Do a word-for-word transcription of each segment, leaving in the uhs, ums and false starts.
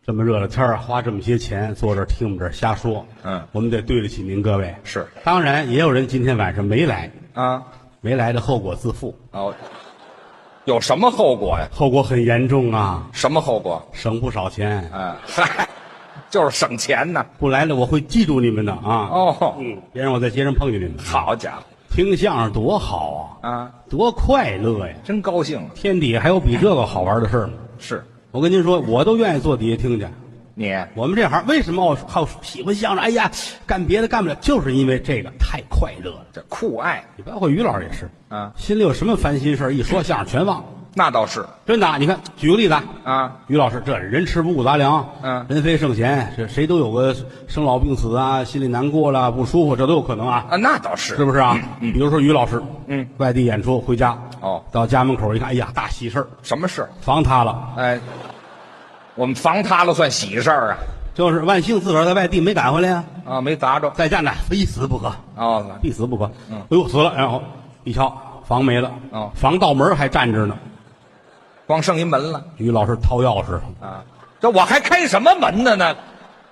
这么热的天儿，花这么些钱坐这儿听我们这儿瞎说， 嗯， 我们得对得起您各位。 是， 当然也有人今天晚上没来， 啊， 没来的后果自负， 哦，有什么后果呀？ 后果很严重啊， 什么后果？ 省不少钱。 啊，嗨，就是省钱呢。 不来了，我会记住你们的啊。 哦， 嗯，别让我在街上碰见你们。 好家伙听相声多好啊， 啊， 多快乐呀！ 真高兴。 天底下还有比这个好玩的事儿吗？ 是我跟您说，我都愿意坐底下听去。 你我们这行为什么我好喜欢相声？哎呀，干别的干不了，就是因为这个太快乐了。 这酷爱你包括于老师也是， 啊， 心里有什么烦心事儿一说相声全忘了。 那倒是真的，你看，举个例子啊， 啊， 于老师，这人吃五谷杂粮， 嗯人非圣贤，这谁都有个生老病死啊，心里难过了，不舒服，这都有可能啊， 啊，那倒是是不是啊？比如说于老师， 嗯， 外地演出回家， 哦， 到家门口一看，哎呀，大喜事儿， 什么事？ 房塌了， 哎，我们房塌了算喜事儿啊？ 就是万幸自个儿在外地没赶回来呀、 啊，没砸着。 在家呢，非死不可， 哦， 必死不可。 嗯哎呦，死了，然后一瞧，房没了， 哦防盗门还站着呢。 光剩一门了于老师掏钥匙， 啊！这我还开什么门呢？那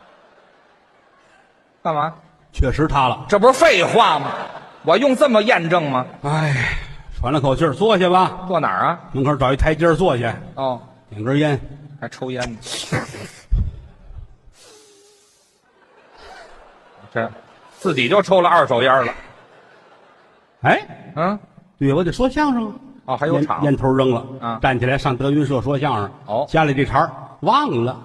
干嘛？ 确实塌了。 这不是废话吗？我用这么验证吗？ 哎，喘了口气儿，坐下吧。 坐哪儿啊？ 门口找一台阶儿坐下， 哦， 点根烟。 还抽烟呢。这自己就抽了二手烟了。 哎， 嗯， 对，我得说相声啊。 哦，还有场烟烟头扔了， 啊站起来上德云社说相声。 哦家里这茬儿忘了。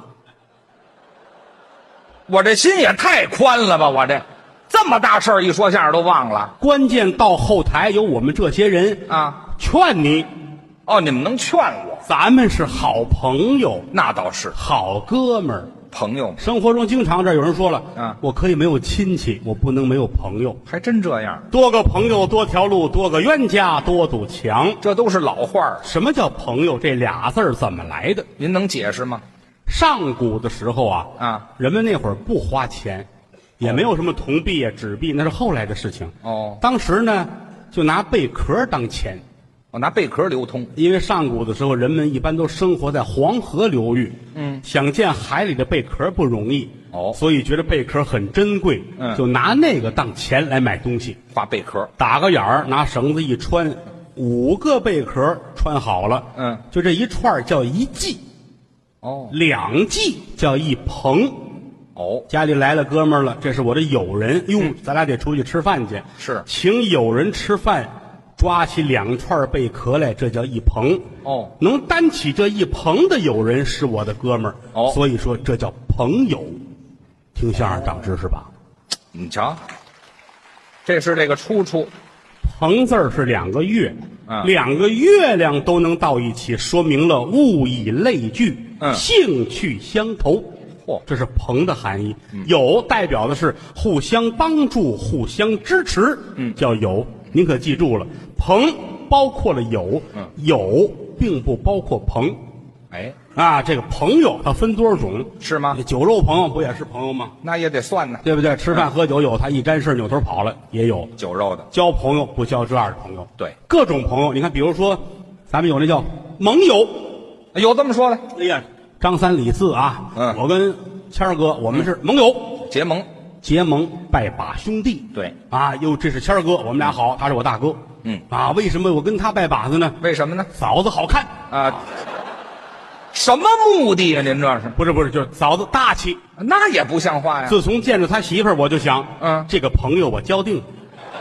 我这心也太宽了吧！我这这么大事儿一说相声都忘了关键到后台有我们这些人啊！ 劝你， 哦，你们能劝我？ 咱们是好朋友， 那倒是好哥们儿。 朋友， 生活中经常这有人说了， 啊我可以没有亲戚，我不能没有朋友。 还真这样。 多个朋友多条路，多个冤家多堵墙。 这都是老话儿， 什么叫朋友？这俩字儿怎么来的？ 您能解释吗？ 上古的时候啊， 啊， 人们那会儿不花钱，也没有什么铜币啊、纸币，那是后来的事情。 哦， 当时呢，就拿贝壳当钱， 我拿贝壳流通。 因为上古的时候，人们一般都生活在黄河流域， 嗯， 想见海里的贝壳不容易， 哦所以觉得贝壳很珍贵， 嗯就拿那个当钱来买东西， 画贝壳。 打个眼儿，拿绳子一穿，五个贝壳穿好了， 嗯， 就这一串儿叫一季， 哦两季叫一棚。 哦， 家里来了哥们儿了，这是我的友人，哟，咱俩得出去吃饭去， 是请友人吃饭，抓起两串贝壳来，这叫一棚。 哦， 能担起这一棚的友人是我的哥们儿， 哦所以说这叫朋友。听相声长知识吧？ 你瞧，这是这个出处。 棚字儿是两个月， 嗯两个月亮都能到一起，说明了物以类聚， 嗯兴趣相投。 嚯这是朋的含义。友代表的是互相帮助、互相支持， 嗯叫友。您可记住了，朋包括了友， 嗯友并不包括朋。 哎， 啊，这个朋友它分多少种？ 是吗？ 酒肉朋友不也是朋友吗？ 那也得算呢。 对不对？吃饭喝酒有，他一沾事扭头跑了也有。 酒肉的， 交朋友不交这样的朋友， 对， 各种朋友。你看，比如说，咱们有那叫盟友。 有这么说的， 哎呀，张三李四啊， 嗯我跟谦儿哥，我们是盟友， 结盟。 结盟拜把兄弟。 对啊，哟，这是谦儿哥，我们俩好，他是我大哥。 嗯啊，为什么我跟他拜把子呢？ 为什么呢？ 嫂子好看， 啊，什么目的呀、您这是？ 不是不是，就是嫂子大气。 那也不像话呀。 自从见着他媳妇儿，我就想， 嗯这个朋友我交定了，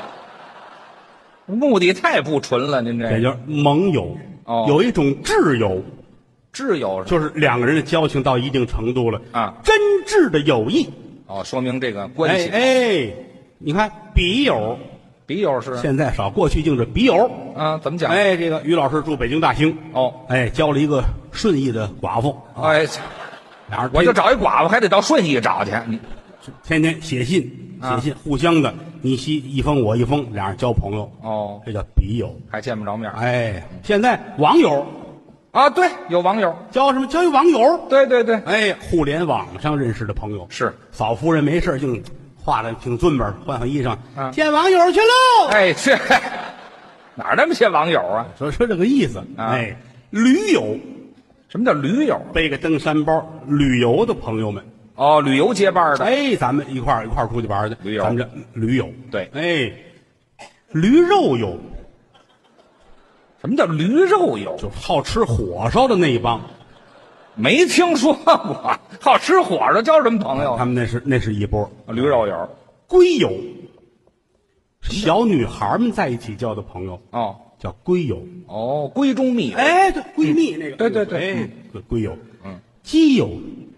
目的太不纯了，您这这叫盟友。 哦有一种挚友， 挚友是就是两个人的交情到一定程度了啊， 真挚的友谊。 哦，说明这个关系。 哎哎，你看笔友， 笔友是现在少，过去就是笔友。 啊？怎么讲？ 哎，这个于老师住北京大兴， 哦， 哎，交了一个顺义的寡妇， 哎， 俩人我就找一寡妇，还得到顺义找去。你天天写信， 啊写信，互相的，你西一封我一封，俩人交朋友， 哦， 这叫笔友。 还见不着面儿哎，现在网友啊？对，有网友。 交什么？交一网友。 对对对， 哎，互联网上认识的朋友， 是。 嫂夫人没事净画的挺尊本，换换衣裳， 啊见网友去喽。 哎，这哪儿那么些网友啊？ 说说这个意思。 啊哎，驴友， 什么叫驴友？ 背个登山包旅游的朋友们。 哦，旅游结伴的。 哎，咱们一块儿一块儿出去玩去。 驴友咱们这驴友。 对， 哎，驴肉友什么叫驴肉友？ 就好吃火烧的那一帮。 没听说过，好吃火烧交什么朋友？ 他们那是那是一波驴肉友。 闺友，小女孩们在一起交的朋友哦， 叫闺友。 哦，闺中蜜友。 哎，对，闺蜜那个。 对对对哎，闺友。 嗯， 基友，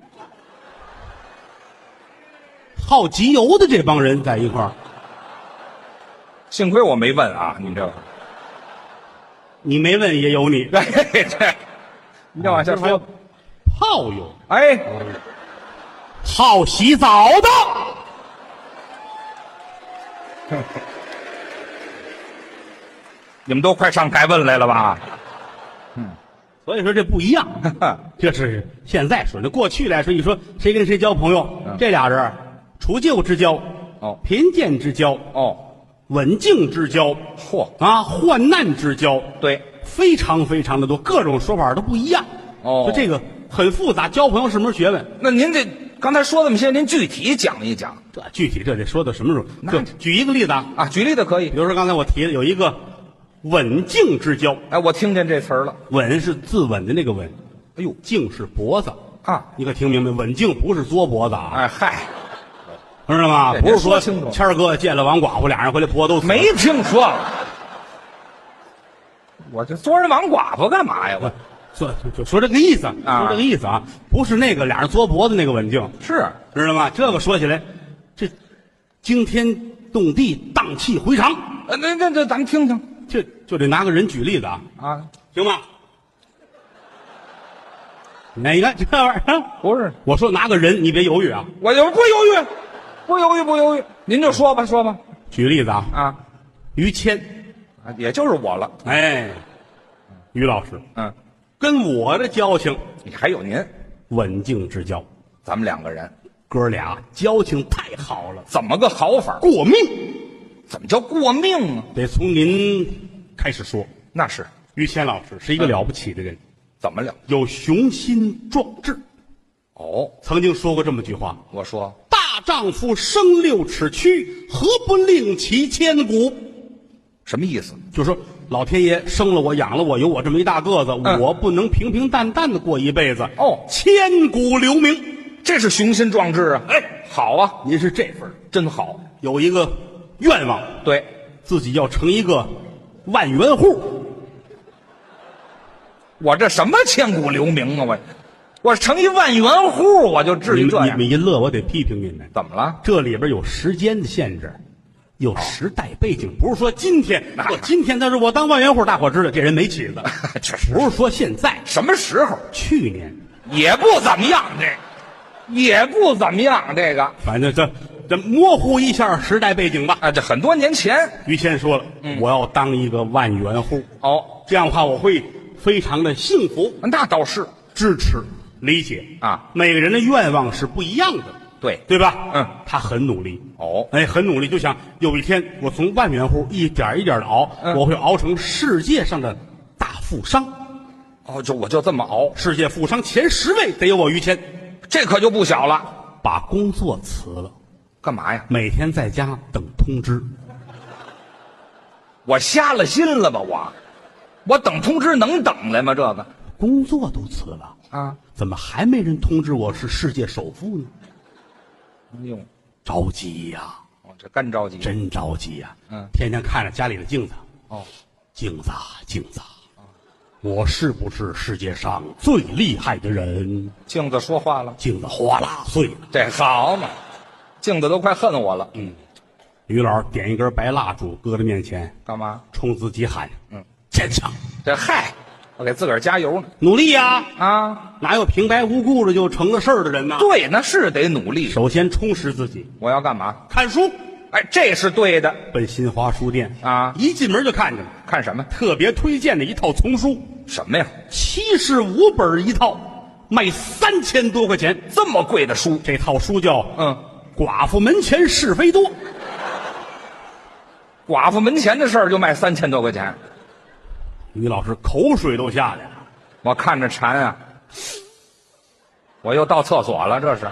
好集邮的这帮人在一块儿。 幸亏我没问啊，你这个， 你没问也有你。 对这，你再往下说。 炮友， 哎， 好洗澡的。 你们都快上该问来了吧？ 所以说这不一样，这是现在说的。过去来说，一说谁跟谁交朋友， 嗯这俩人除旧之交， 哦贫贱之交， 哦， 稳静之交， 嚯， 啊，患难之交， 对， 非常非常的多，各种说法都不一样。 哦就这个很复杂，交朋友是门学问。 那您这刚才说这么些，您具体讲一讲这具体这得说到什么时候？ 那就举一个例子啊， 啊？举例的可以比。如说刚才我提的有一个稳静之交， 哎，我听见这词儿了。 稳是自刎的那个稳， 哎呦静是脖子啊！ 你可听明白？稳静不是作脖子啊， 哎嗨， 知道吗？ 对不是说您说清楚谦儿哥见了王寡妇，俩人回来脖子都死了没听说过。我这捉人王寡妇干嘛呀？我说就说这个意思， 啊说这个意思啊，不是那个俩人作脖子那个稳静， 是知道吗？这个说起来，这惊天动地，荡气回肠， 呃，那那那咱们听听这就得拿个人举例子啊， 啊。 行吗？哪个这玩意儿？ 不是， 我说拿个人，你别犹豫啊。 我就不犹豫，不犹豫，不犹豫，您就说吧，说吧。 举例子啊， 啊， 于谦， 啊也就是我了。 哎，于老师嗯， 跟我的交情， 你还有您， 稳静之交， 咱们两个人哥俩交情太好了， 怎么个好法？ 过命。 怎么叫过命啊？ 得从您开始说。 那是于谦老师是一个了不起的人， 怎么了？ 有雄心壮志。 哦， 曾经说过这么句话： 我说大丈夫生六尺躯，何不令其千古？ 什么意思？ 就是说，老天爷生了我，养了我，有我这么一大个子， 嗯我不能平平淡淡的过一辈子。 哦千古留名。 这是雄心壮志啊！ 哎， 好啊， 您是这份儿真好。 有一个愿望， 对， 自己要成一个万元户。 我这什么千古留名啊？我我成一万元户，我就至于这样？ 你们你们一乐，我得批评你们。 怎么了？ 这里边有时间的限制，有时代背景，不是说今天， 那我今天但是我当万元户，大伙知道这人没起子， 确实， 不是说现在， 什么时候去年， 也不怎么样，这也不怎么样。这个反正这这模糊一下时代背景吧。 啊，这很多年前于谦说了， 嗯我要当一个万元户， 哦， 这样的话我会非常的幸福， 那倒是支持理解啊。 每个人的愿望是不一样的， 对对吧？ 嗯， 他很努力。 哦， 哎，很努力，就想有一天我从万元户一点一点的熬， 嗯我会熬成世界上的大富商， 哦，就我就这么熬， 世界富商前十位得有我于谦。 这可就不小了。 把工作辞了， 干嘛呀？ 每天在家等通知。 我瞎了心了吧？我我等通知能等来吗？这个工作都辞了， 啊， 怎么还没人通知我是世界首富呢？ 哎呦， 着急呀、 哦，这干着急。 真着急呀、 嗯天天看着家里的镜子， 哦， 镜子啊，镜子啊，我是不是世界上最厉害的人？ 镜子说话了， 镜子哗啦碎了。 这好嘛，镜子都快恨我了。 嗯，于老师点一根白蜡烛，搁在面前， 干嘛？ 冲自己喊：“ 嗯， 坚强， 这嗨，我给自个儿加油呢。 努力呀、 啊， 哪有平白无故的就成了事儿的人呢？ 对，那是得努力。 首先充实自己， 我要干嘛？ 看书， 哎，这是对的。 奔新华书店啊一进门就看见了， 看什么？ 特别推荐的一套丛书， 什么呀？ 七十五本一套，卖三千多块钱。 这么贵的书？ 这套书叫《 嗯， 寡妇门前是非多》。 寡妇门前的事儿就卖三千多块钱， 于老师口水都下来了。 我看着馋啊。 我又到厕所了，这是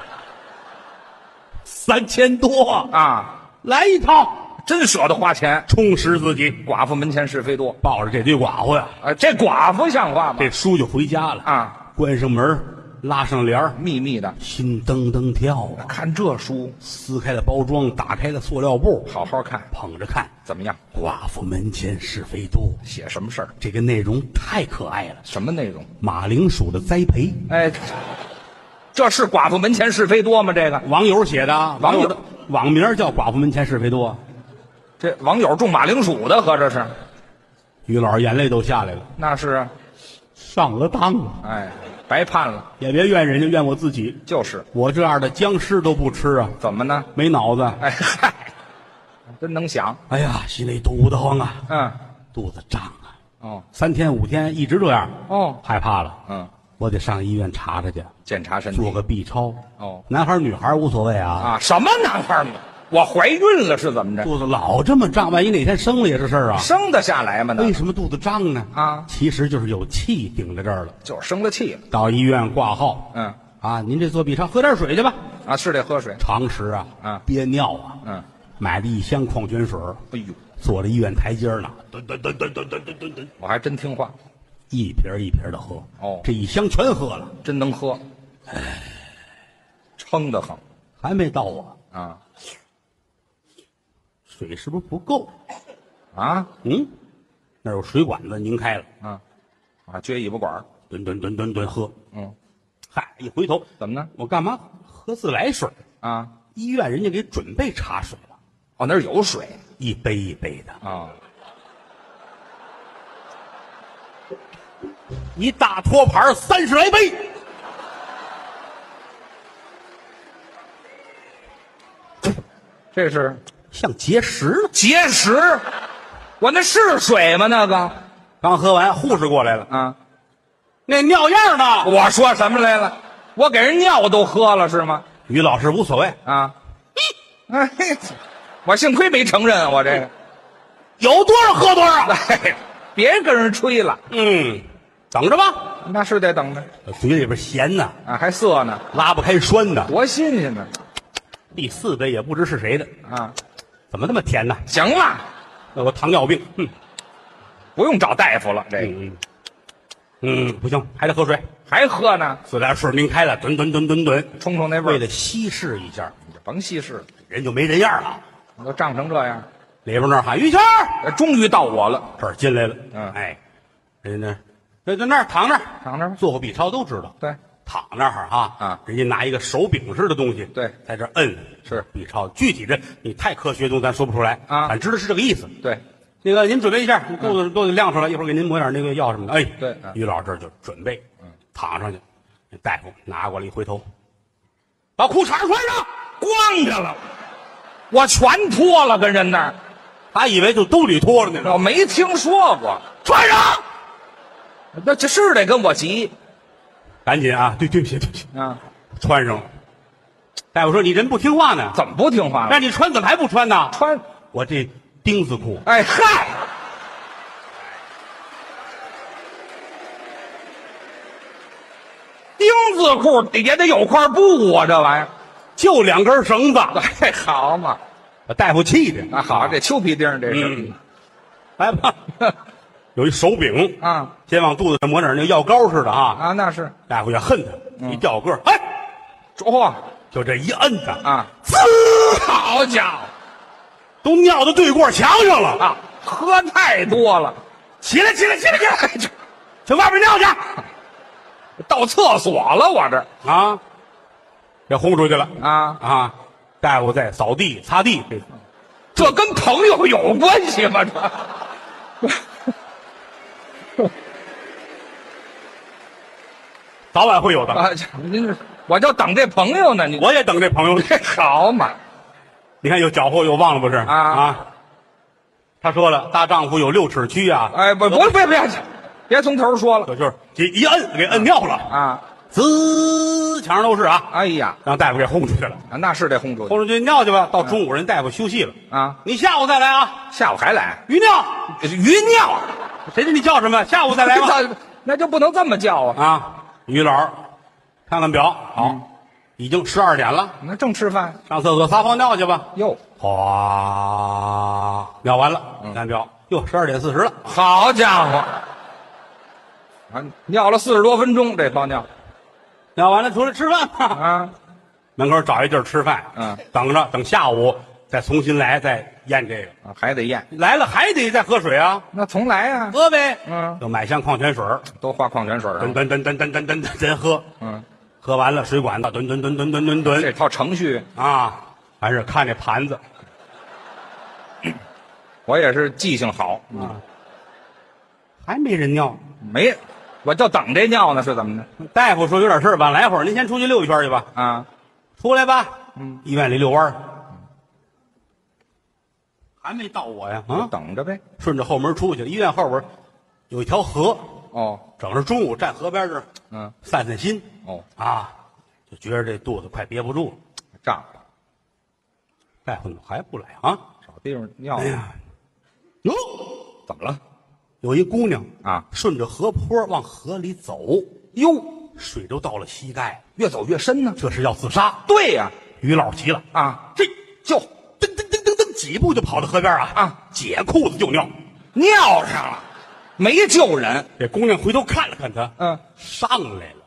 三千多啊， 来一套， 真舍得花钱， 充实自己。 寡妇门前是非多， 抱着这堆寡妇呀， 啊，这寡妇像话吗？ 这书就回家了啊， 关上门，拉上帘儿， 秘密的心噔噔跳啊！ 看这书， 撕开了包装，打开了塑料布， 好好看， 捧着看。 怎么样？ 寡妇门前是非多， 写什么事儿？ 这个内容太可爱了。 什么内容？ 马铃薯的栽培， 哎，这是寡妇门前是非多吗？这个网友写的啊， 网友的网名叫寡妇门前是非多。 这网友种马铃薯的，合着是？ 于老师眼泪都下来了， 那是啊， 上了当了。 哎，白盼了。 也别怨人家，怨我自己。 就是我这样的僵尸都不吃啊， 怎么呢？ 没脑子。 哎嗨，真能想。 哎呀，心里堵得慌啊， 嗯， 肚子胀啊， 哦三天五天一直这样， 哦， 害怕了。 嗯， 我得上医院查查去， 检查身体。 做个 B 超。 哦男孩女孩无所谓啊。 啊，什么男孩儿？我怀孕了是怎么着？ 肚子老这么胀，万一哪天生了也是事儿啊。 生得下来吗？那为什么肚子胀呢？ 啊， 其实就是有气顶在这儿了。 就是生了气了。 到医院挂号。 嗯， 啊，您这做 B 超，喝点水去吧。 啊，是得喝水。 常识啊， 啊憋尿啊， 嗯， 买了一箱矿泉水， 哎呦， 坐在医院台阶儿呢，吨吨吨吨吨吨吨吨吨， 我还真听话， 一瓶一瓶的喝。 哦这一箱全喝了， 真能喝。哎，撑得很还没到我， 啊水是不是不够？ 啊嗯，那儿有水管子拧开了， 啊啊！撅尾巴管儿。 吨吨吨吨吨喝。 嗯， 嗨，一回头， 怎么呢？ 我干嘛喝自来水？ 啊， 医院人家给准备茶水了， 哦，那儿有水一杯一杯的， 啊。 一大托盘三十来杯。 这是像结石呢。 结石，我那是水吗？那个刚喝完，护士过来了， 啊， 那尿样呢？ 我说什么来了？我给人尿都喝了是吗？ 于老师无所谓， 啊，哎，我幸亏没承认我这个， 有多少喝多少。 哎，别跟人吹了， 嗯，等着吧。 那是得等着嘴里边咸呐， 啊，还涩呢， 拉不开栓的。 多新鲜呢第四杯也不知是谁的， 啊！ 怎么那么甜呢？ 行了， 那我糖尿病。嗯不用找大夫了，这个嗯嗯，不行，还得喝水。 还喝呢， 自来水拧开了，吨吨吨吨吨， 冲冲那味儿， 为了稀释一下， 你就甭稀释了， 人就没人样了。 我都胀成这样， 里边那儿喊于谦儿， 哎终于到我了， 这儿进来了。 嗯哎，人家那在那儿躺那儿， 躺着吧。 做过 B 超都知道。 对， 躺那儿啊啊人家拿一个手柄似的东西， 对在这儿摁是 B 超，具体的你太科学的东西咱说不出来啊反知道是这个意思。 对， 那个您准备一下，肚子肚子亮出来，一会儿给您抹点那个药什么的。哎， 对嗯于老师这就准备，嗯，躺上去，那大夫拿过来一回头，把裤衩穿上， 光着了，我全脱了，跟人那儿， 他以为就兜里脱了呢， 我没听说过， 穿上， 那这是得跟我急赶紧啊，对对不起对不起， 啊？ 穿上了。大夫说你人不听话呢， 怎么不听话了？ 让你穿怎么还不穿呢？ 穿， 我这钉子裤， 哎嗨，钉子裤也得有块布啊，这玩意儿， 就两根绳子， 哎，好嘛， 把大夫气的啊好，这秋皮钉这是嗯，来吧，有一手柄， 啊先往肚子上抹点那个药膏似的啊。 啊，那是， 大夫也恨他，一掉个儿，哎， 嚯就这一摁他， 啊， 滋， 好家伙都尿到对过墙上了。 啊，喝太多了， 起来，起来，起来，起来， 哎这去外边尿去到厕所了，我这啊！给轰出去了啊， 啊！大夫在扫地、擦地，这这跟朋友有关系吗？这早晚会有的。 啊，您这我就等这朋友呢，你我也等这朋友呢。 这好嘛你看又搅和又忘了不是啊啊？他说了，大丈夫有六尺躯啊！ 哎，不不别别别从头说了这就是这一摁给摁尿了， 啊！ 滋，墙上都是啊！ 哎呀， 让大夫给轰出去了， 啊那是得轰出去轰出去尿去吧。到中午人大夫休息了， 啊！ 你下午再来啊！ 下午还来余尿， 鱼尿， 谁知你叫什么？下午再来吧。 那那就不能这么叫啊！ 啊！ 于老师看看表，好，嗯、已经十二点了， 那正吃饭， 上厕所撒泡尿去吧。 哟， 哗，尿完了，嗯、看表，哟，十二点四十了。 好家伙，啊，尿了四十多分钟，这泡尿， 尿完了出来吃饭吧。 啊， 门口找一地儿吃饭， 嗯， 等着，等下午再重新来，再验这个， 啊，还得验， 来了还得再喝水啊。 那重来啊， 喝呗， 嗯， 就买箱矿泉水， 都花矿泉水吨吨吨吨吨吨吨吨喝， 嗯， 喝完了水管子吨吨吨吨吨吨吨， 这套程序啊，还是看这盘子。 我也是记性好啊，还没人尿， 没，我就等这尿呢，是怎么着？ 大夫说有点事儿，晚来会儿，您先出去溜一圈去吧。 啊， 出来吧。 嗯， 医院里遛弯儿，还没到我呀。啊， 等着呗。 顺着后门出去，医院后边有一条河。 哦， 整着中午站河边这儿， 嗯， 散散心。 哦， 啊，就觉着这肚子快憋不住了， 胀了。 大夫怎么还不来啊？ 找地方尿。 哎呀，哟， 怎么了？ 有一姑娘啊， 顺着河坡往河里走， 哟， 水都到了膝盖， 越走越深呢。 这是要自杀。 对呀， 于老急了啊， 这就噔噔噔噔噔几步就跑到河边啊啊， 解裤子就尿， 尿上了，没救人。 这姑娘回头看了看他， 嗯， 上来了，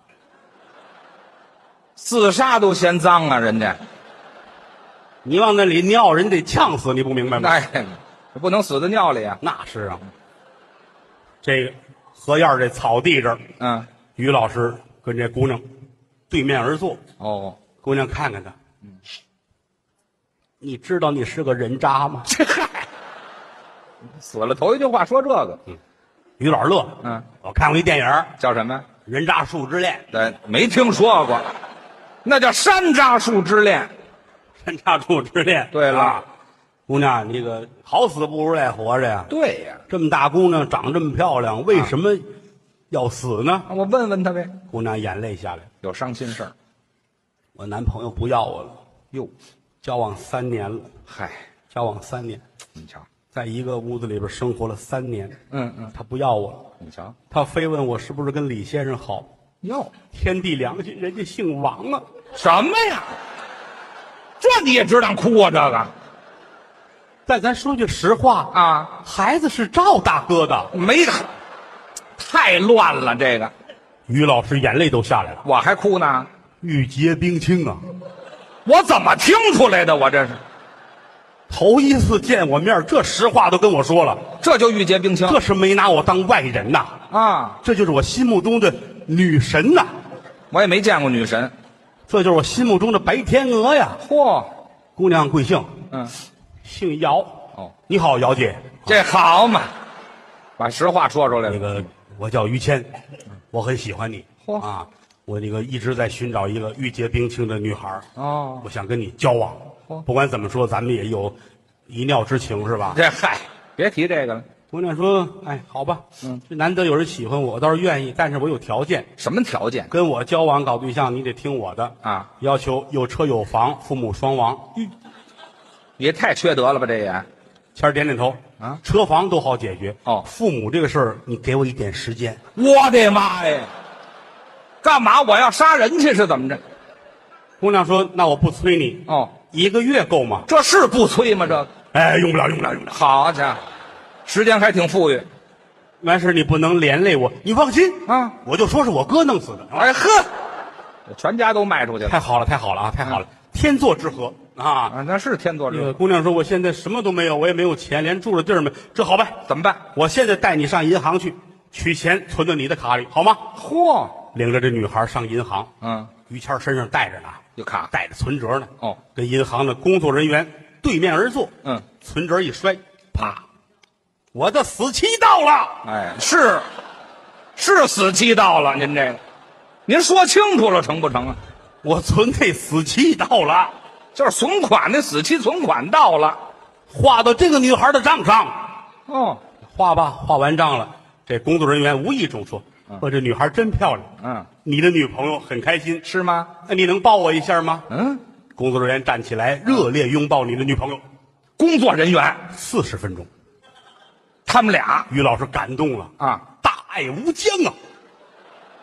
自杀都嫌脏啊，人家。 你往那里尿，人得呛死，你不明白吗？ 哎，不能死在尿里啊。 那是啊。这个河沿这草地这儿， 嗯， 于老师跟这姑娘对面而坐。 哦， 姑娘看看他，嗯，你知道你是个人渣吗？ 嗨，死了头一句话说这个。 嗯，于老师乐了。 嗯， 我看过一电影叫什么？ 人渣树之恋。 对，没听说过，那叫山楂树之恋。 山楂树之恋。 对了。啊， 姑娘，你个好死不如赖活着呀！ 对呀， 这么大姑娘长这么漂亮，为什么要死呢？ 啊，我问问她呗。 姑娘眼泪下来， 有伤心事儿。 我男朋友不要我了。 哟， 交往三年了。 嗨， 交往三年， 你瞧， 在一个屋子里边生活了三年。 嗯嗯， 他不要我了。 你瞧， 他非问我是不是跟李先生好。 哟， 天地良心，人家姓王啊！ 什么呀？这你也知道哭啊？这个。 但咱说句实话啊， 孩子是赵大哥的， 没，太乱了。这个， 于老师眼泪都下来了， 我还哭呢。 玉洁冰清啊！ 我怎么听出来的？我这是头一次见我面，这实话都跟我说了， 这就玉洁冰清， 这是没拿我当外人呐！ 啊， 这就是我心目中的女神呐！ 我也没见过女神， 这就是我心目中的白天鹅呀！ 嚯， 姑娘贵姓？ 嗯。 姓姚。 哦， 你好，姚姐。 这好嘛，把实话说出来了。 那个，我叫于谦，我很喜欢你。 嚯啊，我那个一直在寻找一个玉洁冰清的女孩。 哦， 我想跟你交往。不管怎么说，咱们也有一尿之情，是吧？ 这嗨，别提这个了。 姑娘说：“哎，好吧， 嗯， 这难得有人喜欢我，我倒是愿意，但是我有条件。 什么条件？ 跟我交往搞对象，你得听我的啊， 要求有车有房，父母双亡。 嗯，也太缺德了吧？这也。 谦儿点点头啊， 车房都好解决。 哦， 父母这个事儿，你给我一点时间。 我的妈呀！干嘛我要杀人去是怎么着？ 姑娘说：“那我不催你。 哦， 一个月够吗？ 这是不催吗？这个哎，用不了，用不了，用不了。 好家伙，时间还挺富裕。 完事你不能连累我，你放心啊， 我就说是我哥弄死的。 哎呵，全家都卖出去了。 太好了，太好了啊，太好了！天作之合啊！ 啊，那是天作之合。 这个姑娘说：“我现在什么都没有，我也没有钱，连住的地儿没。这好办， 怎么办？ 我现在带你上银行去取钱，存到你的卡里，好吗？” 嚯！ 领着这女孩上银行。 嗯， 于谦身上带着呢， 有卡， 带着存折呢。 哦， 跟银行的工作人员对面而坐。 嗯， 存折一摔，啪！我的死期到了。 哎，是，是死期到了。您这个，您说清楚了成不成啊？ 我存这死期到了， 就是存款的死期存款到了， 划到这个女孩的账上。 哦， 划吧，划完账了。这工作人员无意中说：“说这女孩真漂亮。 嗯， 你的女朋友很开心， 是吗？ 那你能抱我一下吗？” 嗯， 工作人员站起来，热烈拥抱你的女朋友。 工作人员四十分钟， 他们俩， 于老师感动了啊， 大爱无疆啊！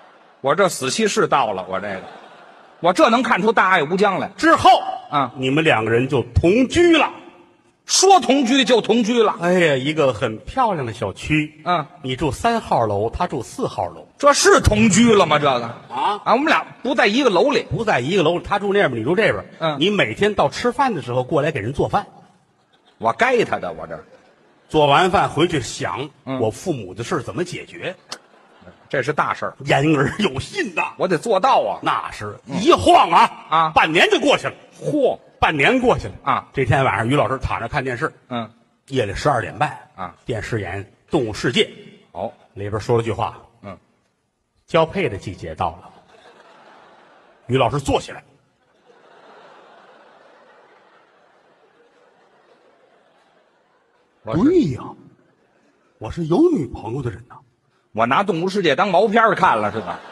我这死期是到了，我这个，我这能看出大爱无疆来。 之后啊， 你们两个人就同居了。 说同居就同居了。 哎呀，一个很漂亮的小区。 嗯， 你住三号楼，他住四号楼。 这是同居了吗？这个啊啊，我们俩不在一个楼里。 不在一个楼，他住那边，你住这边。 嗯你每天到吃饭的时候过来给人做饭， 我该他的，我这做完饭回去想、 嗯我父母的事儿怎么解决， 这是大事儿， 言而有信呐。 我得做到啊。 那是一晃啊啊半年就过去了。 嚯， 半年过去了啊！ 这天晚上，于老师躺着看电视， 嗯， 夜里十二点半啊， 电视演《动物世界》， 哦， 里边说了句话， 嗯， 交配的季节到了。于老师坐起来， 我是对呀，我是有女朋友的人呐。 我拿《动物世界》当毛片儿看了是吧？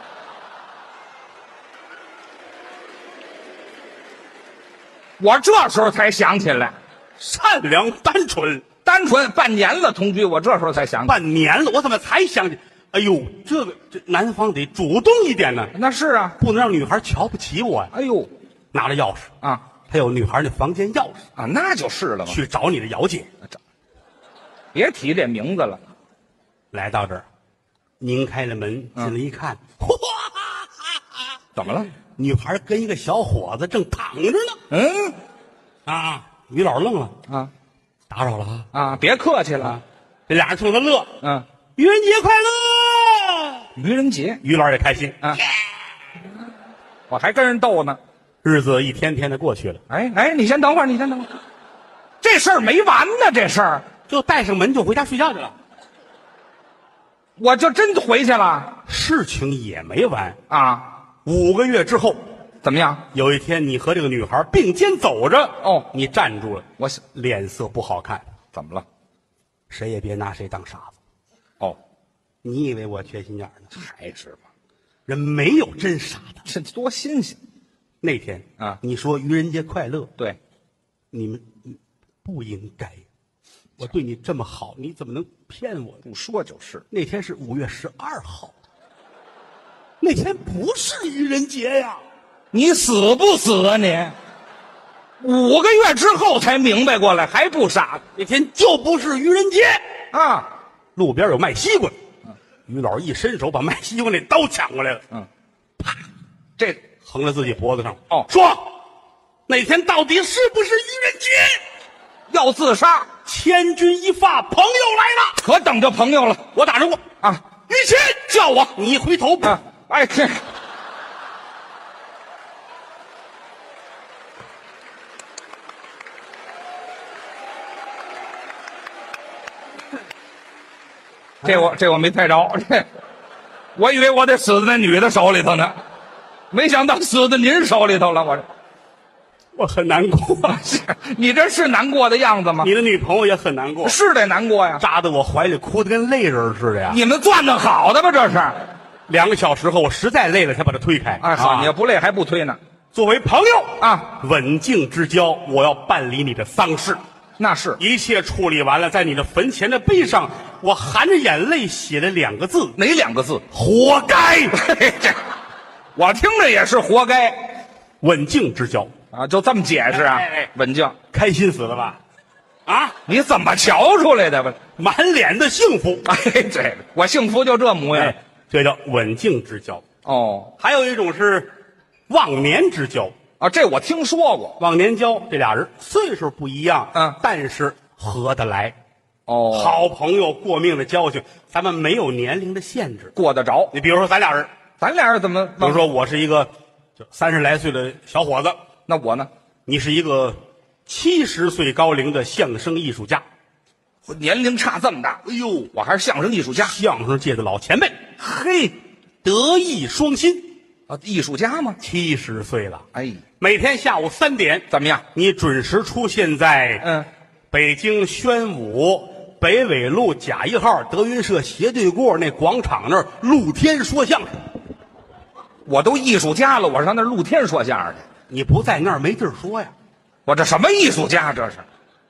我这时候才想起来， 善良单纯， 单纯半年了同居，我这时候才想起来。 半年了，我怎么才想起？哎呦，这个这男方得主动一点呢， 那是啊， 不能让女孩瞧不起我呀。 哎呦拿着钥匙， 啊他有女孩那房间钥匙， 啊，那就是了嘛。 去找你的姚姐。 别提这名字了， 来到这儿，拧开了门， 嗯进来一看，哇， 怎么了？ 女孩跟一个小伙子正躺着呢。 嗯啊，于老师愣了， 啊打扰了啊啊，别客气了。 啊！这俩人冲他乐， 嗯， 愚人节快乐！ 愚人节于老师也开心， 啊，我还跟人斗呢。 日子一天天的过去了， 哎哎，你先等会儿，你先等会儿，这事儿没完呢，这事儿就带上门就回家睡觉去了。 我就真回去了事情也没完， 啊？ 五个月之后， 怎么样？ 有一天你和这个女孩并肩走着， 哦你站住了， 我想脸色不好看， 怎么了？ 谁也别拿谁当傻子。 哦， 你以为我缺心眼儿呢？ 还是吧， 人没有真傻的。 这多新鲜。 那天啊你说愚人节快乐， 对， 你们不应该。我对你这么好，你怎么能骗我呢？ 不说就是。 那天是五月十二号，那天不是愚人节呀。 你死不死啊你？五个月之后才明白过来，还不傻那天就不是愚人节。 啊？ 路边有卖西瓜，于老师一伸手把卖西瓜那刀抢过来了， 嗯，啪，这横在自己脖子上。 哦说那天到底是不是愚人节？ 要自杀， 千钧一发，朋友来了， 可等着朋友了我打着过。 啊！ 于谦叫我，你一回头， 啊，哎这。这我这我没猜着，这我以为我得死在那女的手里头呢，没想到死在您手里头了。我这， 我很难过。 你这是难过的样子吗？ 你的女朋友也很难过， 是得难过呀。 扎在我怀里，哭得跟泪人似的呀。 你们攥的好的吧？这是。 两个小时后，我实在累了，才把她推开。 哎，好， 啊你要不累还不推呢作为朋友啊？ 刎颈之交，我要办理你的丧事。 那是一切处理完了，在你的坟前的碑上，我含着眼泪写了两个字： 哪两个字？ 活该。 这我听着也是活该刎颈之交， 啊，就这么解释啊哎哎哎？ 稳静， 开心死了吧？啊， 你怎么瞧出来的吧？ 满脸的幸福。 哎，这我幸福就这模样哎，这叫刎颈之交。 哦还有一种是忘年之交。 啊，这我听说过忘年交，这俩人岁数不一样， 嗯但是合得来， 哦， 好朋友过命的交情。咱们没有年龄的限制。 过得着。 你比如说咱俩人， 咱俩人怎么？ 比如说我是一个就三十来岁的小伙子， 那我呢？ 你是一个七十岁高龄的相声艺术家。 我年龄差这么大， 哎呦， 我还是相声艺术家。 相声界的老前辈， 嘿， 德艺双馨， 啊，艺术家吗？ 七十岁了。 哎， 每天下午三点， 怎么样？ 你准时出现在嗯， 北京宣武北纬路甲一号德云社斜对过那广场那儿露天说相声。 我都艺术家了，我上那儿露天说相声去。 你不在那儿没地儿说呀。 我这什么艺术家？这是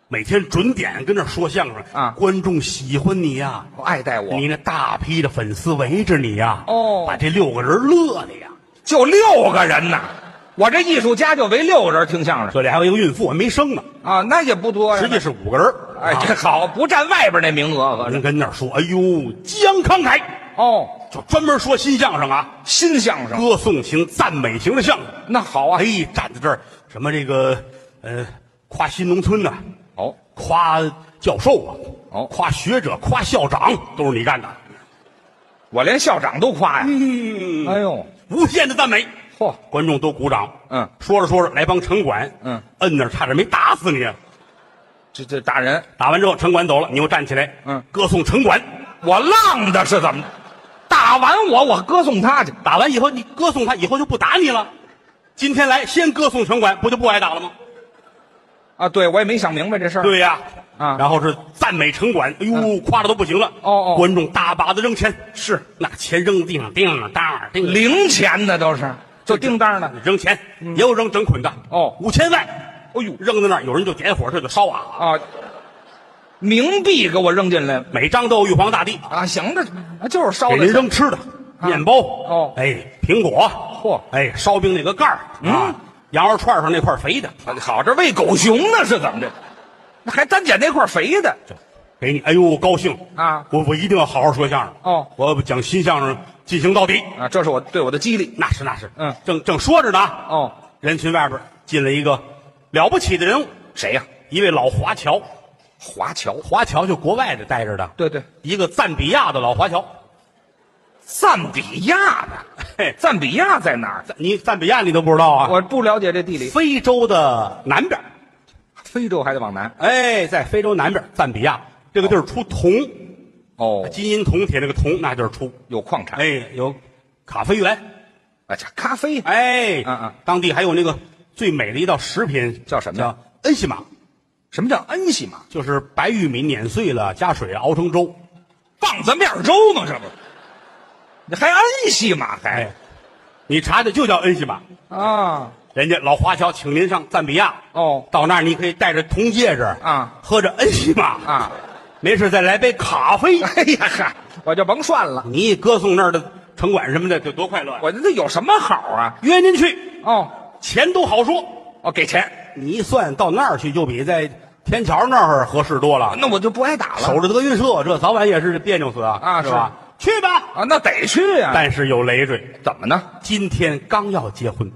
每天准点跟那儿说相声啊观众喜欢你呀、 我爱戴我， 你那大批的粉丝围着你呀、 哦把这六个人乐的呀。 就六个人呐，我这艺术家就围六个人听相声这里还有一个孕妇还没生呢， 啊，那也不多呀。 实际是五个人。 哎，这好，不占外边那名额，合着人跟那儿说，哎呦，江慷慨， 哦， 就专门说新相声啊， 新相声歌颂型、赞美型的相声。 那好啊。 哎，站在这儿，什么这个呃，夸新农村呐、 哦， 夸教授啊， 哦夸学者，夸校长，都是你干的。 我连校长都夸呀。 嗯， 哎呦， 无限的赞美， 嚯， 观众都鼓掌。 嗯， 说着说着，来帮城管， 嗯， 摁那儿差点没打死你。 这这打人， 打完之后，城管走了，你又站起来， 嗯， 歌颂城管。 我浪的是怎么？打完我，我歌颂他去。 打完以后，你歌颂他，以后就不打你了。今天来先歌颂城管，不就不挨打了吗？ 啊，对，我也没想明白这事儿。 对呀， 啊然后是赞美城管，哎呦，夸的都不行了。 哦哦观众大把的扔钱， 是那钱扔地上，叮当叮， 零钱的都是，就叮当的。 扔钱，也有扔整捆的。 哦五千万， 哎呦扔在那儿，有人就点火，这就烧啊。 啊，冥币给我扔进来了每张都有玉皇大帝， 啊！行的，啊就是烧给的您扔吃的，面包， 哦哎，苹果， 嚯哎，烧饼那个盖儿啊，羊肉串上那块肥的， 啊好，这喂狗熊呢是怎么着？那还单捡那块肥的给你，哎呦，高兴啊！ 我我一定要好好说相声哦， 我讲新相声进行到底。 啊！这是我对我的激励。 那是那是， 嗯， 正正说着呢， 哦， 人群外边进了一个了不起的人物， 谁呀、 一位老华侨， 华侨。 华侨就国外的待着的， 对对， 一个赞比亚的老华侨。 赞比亚的， 嘿， 赞比亚在哪儿？ 你赞比亚你都不知道啊？ 我不了解这地理。 非洲的南边， 非洲还得往南。 哎，在非洲南边，赞比亚这个地儿出铜， 哦， 金银铜铁那个铜，那地儿出， 有矿产。 哎，有咖啡园， 啊，这咖啡哎， 嗯嗯， 当地还有那个最美的一道食品叫什么呀叫恩西玛， 什么叫恩西玛？ 就是白玉米碾碎了，加水熬成粥。 棒子面粥吗？这不，你还恩西玛还哎，你查的就叫恩西玛。 啊？ 人家老华侨请您上赞比亚， 哦到那儿你可以戴着铜戒指啊， 喝着恩西玛啊， 没事再来杯咖啡。 哎呀哈，我就甭涮了。 你一歌颂那儿的城管什么的，就多快乐呀！ 我这有什么好啊？ 约您去， 哦钱都好说。 哦，给钱， 你一算到那儿去，就比在天桥那儿合适多了。 那我就不挨打了。 守着德云社，这早晚也是别扭死啊， 啊是吧？去吧， 啊，那得去呀、 但是有累赘， 怎么呢？ 今天刚要结婚。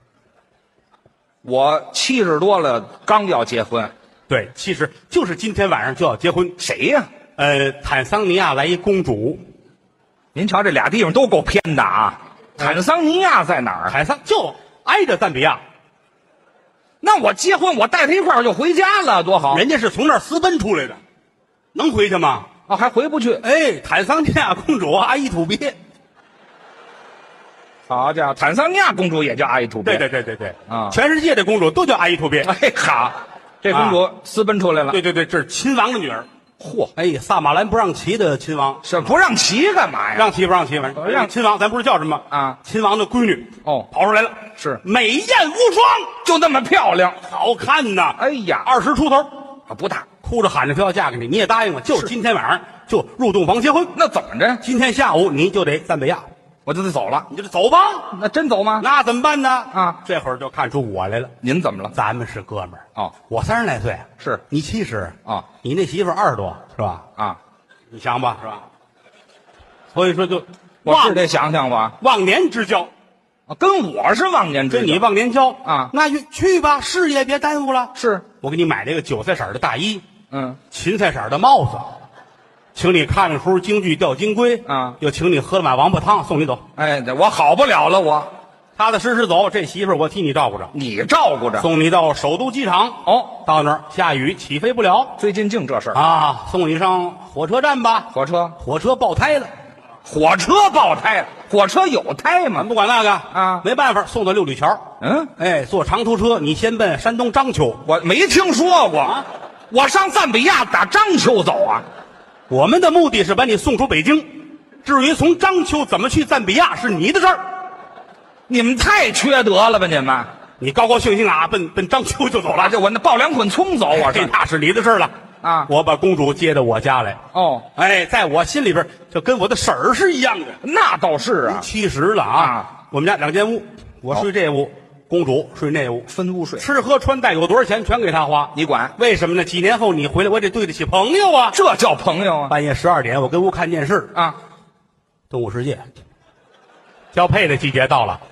我七十多了，刚要结婚。 对，其实就是今天晚上就要结婚。 谁呀、 呃，坦桑尼亚来一公主， 您瞧这俩地方都够偏的啊！坦桑尼亚在哪儿？ 坦桑就挨着赞比亚， 那我结婚，我带他一块儿就回家了，多好！ 人家是从那儿私奔出来的，能回去吗？ 哦，还回不去。 哎，坦桑尼亚公主阿依土鳖， 好家伙，坦桑尼亚公主也叫阿依土鳖。 对对对对对， 啊全世界的公主都叫阿依土鳖。 哎，好，这公主私奔出来了。 对对对，这是亲王的女儿。 嚯， 哎，萨马兰不让骑的亲王， 这不让骑干嘛呀？ 让骑不让骑，反正让亲王，咱不是叫什么啊？ 亲王的闺女哦跑出来了， 是美艳无双， 就那么漂亮。 好看呐！ 哎呀， 二十出头， 啊不大， 哭着喊着非要嫁给你，你也答应了，就是今天晚上就入洞房结婚。 那怎么着？ 今天下午你就得赞比亚， 我就得走了。 你就得走吧。 那真走吗？ 那怎么办呢？ 啊， 这会儿就看出我来了。 您怎么了？ 咱们是哥们儿哦， 我三十来岁， 是你七十啊， 你那媳妇儿二十多是吧？ 啊， 你想吧，是吧？所以说就忘我是得想想我啊， 忘年之交， 跟我是忘年之交。 跟你忘年交啊那就去吧，事业别耽误了。 是， 我给你买了一个韭菜色儿的大衣， 嗯， 芹菜色儿的帽子，请你看了出京剧吊金龟啊又请你喝了碗王八汤，送你走， 哎，这我好不了了，我踏踏实实走。这媳妇儿我替你照顾着， 你照顾着。 送你到首都机场。 哦， 到那儿下雨起飞不了最近净这事儿。 啊，送你上火车站吧。 火车， 火车爆胎了， 火车爆胎了，火车有胎吗咱？不管那个啊没办法，送到六里桥。 嗯， 哎，坐长途车，你先奔山东章丘。 我没听说过。 啊我上赞比亚打章丘走啊？ 我们的目的是把你送出北京，至于从章丘怎么去赞比亚是你的事儿。 你们太缺德了吧？你们你高高兴兴啊，奔奔章丘就走啊， 了。 这我那抱两捆葱走，我是这那是你的事儿了啊我把公主接到我家来， 哦， 哎，在我心里边就跟我的婶儿是一样的。 那倒是啊， 七十了啊， 啊我们家两间屋，我睡这屋，公主睡那屋， 分屋睡， 吃喝穿戴有多少钱全给她花， 你管？ 为什么呢？几年后你回来，我得对得起朋友啊。 这叫朋友啊半夜十二点，我跟屋看电视， 啊！ 动物世界，交配的季节到了。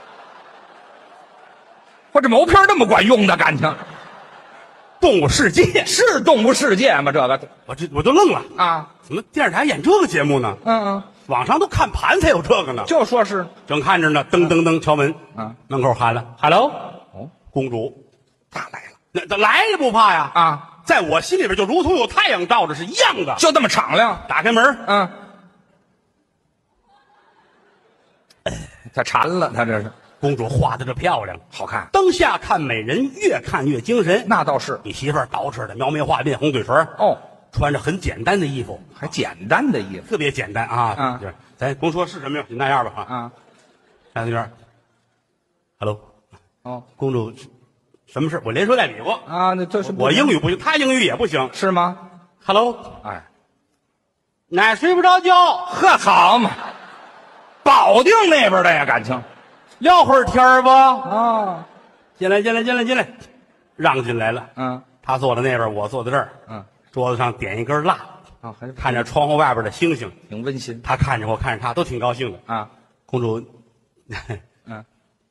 或者毛片那么管用的感情， 动物世界， 是动物世界吗？这个我这我就愣了， 啊， 怎么电视台演这个节目呢？ 嗯嗯， 网上都看盘才有这个呢。 就说是正看着呢，噔噔噔敲门， 啊， 门口喊了 “hello”， 哦， 公主， 他来了那那来了不怕呀？ 啊， 在我心里边就如同有太阳照着是一样的。 就这么敞亮， 打开门， 嗯，他馋了，他这是公主画的这漂亮， 好看， 灯下看美人，越看越精神。 那倒是你媳妇儿捯饬的描眉画鬓，红嘴唇， 哦， 穿着很简单的衣服， 还简单的衣服特别简单啊。 啊就是咱甭说是什么样，就那样吧啊。 啊， 站那边 ，hello， 哦公主，什么事？我连说带比划， 啊，那这是不我英语不行，她英语也不行。 是吗？ hello， 哎， 奶睡不着觉， 呵，好嘛，保定那边的呀，感情聊会儿天儿吧。 啊， 进来，进来，进来，进来，让进来了。 嗯他坐在那边，我坐在这儿。 嗯， 桌子上点一根蜡， 啊，还是看着窗户外边的星星。 挺温馨他看着我，看着他，都挺高兴的。 啊， 公主， 嗯，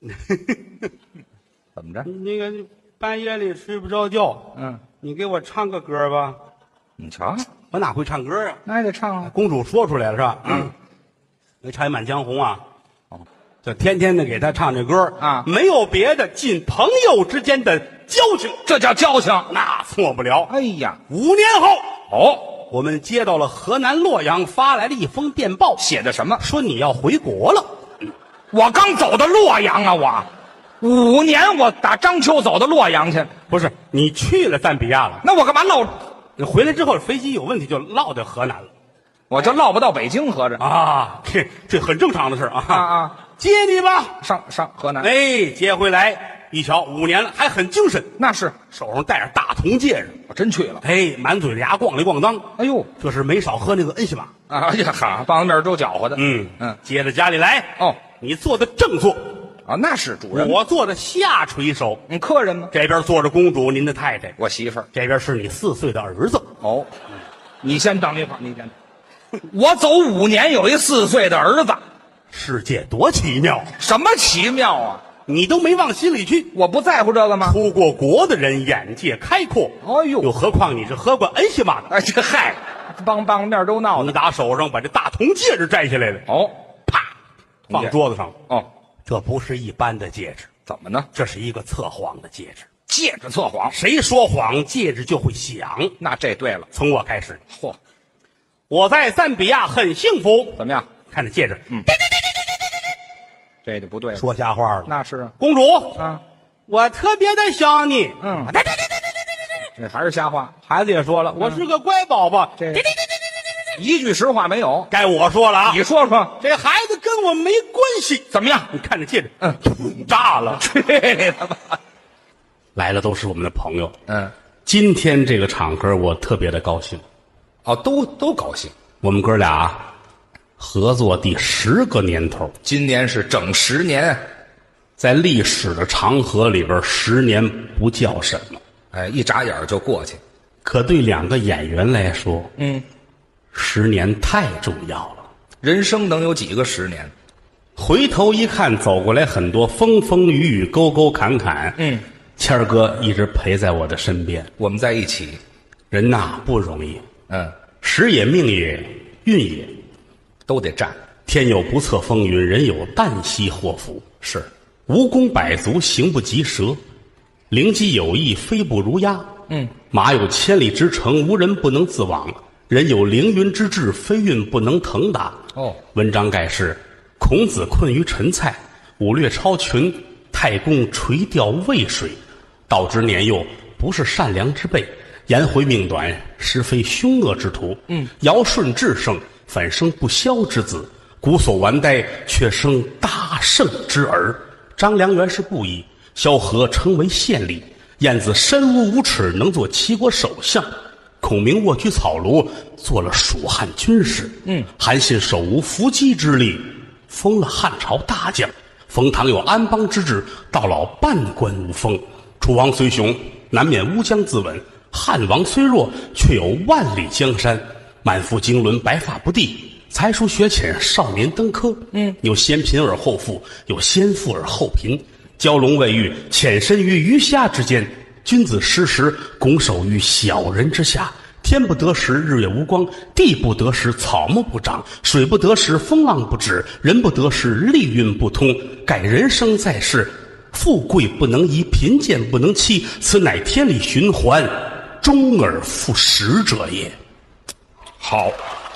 怎么着？ 那个半夜里睡不着觉， 嗯， 你给我唱个歌吧。 你瞧， 我哪会唱歌啊？ 那也得唱啊。 公主说出来了是吧？嗯，那唱一《满江红》啊， 哦， 就天天的给他唱这歌啊没有别的，尽朋友之间的交情， 这叫交情。 那错不了。 哎呀， 五年后， 哦， 我们接到了河南洛阳发来的一封电报， 写的什么？ 说你要回国了。 我刚走到洛阳啊，我五年我打章丘走到洛阳去， 不是你去了赞比亚了， 那我干嘛落？ 你回来之后飞机有问题，就落到河南了我就落不到北京，合着啊！这这很正常的事啊啊啊！ 接你吧， 上上河南， 哎，接回来一瞧，五年了还很精神， 那是手上戴着大铜戒指， 我真去了。 哎，满嘴的牙咣里咣当， 哎呦这是没少喝那个恩西玛。 啊哎呀哈，棒子面粥搅和的， 嗯嗯， 接着家里来哦， 你坐的正座， 啊，那是主人， 我坐的下垂手， 你客人吗？ 这边坐着公主您的太太， 我媳妇儿。 这边是你四岁的儿子。 哦，你先等一会儿，你先。我走五年，有一四岁的儿子， 世界多奇妙， 什么奇妙啊？ 你都没往心里去。 我不在乎这个吗？ 出过国的人眼界开阔， 哎呦又何况你是喝过恩西玛的？ 哎，这嗨，帮帮面都闹你的。 打手上把这大铜戒指摘下来了， 哦啪，放桌子上。 哦， 这不是一般的戒指， 怎么呢？ 这是一个测谎的戒指。 戒指测谎， 谁说谎，戒指就会响。 那这对了。 从我开始， 嚯， 我在赞比亚很幸福。 怎么样？ 看这戒指， 嗯这就不对了。 说瞎话了。 那是啊， 公主， 啊， 我特别的想你。 嗯对对对对对对对， 这还是瞎话， 孩子也说了，我是个乖宝宝。 这一句实话没有。 该我说了啊， 你说说这孩子跟我没关系。 怎么样？ 你看这戒指， 嗯， 炸了。 去你他妈！ 来了都是我们的朋友。 嗯， 今天这个场合我特别的高兴， 哦，都都高兴。 我们哥俩合作第十个年头， 今年是整十年， 在历史的长河里边，十年不叫什么， 哎，一眨眼儿就过去。 可对两个演员来说， 嗯， 十年太重要了。 人生能有几个十年？ 回头一看，走过来很多风风雨雨、沟沟坎坎。 嗯， 谦儿哥一直陪在我的身边。 我们在一起。 人呐不容易， 嗯， 时也命也运也， 都得站。 天有不测风云，人有旦夕祸福。 是， 蜈蚣百足，行不及蛇；灵机有翼，飞不如鸦。 嗯， 马有千里之程，无人不能自往；人有凌云之志，非运不能腾达。 哦， 文章盖世，孔子困于陈蔡，武略超群，太公垂钓渭水。道之年幼，不是善良之辈；颜回命短，实非凶恶之徒。嗯，尧舜至圣，反生不肖之子；古所完呆，却生大圣之儿。张良原是布衣， 萧何成为县吏，晏子身无五尺，能做齐国首相。孔明卧居草庐，做了蜀汉军师。嗯，韩信手无伏击之力，封了汉朝大将。冯唐有安邦之志，到老半关无封。楚王虽雄，难免乌江自刎；汉王虽弱，却有万里江山。满腹经纶，白发不第；才疏学浅，少年登科。嗯，有先贫而后富，有先富而后贫。蛟龙未遇，潜身于鱼虾之间。君子失时，拱手于小人之下。天不得时，日月无光；地不得时，草木不长；水不得时，风浪不止；人不得时，利运不通。盖人生在世，富贵不能移，贫贱不能欺，此乃天理循环，终而复始者也。 好，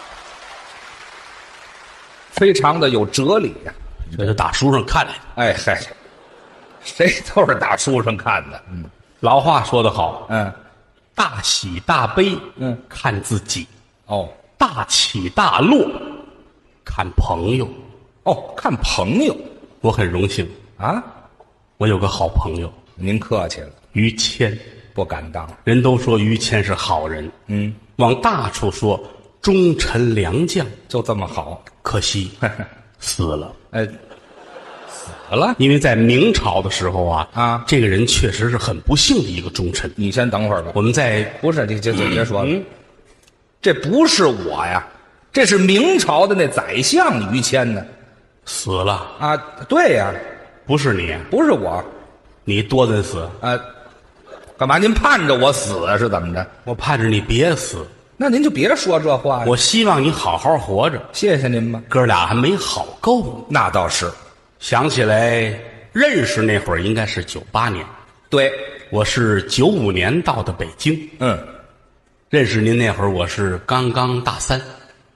非常的有哲理呀、 啊！这是打书上看来的。 哎嗨，谁都是打书上看的。嗯， 老话说得好， 嗯， 大喜大悲， 嗯， 看自己； 哦， 大起大落，看朋友。 哦，看朋友， 我很荣幸啊， 我有个好朋友。 您客气了， 于谦。 不敢当， 人都说于谦是好人， 嗯， 往大处说，忠臣良将， 就这么好。 可惜死了。 哎，死了。 因为在明朝的时候啊， 啊， 这个人确实是很不幸的一个忠臣。 你先等会儿吧。 我们在不是，你就就别说了、 嗯， 这不是我呀，这是明朝的那宰相于谦呢， 死了啊。对呀， 不是你， 不是我， 你多人死啊。干嘛？您盼着我死啊？是怎么着？ 我盼着你别死。 那您就别说这话了。 我希望你好好活着。 谢谢您吧。 哥俩还没好够。 那倒是。 想起来，认识那会儿应该是九八年。 对， 我是九五年到的北京。 嗯， 认识您那会儿，我是刚刚大三。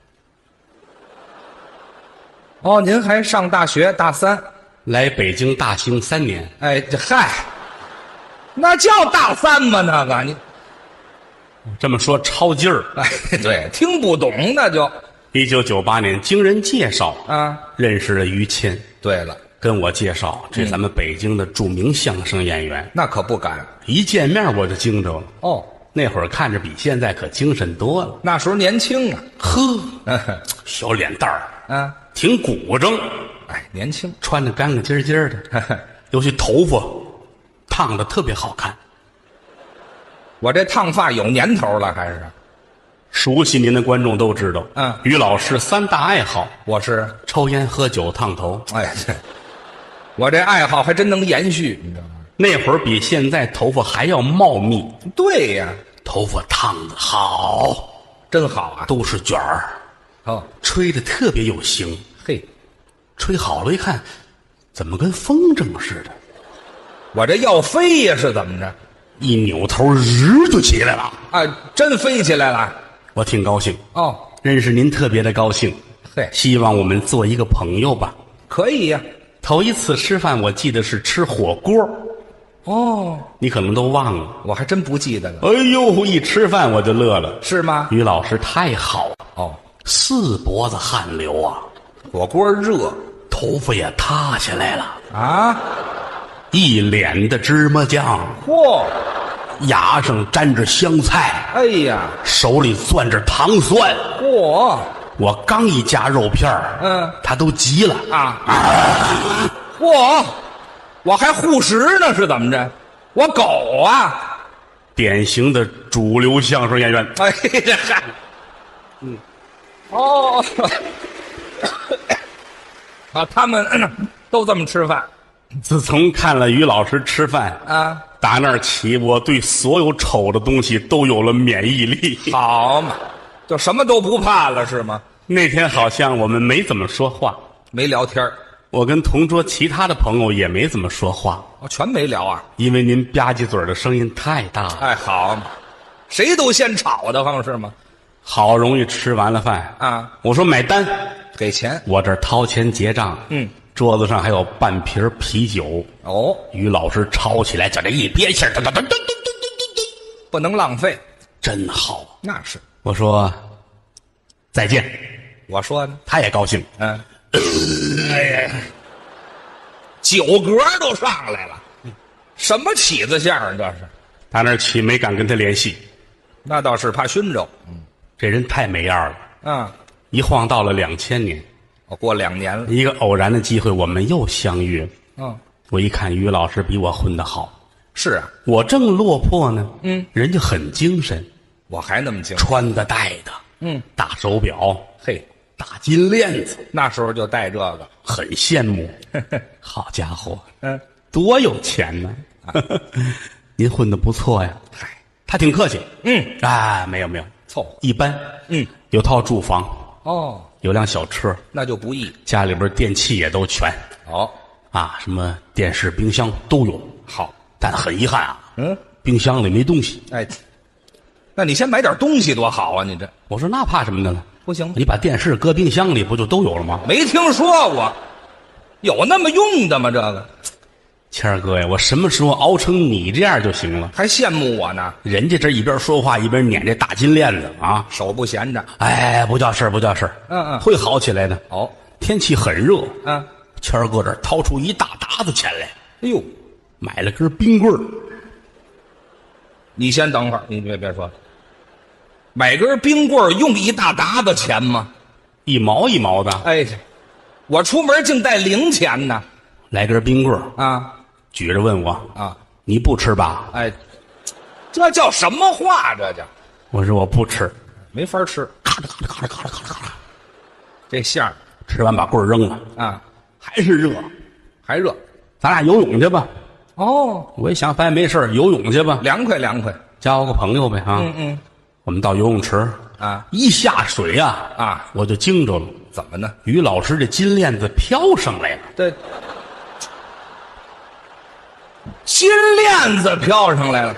哦，您还上大学大三， 来北京大兴三年。 哎，这嗨。那叫大三吗？那个你这么说超劲儿。 哎，对，听不懂那就。 一九九八年，经人介绍啊， 认识了于谦。 对了， 跟我介绍，这是咱们北京的著名相声演员。 嗯、那可不敢， 一见面我就惊着了。 哦， 那会儿看着比现在可精神多了。 那时候年轻啊， 呵， 嗯、 小脸蛋儿， 啊， 挺鼓正。 哎，年轻， 穿得干干净净的，尤其头发。烫的特别好看， 我这烫发有年头了，还是熟悉您的观众都知道。 嗯， 于老师三大爱好， 我是抽烟、喝酒、烫头。 哎，这我这爱好还真能延续，你知道吗？ 那会儿比现在头发还要茂密。 对呀， 头发烫的好， 真好啊， 都是卷儿， 哦， 吹的特别有型。 嘿， 吹好了，一看，怎么跟风筝似的？ 我这要飞呀，是怎么着？ 一扭头，日就起来了。 啊，真飞起来了！ 我挺高兴哦， 认识您特别的高兴。 嘿， 希望我们做一个朋友吧。 可以呀。 头一次吃饭，我记得是吃火锅。 哦， 你可能都忘了， 我还真不记得了。 哎呦，一吃饭我就乐了。 是吗？ 于老师太好了。 哦， 四脖子汗流啊， 火锅热， 头发也塌下来了啊。 一脸的芝麻酱， 嚯！ 牙上沾着香菜， 哎呀， 手里攥着糖蒜， 嚯！ 我刚一夹肉片儿， 嗯， 他都急了啊！嚯！我还护食呢，是怎么着？我狗啊！ 典型的主流相声演员。 哎呀嗨，嗯，哦，啊，他们都这么吃饭。 自从看了于老师吃饭啊， 打那儿起，我对所有丑的东西都有了免疫力。 好嘛，就什么都不怕了是吗？ 那天好像我们没怎么说话， 没聊天， 我跟同桌其他的朋友也没怎么说话， 哦，全没聊啊， 因为您吧唧嘴的声音太大了。 哎，好嘛，谁都嫌吵得慌是吗？ 好容易吃完了饭啊， 我说买单， 给钱， 我这儿掏钱结账， 嗯。 桌子上还有半瓶啤酒哦， 于老师抄起来，就这一憋气儿， 不能浪费， 真好。 那是， 我说再见， 我说呢， 他也高兴。 嗯，哎呀，酒嗝都上来了， 什么起子相啊？这是？ 打那儿起没敢跟他联系， 那倒是怕熏着。 这人太没样了。 嗯， 一晃到了两千年， 我过两年了。 一个偶然的机会，我们又相遇了。 嗯， 我一看于老师比我混得好， 是啊， 我正落魄呢。 嗯， 人家很精神， 我还那么精。 穿的戴的， 嗯， 大手表， 嘿， 大金链子， 那时候就带这个。 很羡慕。好家伙， 嗯， 多有钱呢！您混得不错呀。 嗨， 他挺客气。 嗯， 啊，没有没有， 凑合。 一般。 嗯， 有套住房， 哦， 有辆小车， 那就不易。 家里边电器也都全哦， 啊，什么电视、冰箱都有。 好， 但很遗憾啊， 嗯， 冰箱里没东西。 哎，那你先买点东西多好啊！你这我说那怕什么的呢？ 不行吗？ 你把电视搁冰箱里，不就都有了吗？ 没听说过，有那么用的吗？这个谦儿哥呀，我什么时候熬成你这样就行了？ 还羡慕我呢？ 人家这一边说话一边捻这大金链子啊， 手不闲着。 哎，不叫事儿，不叫事儿。 嗯嗯， 会好起来的。 哦， 天气很热。 嗯， 谦儿哥这儿掏出一大沓子钱来， 哎呦， 买了根冰棍儿。 你先等会儿，你别别说，买根冰棍儿用一大沓子钱吗？ 一毛一毛的。 哎，我出门净带零钱呢。 来根冰棍儿， 啊举着问我啊， 你不吃吧？ 哎，这叫什么话？这叫我说我不吃。 没法吃。 咔嚓咔嚓咔嚓咔嚓咔嚓， 这馅儿吃完把棍儿扔了， 啊， 还是热。 还热。 咱俩游泳去吧。 哦， 我一想，反正没事儿游泳去吧， 凉快凉快。 交个朋友呗啊。 嗯嗯我们到游泳池啊， 一下水呀啊， 我就惊着了。 怎么呢？ 于老师这金链子飘上来了。 这金链子飘上来了。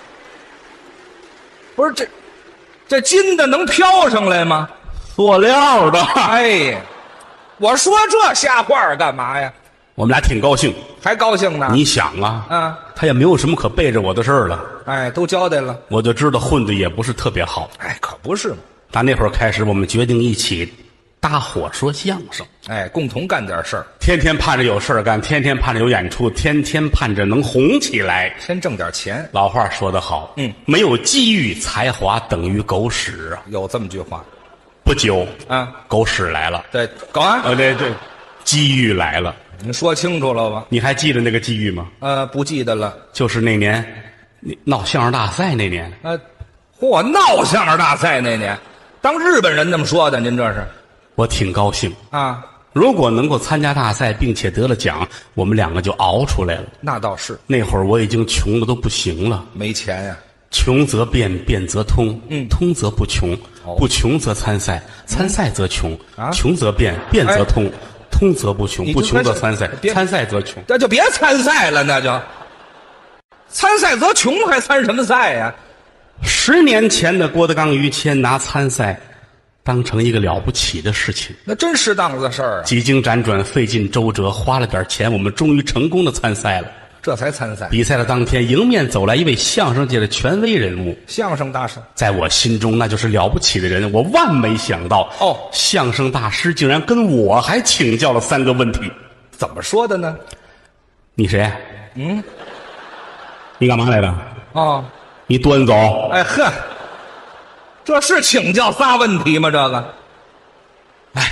不是这这金的能飘上来吗？ 塑料的。 哎呀，我说这瞎话干嘛呀？ 我们俩挺高兴。 还高兴呢？ 你想啊， 啊， 他也没有什么可背着我的事儿了， 哎，都交代了。 我就知道混的也不是特别好。 哎，可不是嘛。 打那会儿开始，我们决定一起搭伙说相声， 哎，共同干点事儿， 天天盼着有事儿干，天天盼着有演出，天天盼着能红起来。 先挣点钱。 老话说得好， 嗯， 没有机遇，才华等于狗屎啊！ 有这么句话不久啊， 狗屎来了。 对，搞啊， 呃，对对，机遇来了。 你说清楚了吧？ 你还记得那个机遇吗？ 呃，不记得了。 就是那年，你闹相声大赛那年。 呃，嚯，闹相声大赛那年，当日本人那么说的，您这是我挺高兴啊？ 如果能够参加大赛并且得了奖，我们两个就熬出来了。 那倒是。 那会儿我已经穷的都不行了， 没钱呀、啊。 穷则变，变则通， 嗯， 通则不穷， 哦、 不穷则参赛，参赛则穷， 啊， 穷则变，变则通。哎，通则不穷，不穷则参赛，参赛则穷。 那就别参赛了，那就参赛则穷，还参什么赛呀？ 十年前的郭德纲、于谦拿参赛当成一个了不起的事情， 那真适当的事儿啊！ 几经辗转，费尽周折，花了点钱，我们终于成功的参赛了。 这才参赛。 比赛的当天，迎面走来一位相声界的权威人物， 相声大师， 在我心中那就是了不起的人。我万没想到， 哦， 相声大师竟然跟我还请教了三个问题。 怎么说的呢？ 你谁？ 嗯， 你干嘛来的？ 哦， 你端走。 哎呵，这是请教仨问题吗？这个， 哎，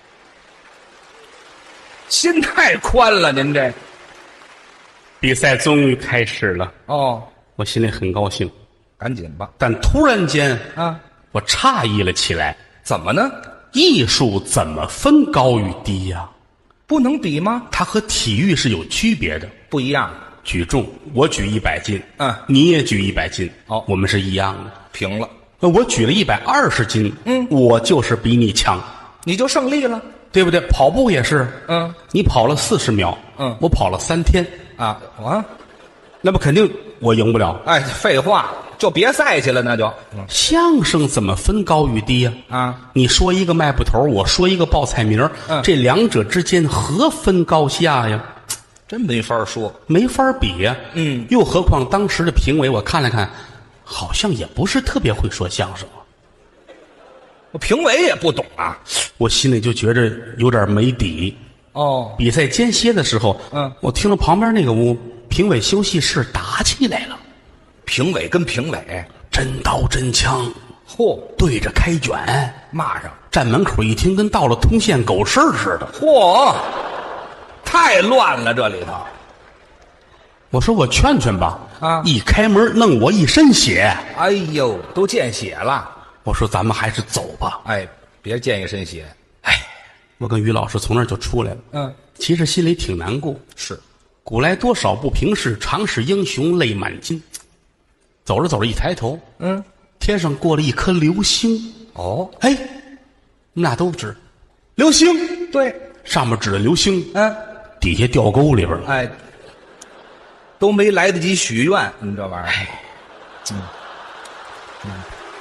心太宽了，您这。 比赛终于开始了。 哦， 我心里很高兴， 赶紧吧。 但突然间啊， 我诧异了起来。 怎么呢？ 艺术怎么分高与低呀、啊？ 不能比吗？ 它和体育是有区别的。 不一样。 举重，我举一百斤， 嗯， 你也举一百斤， 哦， 我们是一样的， 平了。 那我举了一百二十斤， 嗯， 我就是比你强， 你就胜利了， 对不对？跑步也是， 嗯， 你跑了四十秒， 嗯， 我跑了三天， 啊啊， 那不肯定我赢不了。 哎，废话，就别赛去了，那就。 嗯、相声怎么分高与低呀、 啊？啊， 你说一个卖布头，我说一个报菜名， 嗯， 这两者之间何分高下呀？ 真没法说， 没法比呀。 嗯， 又何况当时的评委，我看了看，好像也不是特别会说相声。 我评委也不懂啊， 我心里就觉着有点没底。 哦， 比赛间歇的时候， 嗯， 我听了旁边那个屋评委休息室打起来了， 评委跟评委， 真刀真枪， 嚯， 对着开卷， 骂上， 站门口一听，跟到了通县狗市似的。 嚯，太乱了这里头。 我说我劝劝吧， 啊， 一开门弄我一身血。 哎呦，都见血了。 我说咱们还是走吧。 哎，别见一身血。 哎，我跟于老师从那儿就出来了。 嗯， 其实心里挺难过。 是， 古来多少不平事，常使英雄泪满襟。走着走着，一抬头， 嗯， 天上过了一颗流星。 哦， 哎，我们俩都指流星， 对， 上面指的流星， 嗯， 底下掉沟里边了。 哎，都没来得及许愿，你这玩意儿。嗯嗯，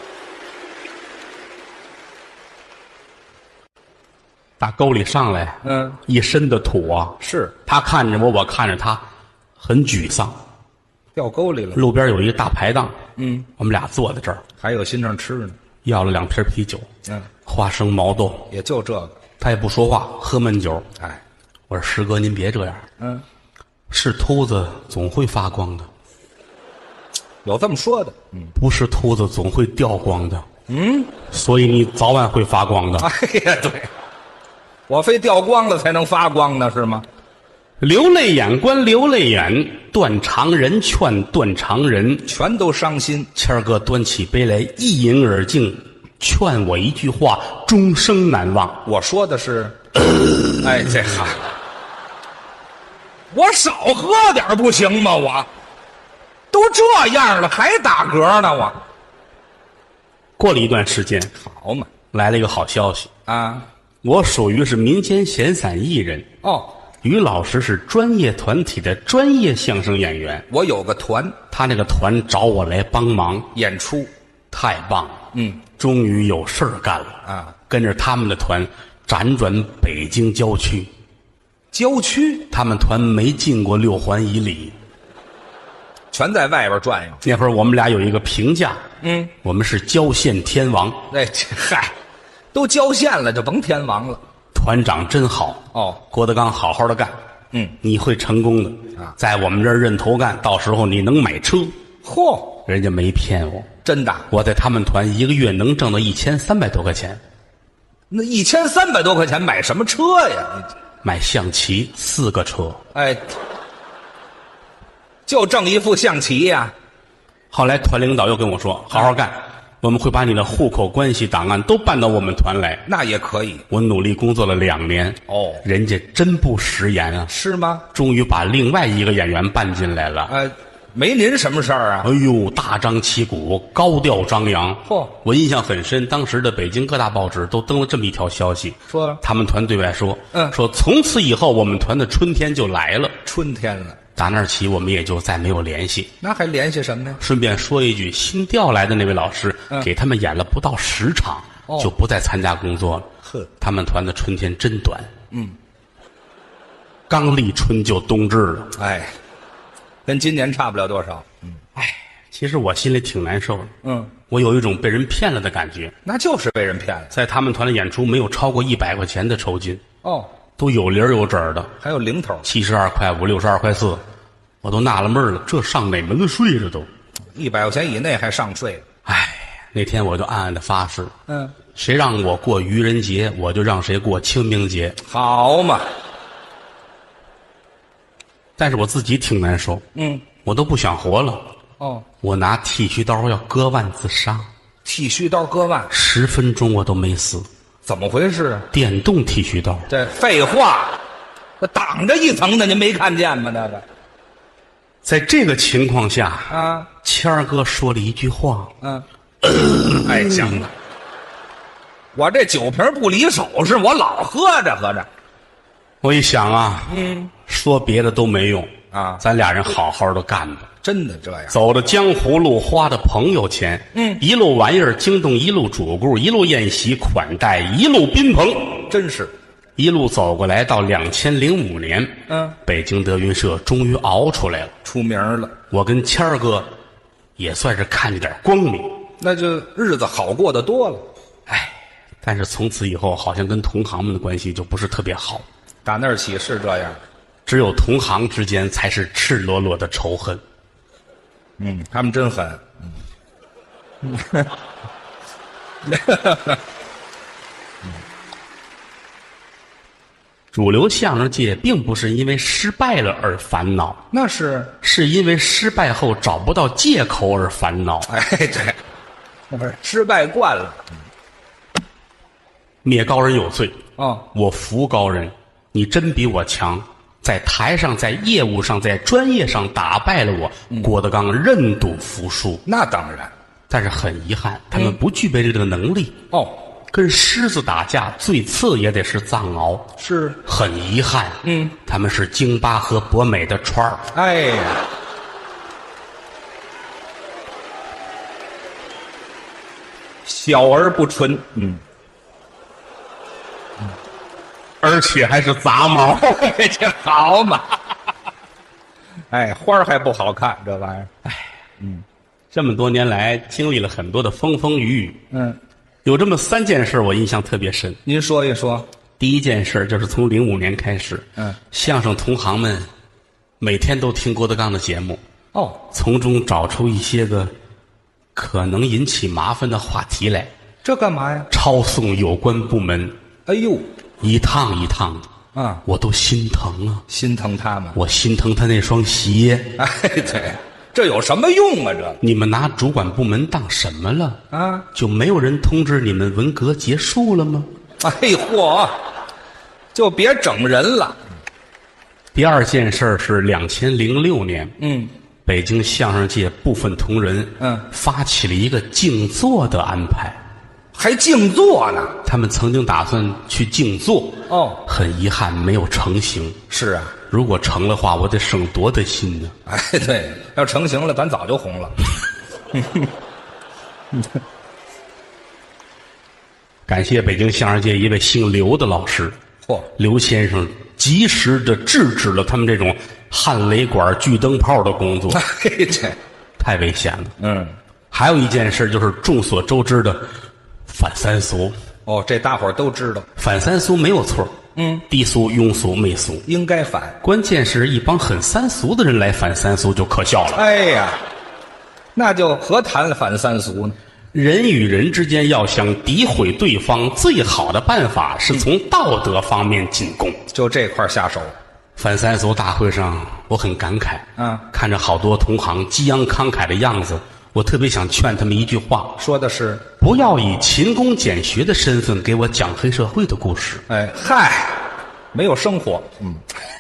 打沟里上来， 嗯， 一身的土啊。 是他看着我，我看着他，很沮丧。 掉沟里了。 路边有一个大排档， 嗯， 我们俩坐在这儿， 还有心上吃呢。 要了两瓶啤酒， 嗯， 花生毛豆， 也就这个。 他也不说话，喝闷酒。 哎， 我说师哥，您别这样， 嗯， 是秃子总会发光的， 有这么说的。嗯， 不是秃子总会掉光的。 嗯， 所以你早晚会发光的。 哎呀，对，我非掉光了才能发光呢，是吗？ 流泪眼观流泪眼，断肠人劝断肠人。 全都伤心。 谦儿哥端起杯来，一饮而尽，劝我一句话，终生难忘。 我说的是，哎，这好，我少喝点不行吗？我都这样了，还打嗝呢？我过了一段时间， 好嘛来了一个好消息， 啊！ 我属于是民间闲散艺人， 哦， 于老师是专业团体的专业相声演员， 我有个团他那个团找我来帮忙， 演出， 太棒了， 嗯终于有事儿干了啊！ 跟着他们的团辗转北京郊区， 郊区他们团没进过六环以里。 全在外边转悠。 那会儿我们俩有一个评价， 嗯， 我们是郊县天王， 哎，这嗨，都郊县了，就甭天王了。 团长真好哦， 郭德纲好好的干， 嗯， 你会成功的啊， 在我们这儿认头干，到时候你能买车。 嚯， 人家没骗我， 真的， 我在他们团一个月能挣到一千三百多块钱， 那一千三百多块钱买什么车呀？ 买象棋四个车。 哎，就挣一副象棋呀。 后来团领导又跟我说，好好干，我们会把你的户口关系档案都办到我们团来。 那也可以我努力工作了两年， 哦， 人家真不食言啊， 是吗？ 终于把另外一个演员办进来了。 呃，没您什么事儿啊？ 哎呦，大张旗鼓，高调张扬。 嚯， 我印象很深，当时的北京各大报纸都登了这么一条消息， 说他们团对外说， 嗯说从此以后我们团的春天就来了。 春天了， 打那儿起，我们也就再没有联系。 那还联系什么呀？ 顺便说一句，新调来的那位老师， 嗯给他们演了不到十场， 哦就不再参加工作了。 呵， 他们团的春天真短， 嗯， 刚立春就冬至了。 哎，跟今年差不了多少。嗯哎，其实我心里挺难受的， 嗯， 我有一种被人骗了的感觉。 那就是被人骗了。 在他们团的演出没有超过一百块钱的酬金， 哦， 都有零儿有整儿的， 还有零头， 七十二块五、六十二块四，我都纳了闷了，这上哪门子税这都？ 一百块钱以内还上税。 哎，那天我就暗暗的发誓， 嗯， 谁让我过愚人节，我就让谁过清明节。 好嘛。 但是我自己挺难受， 嗯， 我都不想活了。 哦， 我拿剃须刀要割腕自杀， 剃须刀割腕， 十分钟我都没死。 怎么回事？ 电动剃须刀， 这废话，这挡着一层的，您没看见吗？那个在这个情况下， 啊， 谦儿哥说了一句话， 嗯，哎，行了，我这酒瓶不离手，是我老喝着喝着。 我一想啊， 嗯， 说别的都没用啊， 咱俩人好好的干吧。 真的这样， 走的江湖路，花的朋友钱， 嗯， 一路玩意儿惊动一路主顾，一路宴席款待，一路宾朋， 真是， 一路走过来到两千零五年， 嗯， 北京德云社终于熬出来了， 出名了， 我跟谦儿哥也算是看见点光明， 那就日子好过得多了。 哎，但是从此以后好像跟同行们的关系就不是特别好。 打那儿起是这样， 只有同行之间才是赤裸裸的仇恨。 嗯，他们真狠。嗯， 主流相声界并不是因为失败了而烦恼， 那是， 是因为失败后找不到借口而烦恼。 哎，对，那不是失败惯了。 灭高人有罪， 哦， 我服高人，你真比我强。在台上，在业务上，在专业上打败了我，嗯、郭德纲认赌服输。 那当然， 但是很遗憾，他们不具备这个能力。 哦， 跟狮子打架，最次也得是藏獒。 是， 很遗憾。 嗯， 他们是京巴和博美的串儿。 哎呀，小而不纯。嗯。 而且还是杂毛， 这好嘛？哎，花儿还不好看，这玩意儿。 哎，嗯，这么多年来经历了很多的风风雨雨。 嗯， 有这么三件事我印象特别深。 您说一说。 第一件事就是从零五年开始， 嗯， 相声同行们每天都听郭德纲的节目。 哦， 从中找出一些个可能引起麻烦的话题来。 这干嘛呀？ 抄送有关部门。 哎呦！ 一趟一趟的啊， 我都心疼啊！ 心疼他们， 我心疼他那双鞋。 哎，对，这有什么用啊？这你们拿主管部门当什么了？ 啊， 就没有人通知你们文革结束了吗？ 哎嚯，就别整人了。 第二件事是两千零六年， 嗯， 北京相声界部分同仁， 嗯， 发起了一个静坐的安排。 还静坐呢？ 他们曾经打算去静坐， 哦，很遗憾没有成行。 是啊， 如果成的话，我得省多大心呢？ 哎，对，要成行了，咱早就红了。 感谢北京相声界一位姓刘的老师， 嚯， 刘先生及时的制止了他们这种焊雷管、锯灯泡的工作。 嘿，这太危险了。 嗯， 还有一件事就是众所周知的。反三俗哦，这大伙儿都知道， 反三俗没有错。 嗯， 低俗、庸俗、媚俗应该反， 关键是一帮很三俗的人来反三俗就可笑了。 哎呀，那就何谈反三俗呢？ 人与人之间要想诋毁对方，最好的办法是从道德方面进攻， 就这块下手。 反三俗大会上，我很感慨， 啊， 看着好多同行激昂慷慨的样子。我特別想勸他們一句話， 說的是不要以勤工儉學的身份給我講黑社會的故事。 哎，嗨，沒有生活。嗯，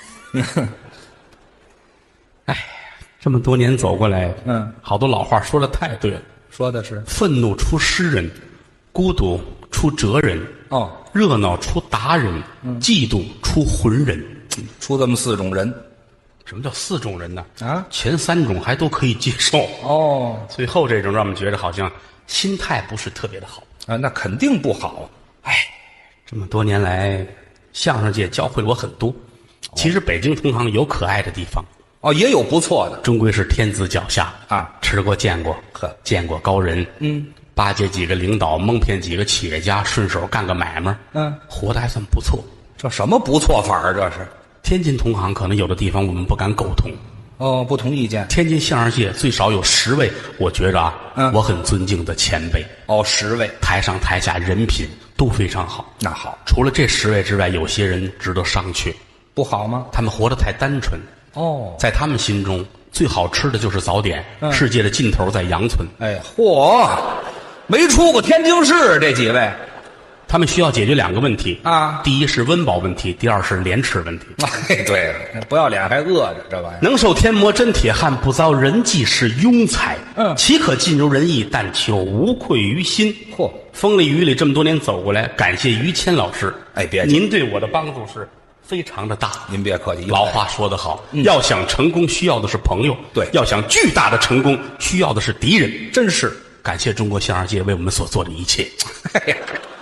哎，這麼多年走過來， 嗯， 好多老話說得太對了。 說的是憤怒出詩人，孤獨出哲人， 哦， 熱鬧出達人，嗯，嫉妒出渾人， 出這麼四種人。 什麼叫四種人呢？ 啊， 前三種還都可以接受哦， 最後這種讓我們覺得好像心態不是特別的好啊，那肯定不好。 哎，這麼多年來，相聲界教會了我很多。其實北京同行有可愛的地方哦，也有不錯的， 終歸是天子腳下啊， 吃過見過， 呵， 見過高人， 嗯， 巴結幾個領導，蒙騙幾個企業家，順手幹個買賣， 嗯， 活得還算不錯。 這什麼不錯法啊？這是。 天津同行可能有的地方我們不敢苟同， 哦，不同意見。 天津相聲界最少有十位，我覺得啊， 嗯， 我很尊敬的前輩。 哦，十位， 台上台下人品都非常好。 那好， 除了這十位之外，有些人值得商榷。 不好嗎？ 他們活得太單純。 哦， 在他們心中，最好吃的就是早點。 嗯， 世界的盡頭在羊村。 哎，嚯，沒出過天津市這幾位。 他們需要解決兩個問題啊， 第一是溫飽問題，第二是廉恥問題。 哎，對了，不要臉還餓着，這玩意兒。 能受天磨真鐵漢，不遭人忌是庸才。 嗯， 豈可盡如人意，但求無愧於心。 嚯， 風裡雨裡這麼多年走過來，感謝於謙老師。 哎，別， 您對我的幫助是非常的大。 您別客氣。 老話說得好， 嗯，要想成功需要的是朋友， 對， 要想巨大的成功需要的是敵人。 真是感謝中國相聲界為我們所做的一切。 嘿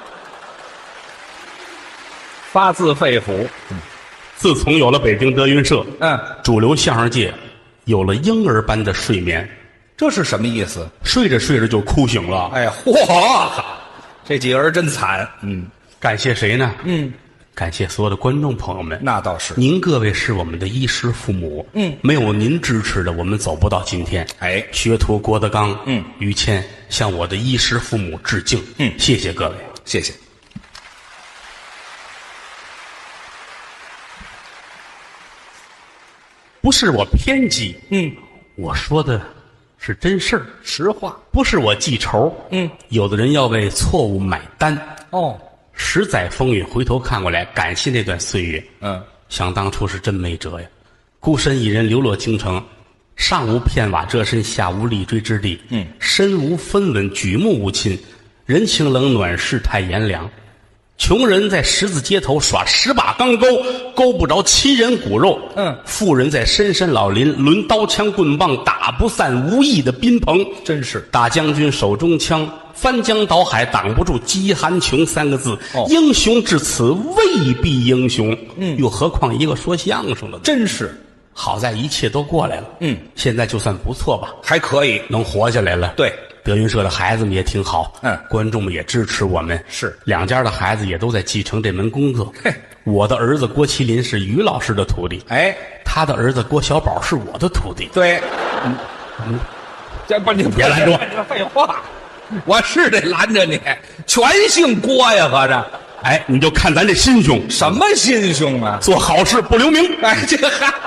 發自肺腑。 嗯，自從有了北京德雲社， 嗯， 主流相聲界有了嬰兒般的睡眠。 這是什麼意思？ 睡着睡着就哭醒了。 哎，嚯，這幾個人真慘。 嗯，感謝誰呢？ 嗯， 感谢所有的观众朋友们。 那倒是， 您各位是我们的衣食父母， 嗯， 没有您支持的，我们走不到今天。 哎， 学徒郭德纲， 嗯， 于谦向我的衣食父母致敬， 嗯， 谢谢各位， 谢谢。 不是我偏激， 嗯， 我说的是真事儿， 实话。 不是我记仇， 嗯， 有的人要为错误买单， 哦， 十载风雨回头看过来，感谢那段岁月， 嗯， 想当初是真没辙呀，孤身一人流落京城，上无片瓦遮身，下无立锥之地， 嗯， 身无分文，举目无亲，人情冷暖，世态炎凉。穷人在十字街头耍十把钢钩，勾不着亲人骨肉。 嗯， 富人在深山老林抡刀枪棍棒，打不散无义的宾朋。 真是大将军手中枪，翻江倒海挡不住饥寒穷三个字。 哦， 英雄至此未必英雄。 嗯， 又何况一个说相声的呢？ 真是， 好在一切都过来了。 嗯， 现在就算不错吧， 还可以。 能活下来了。 对。 德云社的孩子们也挺好， 嗯， 观众们也支持我们， 是两家的孩子也都在继承这门功课。 嘿， 我的儿子郭麒麟是于老师的徒弟， 哎， 他的儿子郭小宝是我的徒弟。 对，嗯嗯，这不你别拦着我， 这废话，我是得拦着你，全姓郭呀，合着。 哎，你就看咱这心胸， 什么心胸啊？ 做好事不留名。 哎，这个还。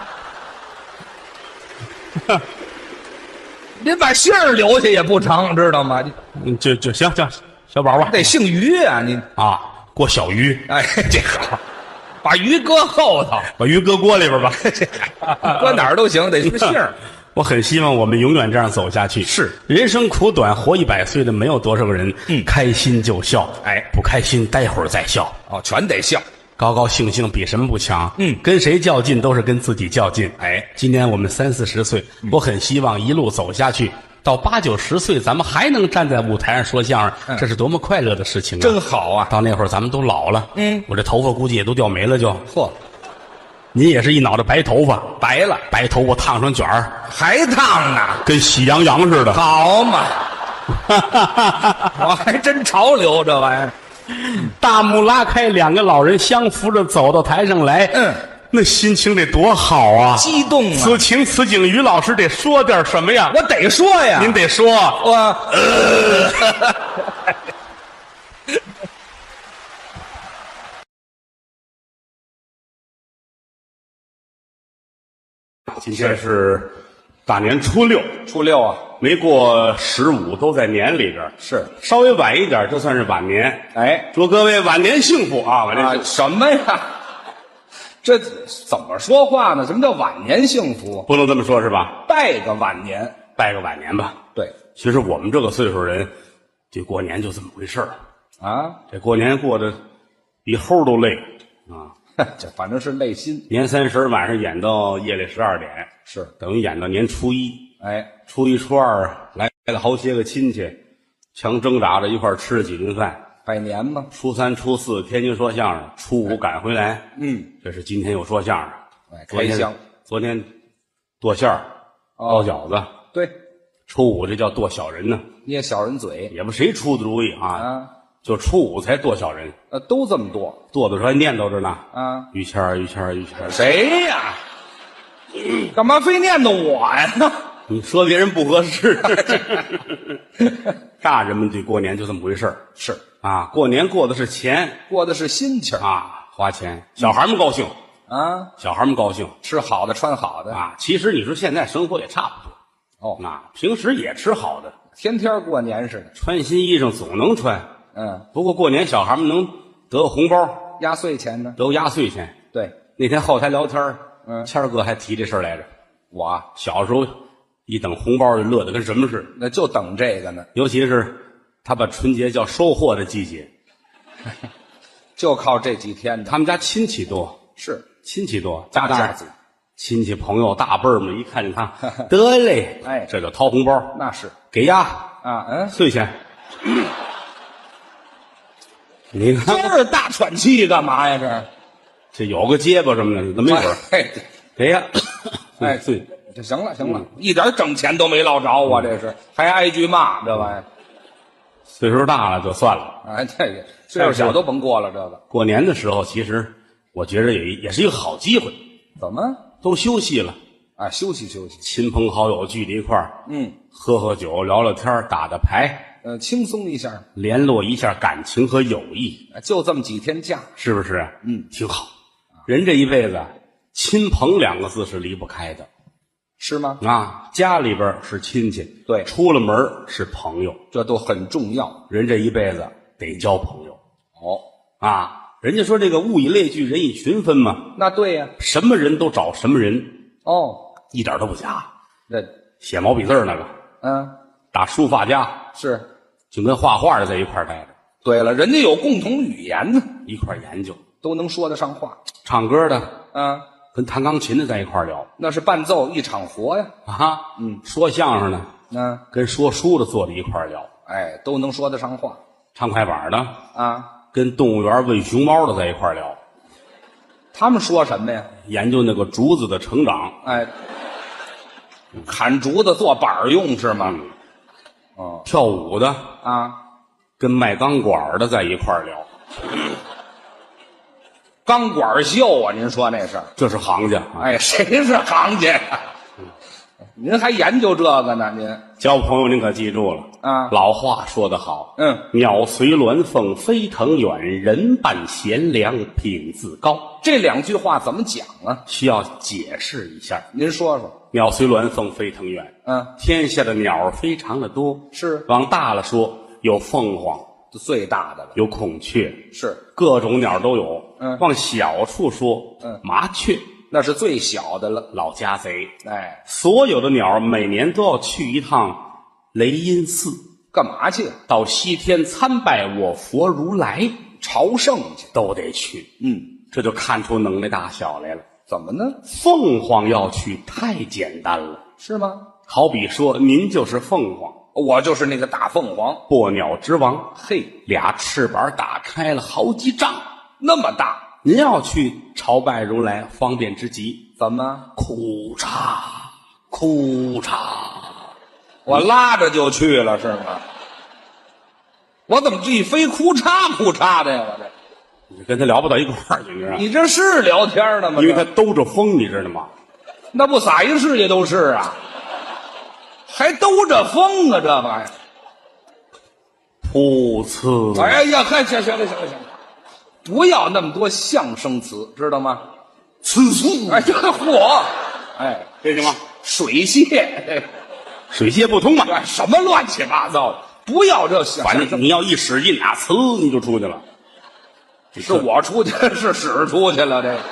您把姓儿留下也不成，知道吗？ 嗯，就就行行，小宝吧， 得姓于啊，你啊，郭小鱼， 哎，这好，把鱼搁后头， 把鱼搁锅里边吧， 这搁哪儿都行，得是姓儿。 我很希望我们永远这样走下去。 是， 人生苦短，活一百岁的没有多少个人。 嗯， 开心就笑， 哎， 不开心待会儿再笑。 哦，全得笑。 高高兴兴比什么不强？ 嗯， 跟谁较劲都是跟自己较劲。 哎， 今年我们三四十岁，嗯，我很希望一路走下去，到八九十岁，咱们还能站在舞台上说相声，嗯，这是多么快乐的事情啊！ 真好啊！ 到那会儿咱们都老了， 嗯， 我这头发估计也都掉没了就。 嚯， 您也是一脑袋白头发， 白了， 白头发烫上卷儿， 还烫呢， 跟喜羊羊似的。 好嘛，我还真潮流这玩意儿。 大幕拉开，两个老人相扶着走到台上来。 嗯，那心情得多好啊！ 激动啊！ 此情此景，于老师得说点什么呀？ 我得说呀！ 您得说。 我。呃今天是大年初六， 初六啊， 没过十五都在年里边， 是稍微晚一点，这算是晚年。 哎， 祝各位晚年幸福啊！晚年幸福、 啊、什么呀？这怎么说话呢？什么叫晚年幸福？ 不能这么说，是吧？ 拜个晚年， 拜个晚年吧。 对， 其实我们这个岁数人，这过年就这么回事儿啊。 这过年过得比猴都累啊。 这反正是累心。 年三十晚上演到夜里十二点， 是等于演到年初一。 哎， 初一初二来了好些个亲戚，强挣扎着一块吃了几顿饭， 拜年嘛。 初三初四天津说相声，初五赶回来。 嗯， 这是今天又说相声。 哎，开箱。 昨天剁馅儿，包饺子。 对， 初五这叫剁小人呢， 捏小人嘴， 也不谁出的主意啊。 啊， 就初五才剁小人。 呃，都这么剁， 剁的时候还念叨着呢。 啊， 于谦儿，于谦儿，于谦儿， 谁呀？干嘛非念叨我呀？ 你说别人不合适。大人们对过年就这么回事儿。 是啊，过年过的是钱， 过的是心情啊，花钱。小孩们高兴啊， 小孩们高兴， 吃好的，穿好的啊。其实你说现在生活也差不多。 哦， 那平时也吃好的， 天天过年似的， 穿新衣裳总能穿。 嗯， 不过过年小孩们能得个红包， 压岁钱呢？ 得个压岁钱。 对， 那天后台聊天， 嗯， 谦儿哥还提这事儿来着。 我小时候一等红包就乐得跟什么似的， 那就等这个呢。 尤其是他把春节叫收获的季节， 就靠这几天的。 他们家亲戚多， 是亲戚多， 大家族， 亲戚朋友大辈儿们一看见他，得嘞， 哎， 这就掏红包， 那是给呀啊，嗯， 碎钱。你看这是大喘气干嘛呀？这这有个结巴什么的，那没准儿哎， 给呀， 哎， 碎， 这行了行了，一点挣钱都没落着，我这是还挨句骂，这玩意儿。 岁数大了就算了。 哎，这个岁数小都甭过了。这个过年的时候，其实我觉得也也是一个好机会， 怎么都休息了， 啊？休息休息， 亲朋好友聚在一块儿， 嗯， 喝喝酒，聊聊天，打打牌， 呃，轻松一下， 联络一下感情和友谊， 就这么几天假， 是不是？ 嗯， 挺好。人这一辈子，亲朋两个字是离不开的是吗？ 啊。家里边是亲戚， 对出了门是朋友， 这都很重要。 人这一辈子得交朋友哦， 啊。人家说这个物以类聚，人以群分嘛， 那对呀、 什么人都找什么人， 哦， 一点都不假。 这写毛笔字儿那个， 嗯， 打书法家是。 就跟画画的在一块儿待着， 对了，人家有共同语言呢， 一块儿研究。 都能说得上话。 唱歌的啊， 跟弹钢琴的在一块儿聊那是伴奏一场活呀。 啊， 嗯， 说相声的嗯， 跟说书的坐在一块儿聊， 哎，都能说得上话唱快板的啊。 跟动物园喂熊猫的在一块儿聊， 他们说什么呀？ 研究那个竹子的成长。 哎，砍竹子做板儿用是吗？ 嗯， 哦跳舞的啊， 跟卖钢管的在一块儿聊， 钢管秀啊，您说那是？ 这是行家啊。 哎，谁是行家呀？您还研究这个呢？您交朋友您可记住了啊老话说得好， 嗯， 鸟随鸾凤飞腾远，人伴贤良品自高。 这两句话怎么讲啊？ 需要解释一下。 您说说。 鸟随鸾凤飞腾远， 嗯， 天下的鸟儿非常的多， 是往大了说，有凤凰， 最大的了。 有孔雀， 是， 各种鸟都有。 嗯往小处说， 嗯麻雀， 那是最小的了。 老家贼。 哎， 所有的鸟儿每年都要去一趟雷音寺， 干嘛去？ 到西天参拜我佛如来， 朝圣去。 都得去。 嗯， 这就看出能耐大小来了。 怎么呢？ 凤凰要去太简单了， 是吗？ 好比说您就是凤凰， 我就是那个大凤凰。 破鸟之王， 嘿， 俩翅膀打开了好几丈。 那么大， 您要去朝拜如来，方便之极。 怎么？ 哭嚓，哭嚓， 我拉着就去了是吗？我怎么这一飞哭嚓哭嚓的呀？我这， 你跟他聊不到一块儿去，你知道吗？ 你这是聊天的吗？ 因为他这兜着风，你知道吗？ 那不撒一世界都是啊，还兜着风啊，这玩意儿。 噗呲， 哎呀，嗨，行行了行了行了，不要那么多象声词，知道吗？ 呲呲， 哎，这嚯，哎， 这什么水泄， 水泄不通嘛？ 哎，什么乱七八糟的，不要这象反声正你要一使劲啊，呲你就出去了。 是我出去，是使出去了，这个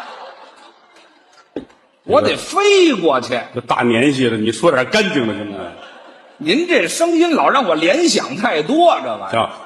我得飞过去。 这大年纪了，你说点干净的行吗？ 您这声音老让我联想太多，这玩意儿。 叫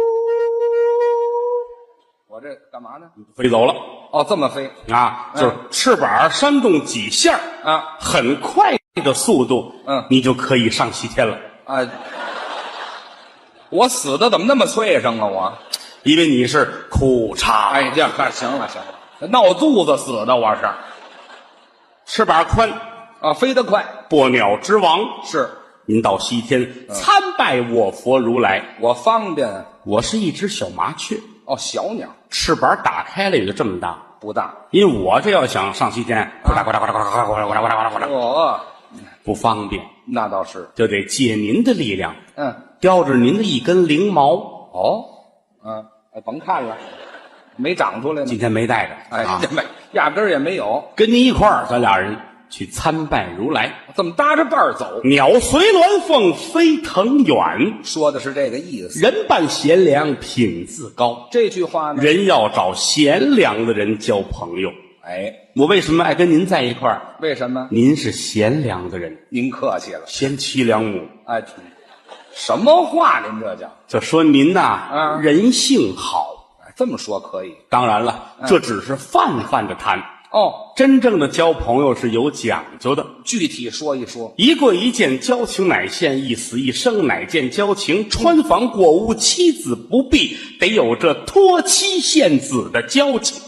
我这干嘛呢？ 飞走了哦，这么飞啊，就是翅膀扇动几下啊很快的速度， 嗯你就可以上西天了。 啊！我死的怎么那么脆生啊？我， 因为你是裤衩， 哎，这看行了行了，闹肚子死的我是翅膀宽， 啊，飞得快破鸟之王。 是您到西天参拜我佛如来。 我方便我是一只小麻雀， 哦，小鸟翅膀打开了也就这么大。 不大因为我这要想上西天，呱嗒呱嗒呱嗒呱嗒呱嗒呱嗒呱嗒呱嗒呱嗒， 哦， 不方便， 那倒是就得借您的力量， 嗯叼着您的一根翎毛。 哦嗯，哎，甭看了，没长出来呢今。天没带着， 哎， 啊这，没，压根儿也没有， 跟您一块儿，咱俩人去参拜如来。 这么搭着伴儿走， 鸟随鸾凤飞腾远， 说的是这个意思。 人伴贤良品自高。 这句话呢， 人要找贤良的人交朋友。 哎， 我为什么爱跟您在一块儿？ 为什么？ 您是贤良的人， 您客气了。 贤妻良母。 哎，什么话？您这叫？ 就说您呐， 啊人性好。 哎这么说可以当然了，这只是泛泛的谈， 哦。 真正的交朋友是有讲究的。 具体说一说。 一跪一见，交情乃现；一死一生，乃见交情。穿房过屋，妻子不避，得有这托妻献子的交情。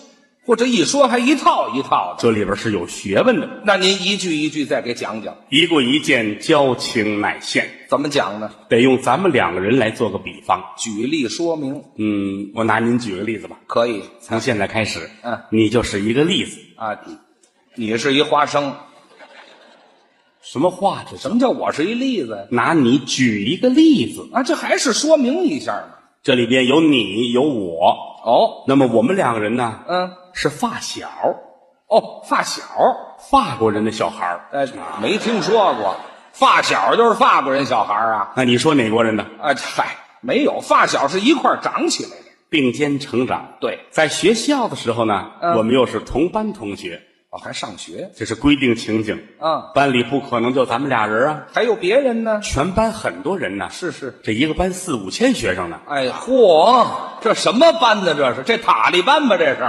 或者一说还一套一套的。 这里边是有学问的。 那您一句一句再给讲讲， 一跪一见，交情乃现。 怎么讲呢？ 得用咱们两个人来做个比方。 举例说明。 嗯，我拿您举个例子吧。 可以。 从现在开始， 嗯， 你就是一个例子啊。你是一花生。 什么话这？ 什么叫我是一例子？ 拿你举一个例子啊，这还是说明一下嘛。 这里边有你有我。 哦， 那么我们两个人呢？ 嗯， 是发小。 哦，发小， 法国人的小孩儿。 哎，没听说过，发小就是法国人小孩啊。 那你说哪国人的？ 啊，嗨，没有，发小是一块儿长起来的， 并肩成长。 对， 在学校的时候呢， 嗯、 我们又是同班同学。 哦，还上学， 这是规定情景。 嗯， 班里不可能就咱们俩人啊， 还有别人呢。 全班很多人呢。 是是， 这一个班四五千学生呢。 哎，嚯，这什么班呢？这是这塔利班吧？这是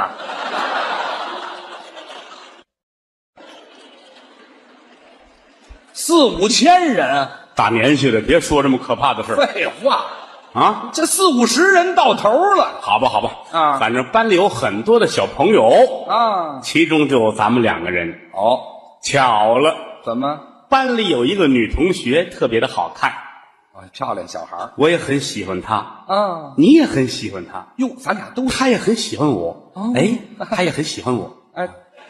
四五千人， 大年纪的别说这么可怕的事。 废话啊， 这四五十人到头了。 好吧，好吧， 啊， 反正班里有很多的小朋友啊， 其中就有咱们两个人。 哦， 巧了， 怎么？ 班里有一个女同学特别的好看， 啊，漂亮小孩， 我也很喜欢她啊， 你也很喜欢她。 哟，咱俩都， 她也很喜欢我。 哦， 哎，她也很喜欢我。 哎，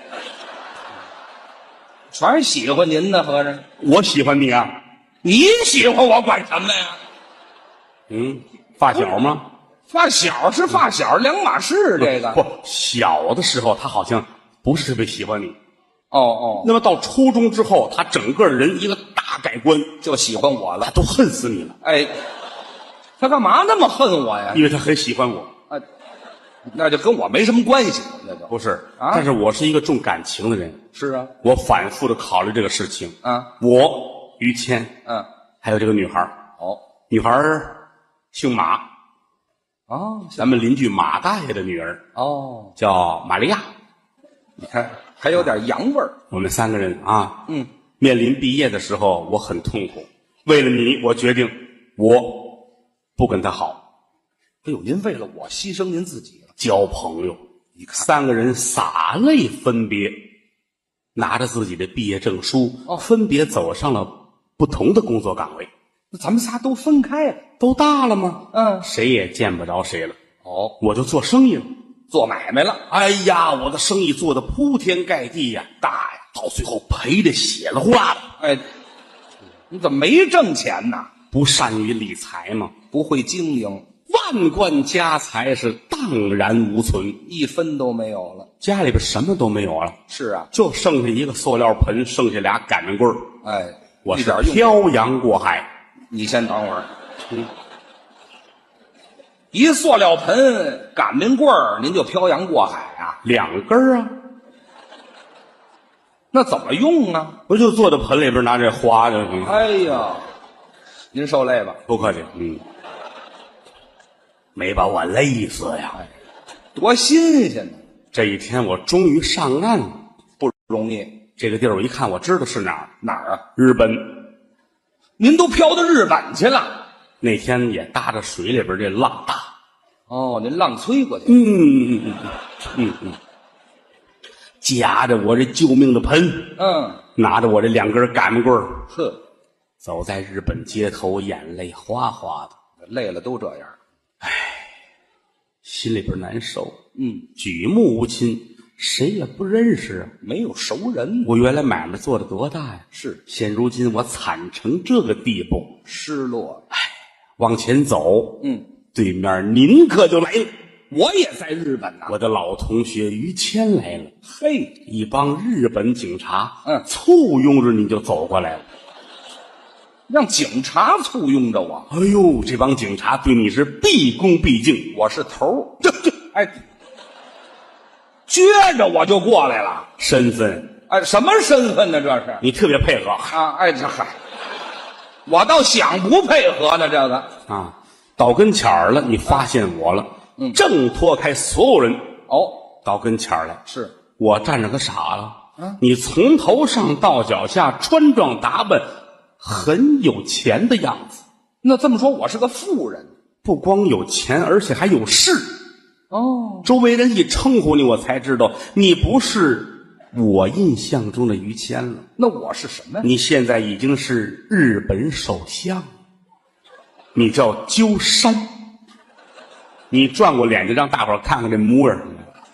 全喜欢您呢，合着我喜欢你啊， 你喜欢我管什么呀？ 嗯，发小吗？ 发小是发小，两码事。这个不，小的时候他好像不是特别喜欢你。 哦哦， 那么到初中之后，他整个人一个大改观， 就喜欢我了， 他都恨死你了。 哎，他干嘛那么恨我呀？ 因为他很喜欢我。 啊，那就跟我没什么关系，那就不是啊。 但是我是一个重感情的人。 是啊， 我反复的考虑这个事情。 啊， 我于谦， 嗯， 还有这个女孩。 哦， 女孩姓马。 哦， 咱们邻居马大爷的女儿。 哦， 叫玛利亚。 你看还有点洋味儿。 我们三个人啊， 嗯， 面临毕业的时候，我很痛苦。为了你，我决定我不跟他好。 哎呦，您为了我牺牲您自己了。 交朋友，你看，三个人洒泪分别，拿着自己的毕业证书， 哦， 分别走上了不同的工作岗位。 那咱们仨都分开了， 都大了吗？ 嗯， 谁也见不着谁了。 哦， 我就做生意了， 做买卖了。 哎呀，我的生意做得铺天盖地呀，大呀，到最后赔得血了呼啦的。 哎，你怎么没挣钱呢？ 不善于理财吗？ 不会经营， 万贯家财是荡然无存， 一分都没有了。 家里边什么都没有了。 是啊， 就剩下一个塑料盆，剩下俩擀面棍儿。 哎， 我是一点用漂洋过海。 你先等会儿，嗯，一塑料盆擀面棍儿，您就漂洋过海啊？ 两根儿啊？ 那怎么用啊？ 不就坐在盆里边拿这花就行了？ 哎呀，您受累吧？ 不客气。嗯，没把我累死呀！ 哎，多新鲜呢！ 这一天我终于上岸了， 不容易。 这个地儿我一看，我知道是哪儿。 哪儿啊？ 日本。 您都飘到日本去了？ 那天也搭着水里边这浪大。 哦，您浪吹过去。 嗯嗯嗯嗯嗯，夹着我这救命的盆， 嗯， 拿着我这两根擀面棍儿， 呵， 走在日本街头，眼泪哗哗的， 累了都这样。 唉，心里边难受。 嗯， 举目无亲，谁也不认识啊， 没有熟人。 我原来买卖做的多大呀， 是， 现如今我惨成这个地步， 失落。 唉，往前走， 嗯， 对面您可就来了。 我也在日本呢。 我的老同学于谦来了。 嘿， 一帮日本警察， 嗯， 簇拥着你就走过来了。 让警察簇拥着我。 哎呦，这帮警察对你是毕恭毕敬。 我是头，这这，哎，撅着我就过来了。 身份， 哎，什么身份呢？这是你特别配合啊！哎，这嗨，我倒想不配合呢。这个啊，到跟前儿了，你发现我了， 嗯， 挣脱开所有人。 哦， 到跟前儿来， 是我站着可傻了。 嗯， 你从头上到脚下穿装打扮很有钱的样子。 那这么说，我是个富人。 不光有钱，而且还有势。 哦， 周围人一称呼你，我才知道你不是我印象中的于谦了。 那我是什么呀？ 你现在已经是日本首相，你叫鸠山。你转过脸就让大伙儿看看这模样。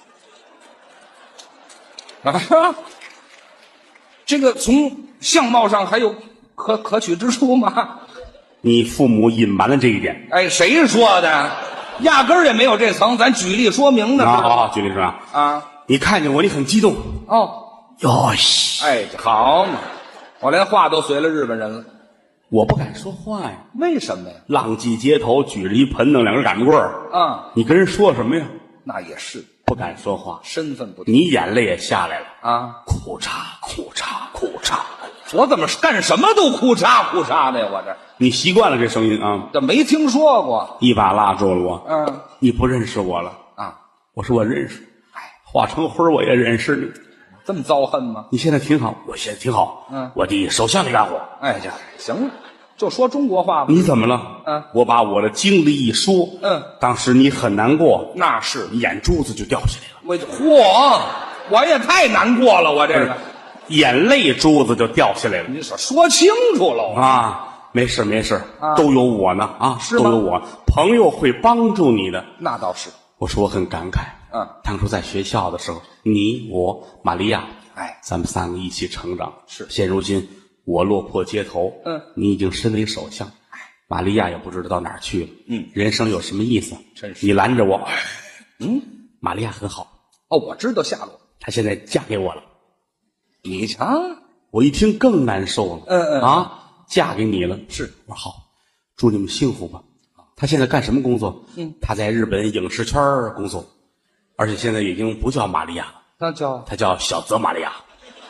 啊，这个从相貌上还有可可取之处吗？ 你父母隐瞒了这一点。 哎，谁说的？压根儿也没有这层，咱举例说明呢。 啊，好好举例说啊。 啊， 你看见我，你很激动。 哦， 哟西， 哎，好嘛，我连话都随了日本人了。 我不敢说话呀。 为什么呀？ 浪迹街头，举着一盆弄两根擀面棍儿。 啊， 你跟人说什么呀？ 那也是不敢说话， 身份不同你眼泪也下来了。 啊。 哭嚓哭嚓哭嚓， 我怎么干什么都哭嚓哭嚓的呀？我这你习惯了这声音啊？ 这没听说过。 一把拉住了我。 嗯你不认识我了啊， 我说我认识。哎，化成灰儿我也认识你。 这么遭恨吗？ 你现在挺好，我现在挺好。 嗯我的首相的干活。 哎呀，行了，就说中国话吧。 你怎么了？ 嗯我把我的经历一说。 嗯， 当时你很难过， 那是你眼珠子就掉下来了， 我嚯，我也太难过了，我这个。 眼泪珠子就掉下来了。 你说说清楚喽啊，没事没事， 啊都有我呢啊， 是吗都有我，朋友会帮助你的。 那倒是。 我说我很感慨。 嗯， 当初在学校的时候，你我玛利亚， 哎， 咱们三个一起成长。 是现如今我落魄街头， 嗯， 你已经身为首相，玛利亚也不知道到哪儿去了。 嗯， 人生有什么意思？ 真是你拦着我。 嗯， 玛利亚很好， 哦，我知道下落。 她现在嫁给我了。 你瞧， 我一听更难受了。 嗯嗯啊，嫁给你了。 是， 我说好，祝你们幸福吧。她现在干什么工作？ 嗯， 她在日本影视圈儿工作，而且现在已经不叫玛利亚了， 那叫她叫小泽玛利亚。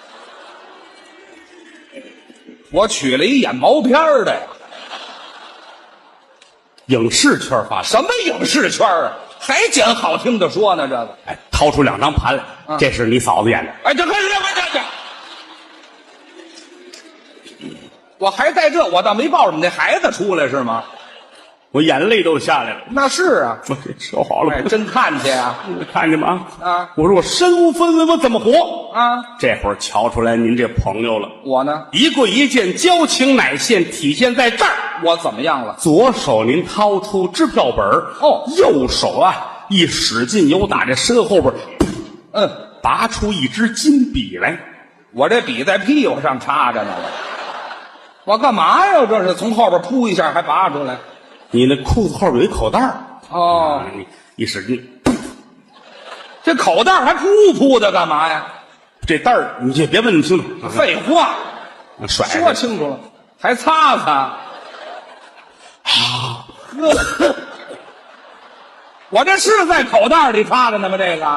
我娶了一演毛片儿的呀。 影视圈儿发展， 什么影视圈啊？还捡好听的说呢？这个， 哎，掏出两张盘来， 嗯这是你嫂子演的。 哎，这开始我这这，我还带这，我倒没抱着你那孩子出来是吗？ 我眼泪都下来了。 那是啊， 我这收好了， 哎，真看去啊看见吗？ 啊我说我身无分文，我怎么活？ 啊！ 这会儿瞧出来您这朋友了， 我呢， 一跪一见，交情乃现，体现在这儿。 我怎么样了？ 左手您掏出支票本儿哦右手啊一使劲，由打这身后边嗯， 拔出一支金笔来。 我这笔在屁股上插着呢，我我干嘛呀？这是从后边扑一下还拔出来？ 你那裤子后边有一口袋儿哦啊，你一使劲， 这口袋还扑扑的干嘛呀？ 这袋儿你就别问那么清楚， 废话， 甩说开清楚了，还擦擦。 啊， 呵，我这是在口袋里插着呢吗？这个，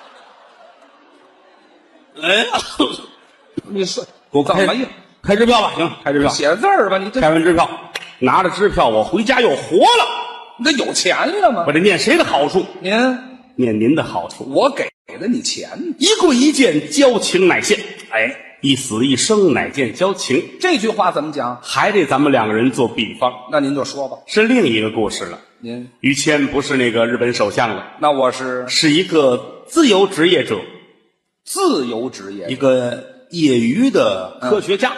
哎呀， 你说给我开怎么样？ 开支票吧，行，开支票， 写字儿吧，你这开完支票，拿着支票，我回家又活了。 你这有钱了吗我？得念谁的好处？ 您， 念您的好处。 我给了你钱， 一跪一见，交情乃现。哎，一死一生，乃见交情。 这句话怎么讲？ 还得咱们两个人做比方， 那您就说吧。 是另一个故事了。 您， 于谦不是那个日本首相了， 那我是是一个自由职业者， 自由职业一个业余的科学家。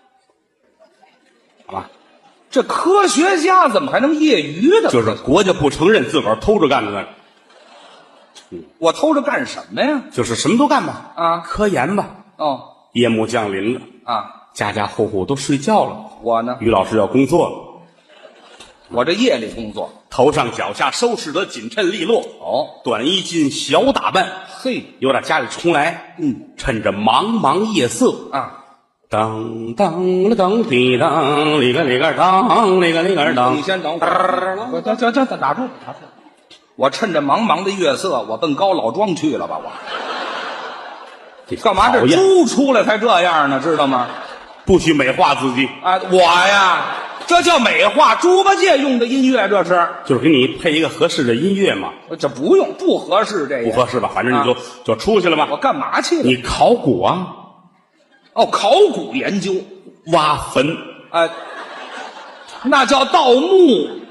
好吧， 这科学家怎么还能业余的？ 就是国家不承认，自个儿偷着干的那个， 我偷着干什么呀？ 就是什么都干吧。 啊科研吧。 哦夜幕降临了， 啊， 家家户户都睡觉了。 我呢， 于老师要工作了， 我这夜里工作。 头上脚下收拾得紧趁利落， 哦， 短衣襟，小打扮， 嘿由打家里冲来， 嗯， 趁着茫茫夜色， 啊， 当当了当滴当，里个里个当，里个里个当。 你先等会儿，我这这这打住打住！我趁着茫茫的月色，我奔高老庄去了吧？我这干嘛？这讨厌猪出来才这样呢？知道吗？ 不许美化自己， 啊，我呀，这叫美化猪八戒用的音乐，这是就是给你配一个合适的音乐嘛， 这不用不合适，这个不合适吧？反正你就、就出去了我吧。 干嘛去了？ 你考古啊， 哦，考古研究， 挖坟， 哎，那叫盗墓。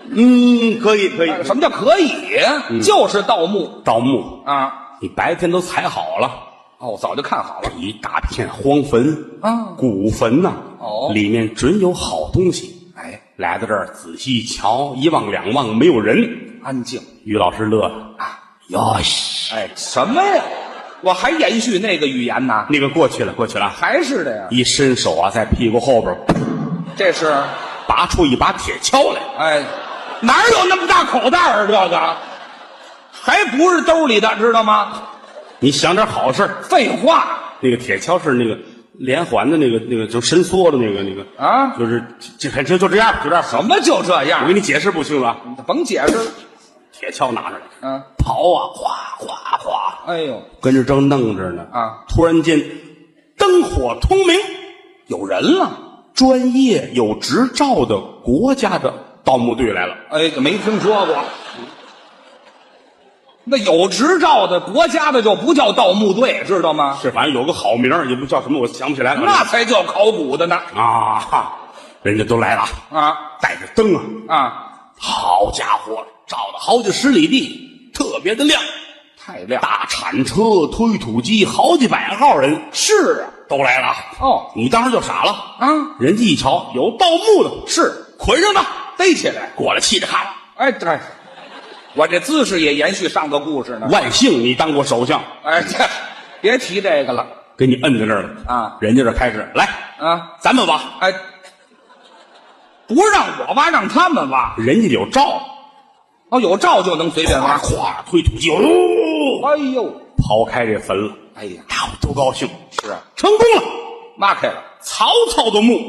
嗯，可以可以。 什么叫可以？嗯、就是盗墓。 盗墓啊！ 你白天都踩好了。 哦，早就看好了。 一大片荒坟啊， 古坟呐、啊。 哦， 里面准有好东西。 哎， 来到这儿仔细一瞧，一望两望没有人， 安静。 于老师乐了啊！ 哟西， 哎，什么呀？我还延续那个语言呢。 那个过去了，过去了， 还是的呀。 一伸手啊，在屁股后边， 这是拔出一把铁锹来。 哎，哪有那么大口袋啊？这个还不是兜里的，知道吗？ 你想点好事。 废话， 那个铁锹是那个连环的那个那个就伸缩的那个那个啊， 就是就就就这样，就这样。 什么就这样？ 我给你解释不清了， 你甭解释。 铁锹拿着， 嗯， 刨啊，哗哗哗， 哎呦， 跟着正弄着呢啊！ 突然间，灯火通明， 有人了， 专业有执照的国家的盗墓队来了。 哎，没听说过。那有执照的国家的就不叫盗墓队，知道吗？ 是，反正有个好名儿，也不叫什么，我想不起来了。 那才叫考古的呢。 啊哈，人家都来了啊， 带着灯啊啊， 好家伙，照了好几十里地，特别的亮， 太亮。 大铲车、推土机，好几百号人， 是啊， 都来了。 哦， 你当时就傻了啊！ 人家一瞧有盗墓的， 是捆上他， 逮起来， 过来气着看了。 哎，对。我这姿势也延续上个故事呢。 万幸你当过首相， 哎，这别提这个了， 给你摁在那儿了啊！ 人家这开始来啊， 咱们挖， 哎，不让我挖，让他们挖。 人家有照， 哦，有照就能随便挖， 咵推土机，哦， 哎呦， 刨开这坟了， 哎呀， 大伙都高兴， 是啊， 成功了， 挖开了曹操的墓。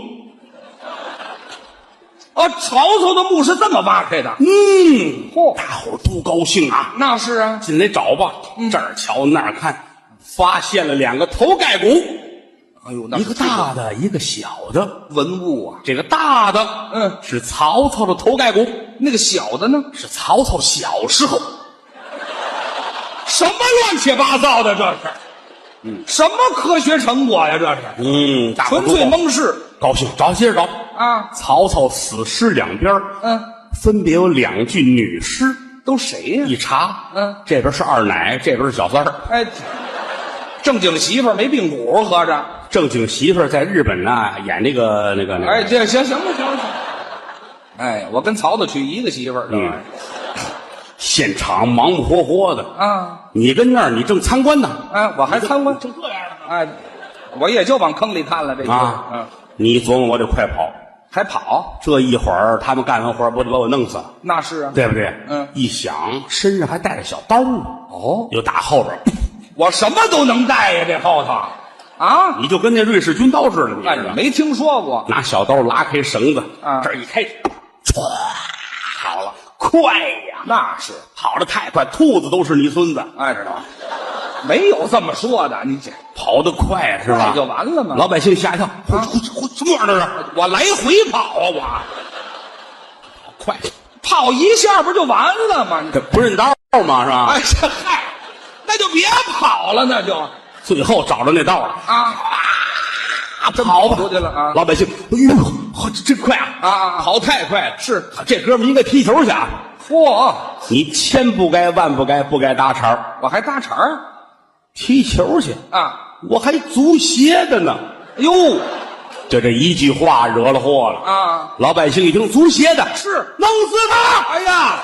哦，曹操的墓是这么挖开的。 嗯， 嚯， 大伙都高兴啊！ 那是啊， 进来找吧，这儿瞧那儿看，发现了两个头盖骨。 哎呦，那一个大的，一个小的文物啊。 这个大的， 嗯， 是曹操的头盖骨； 那个小的呢， 是曹操小时候。 什么乱七八糟的这是？嗯，什么科学成果呀？这是？ 嗯，大伙纯粹蒙氏。 高兴，找接着找啊！ 曹操死尸两边， 嗯， 分别有两具女尸， 都谁呀？ 一查， 嗯， 这边是二奶，这边是小三儿。 哎，正经媳妇儿没病骨，合着正经媳妇儿在日本呢，演那个那个那个。 哎，这行行了行了。哎，我跟曹操娶一个媳妇儿， 嗯，现场忙忙活活的啊！ 你跟那儿，你正参观呢， 哎，我还参观， 正这样呢。 哎，我也就往坑里看了这啊， 嗯。 你琢磨，我得快跑， 还跑？ 这一会儿他们干完活，不得把我弄死？ 那是啊， 对不对？ 嗯。 一想，身上还带着小刀呢。 哦， 又打后边， 我什么都能带呀，这后头啊， 你就跟那瑞士军刀似的，你哎， 知道吗？ 没听说过。 拿小刀拉开绳子， 啊， 这儿一开，唰，好了，快呀！ 那是跑得太快，兔子都是你孙子， 哎，知道吗？没有这么说的，你这跑得快是吧？ 就完了吗？ 老百姓吓一跳，呼呼呼，什么玩意儿啊？ 我来回跑啊，我好快， 跑一下不就完了吗？ 这不认刀吗？是吧？ 哎，这嗨，那就别跑了，那就最后找着那道了啊， 啊，跑吧出去了啊！ 老百姓，哎呦，好真快啊！ 啊啊， 跑太快了， 是这哥们应该踢球去啊！ 嚯， 你千不该万不该，不该搭茬儿我还搭茬儿踢球去啊！ 我还足协的呢。 哟就这一句话惹了祸了啊！ 老百姓一听足协的， 是弄死他！ 哎呀，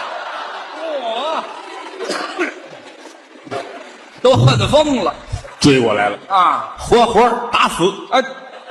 我都恨疯了追过来了， 啊！ 活活打死， 哎，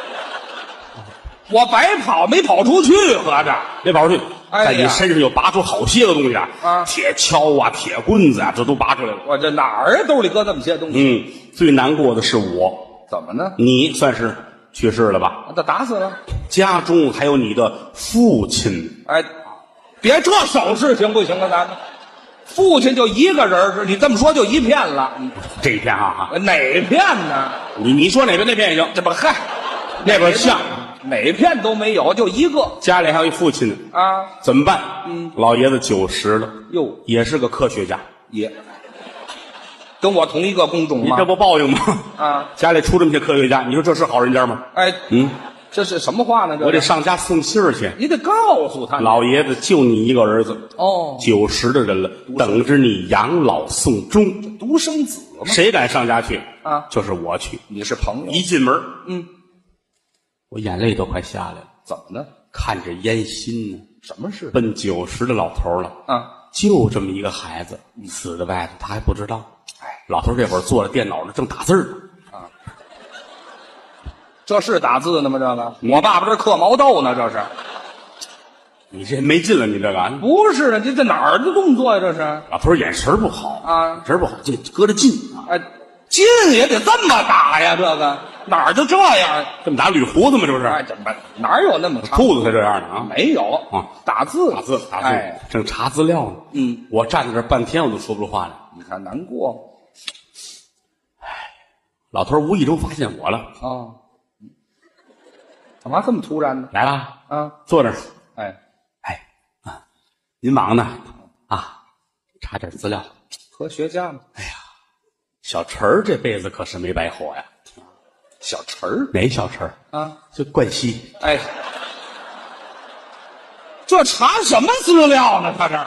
我白跑没跑出去，合着别跑出去。 哎呀在你身上又拔出好些个东西啊， 啊铁锹啊，铁棍子啊，这都拔出来了。 我这哪儿啊？兜里搁这么些东西？ 嗯，最难过的是我， 怎么呢？ 你算是去世了吧？ 他打死了。 家中还有你的父亲， 哎，别这手势行不行啊？咱们父亲就一个人儿，你这么说就一片了。 这一片哈哈， 哪片呢？ 你你说哪边那片也行， 这不嗨， 那边像哪片都没有，就一个家里还有一父亲呢， 啊。 怎么办？ 嗯， 老爷子九十了， 哟， 也是个科学家， 也跟我同一个工种吗？ 你这不报应吗？ 啊， 家里出这么些科学家，你说这是好人家吗？ 哎， 嗯， 这是什么话呢？这我得上家送信儿去。 你得告诉他， 老爷子就你一个儿子， 哦， 九十的人了，等着你养老送终。 独生子嘛， 谁敢上家去啊？ 就是我去。 你是朋友， 一进门， 嗯， 我眼泪都快下来了。 怎么呢？ 看着烟熏呢， 什么事？ 奔九十的老头了啊， 就这么一个孩子，死在外头，他还不知道。 哎， 老头这会儿坐着电脑呢，正打字呢。 这是打字呢吗？这个，我爸爸这刻毛豆呢，这是。 你这没劲了，你这个不是啊，这这哪儿的动作呀？这是。 老头眼神不好啊， 眼神不好，这搁着近啊。 哎，近也得这么打呀，这个哪儿就这样？ 这么打捋胡子吗？这不是？ 哎，怎么哪有那么长？ 兔子才这样的啊？ 没有啊， 打字， 打字，打字， 哎， 正查资料呢。 嗯， 我站在这半天，我都说不出话来。 你看难过。 唉，老头无意中发现我了。 哦，干嘛这么突然呢？ 来了啊， 坐那儿。 哎哎啊，您忙呢啊？查点资料。 科学家嘛。 哎呀，小陈儿这辈子可是没白活呀。 小陈儿哪小陈儿啊？ 就冠希。 哎，这查什么资料呢？他这儿，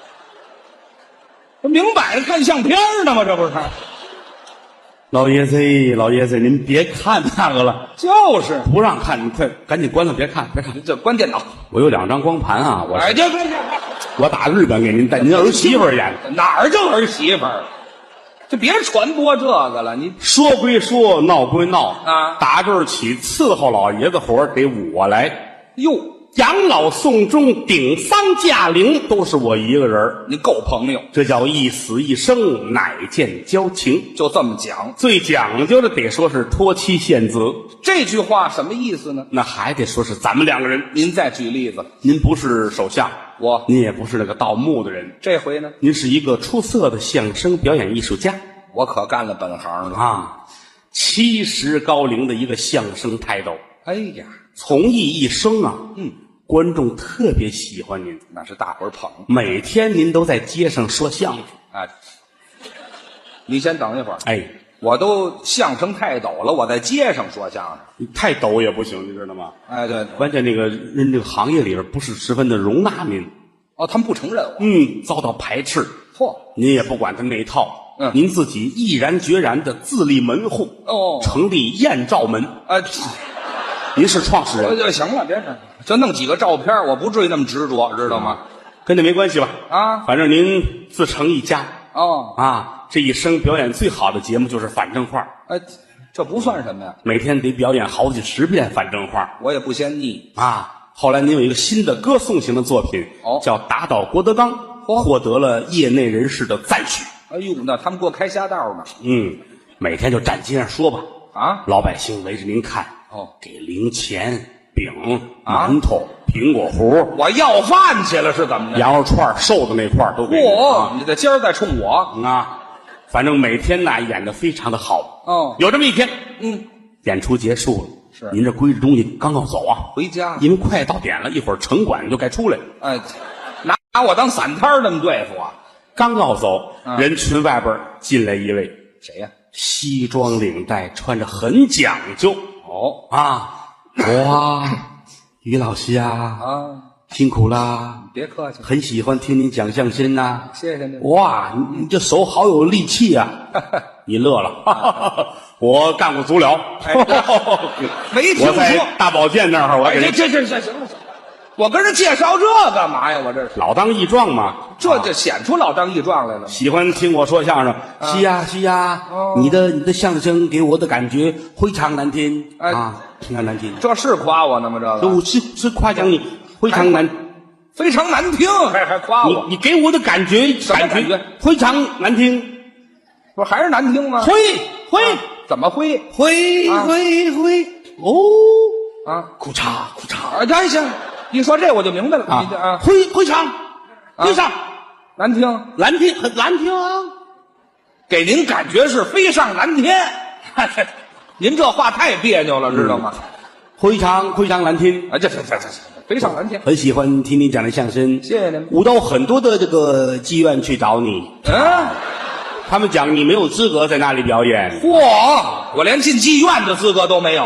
这明摆着看相片呢吗？这不是？ 老爷子，老爷子，您别看那个了， 就是不让看，你快赶紧关了，别看，别看。 这关电脑。 我有两张光盘啊，我哎，这这这我打日本给您带您儿媳妇儿演的。 哪儿就儿媳妇儿？就别传播这个了。你说归说，闹归闹啊， 打这儿起伺候老爷子活儿得我来。 哟， 养老送终、顶丧驾灵，都是我一个人儿， 你够朋友， 这叫一死一生，乃见交情。 就这么讲。 最讲究的得说是托妻献子， 这句话什么意思呢？ 那还得说是咱们两个人。 您再举例子。 您不是首相， 我您也不是那个盗墓的人， 这回呢， 您是一个出色的相声表演艺术家我可干了本行了。 啊，七十高龄的一个相声泰斗， 哎呀， 从艺一生啊， 嗯， 观众特别喜欢您， 那是大伙儿捧。 每天您都在街上说相声。 哎，你先等一会儿， 哎， 我都相声泰斗了，我在街上说相声。 你太抖也不行，你知道吗？ 哎，对， 关键那个人这个行业里边不是十分的容纳您， 哦，他们不承认我。 嗯，遭到排斥。 嚯， 您也不管他那一套， 嗯您自己毅然决然的自立门户， 哦成立艳照门， 哎， 您是创始人， 就行了，别整，就弄几个照片，我不至于那么执着，知道吗？ 跟那没关系吧？ 啊， 反正您自成一家哦， 啊，这一生表演最好的节目就是反正话， 哎，这不算什么呀， 每天得表演好几十遍反正话我也不嫌腻。 啊。后来您有一个新的歌颂型的作品， 哦叫《打倒郭德纲》， 嚯获得了业内人士的赞许。 哎呦，那他们给我开瞎道呢。 嗯，每天就站街上说吧， 啊， 老百姓围着您看， 哦， 给零钱、饼、 啊馒头、苹果核、 我要饭去了是怎么着？ 羊肉串、瘦的那块儿都给您嚯，你这今儿再冲我。 啊！反正每天呢演得非常的好。 哦， 有这么一天， 嗯， 演出结束了， 是您这归置东西刚要走啊， 回家。 因为快到点了，一会儿城管就该出来。 哎，拿拿我当散摊儿那么对付啊？ 刚要走， 嗯人群外边进来一位， 谁呀、 西装领带，穿着很讲究哦啊！哇，于老师啊， 啊， 辛苦啦， 别客气， 很喜欢听您讲相声呐。 谢谢您。 哇，你你这手好有力气啊！你乐了，我干过足疗， 哎没听我在说。 大保健那儿，我哎， 给人这这这这行了，我跟人介绍这干嘛呀？我这是， 老当益壮嘛， 这就显出老当益壮来了。 喜欢听我说相声。是呀是呀， 哦你的你的相声给我的感觉非常难听哎啊，非常难听。 这是夸我呢吗？这个都是是夸奖你，非常难。 非常难听，还还夸我， 你你给我的感觉什么感觉非常难听。 不是还是难听吗？ 会会啊怎么挥会啊会会哦， 啊？ 裤衩裤衩啊，这行，一说这我就明白了。你这啊， 会会唱会唱难听， 难听很难听啊。 给您感觉是飞上蓝天。您这话太别扭了，知道吗？ 非常非常难听。 啊，这这这这飞上蓝天。 很喜欢听你讲的相声， 谢谢您。 我到很多的这个妓院去找你， 嗯， 他们讲你没有资格在那里表演。 嚯，我连进妓院的资格都没有了。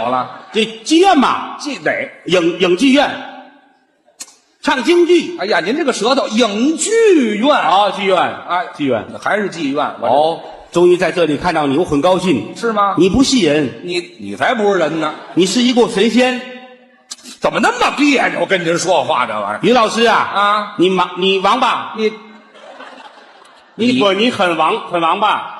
这妓院嘛， 妓哪？ 影影剧院，唱京剧。 哎呀，您这个舌头，影剧院啊，剧院， 啊， 剧院。 还是妓院？我哦，终于在这里看到你，我很高兴。 是吗？ 你不是人， 你你才不是人呢！ 你是一个神仙。 怎么那么别扭？跟您说话这玩意儿于老师啊， 啊， 你忙你忙吧， 你你不你很忙很忙吧？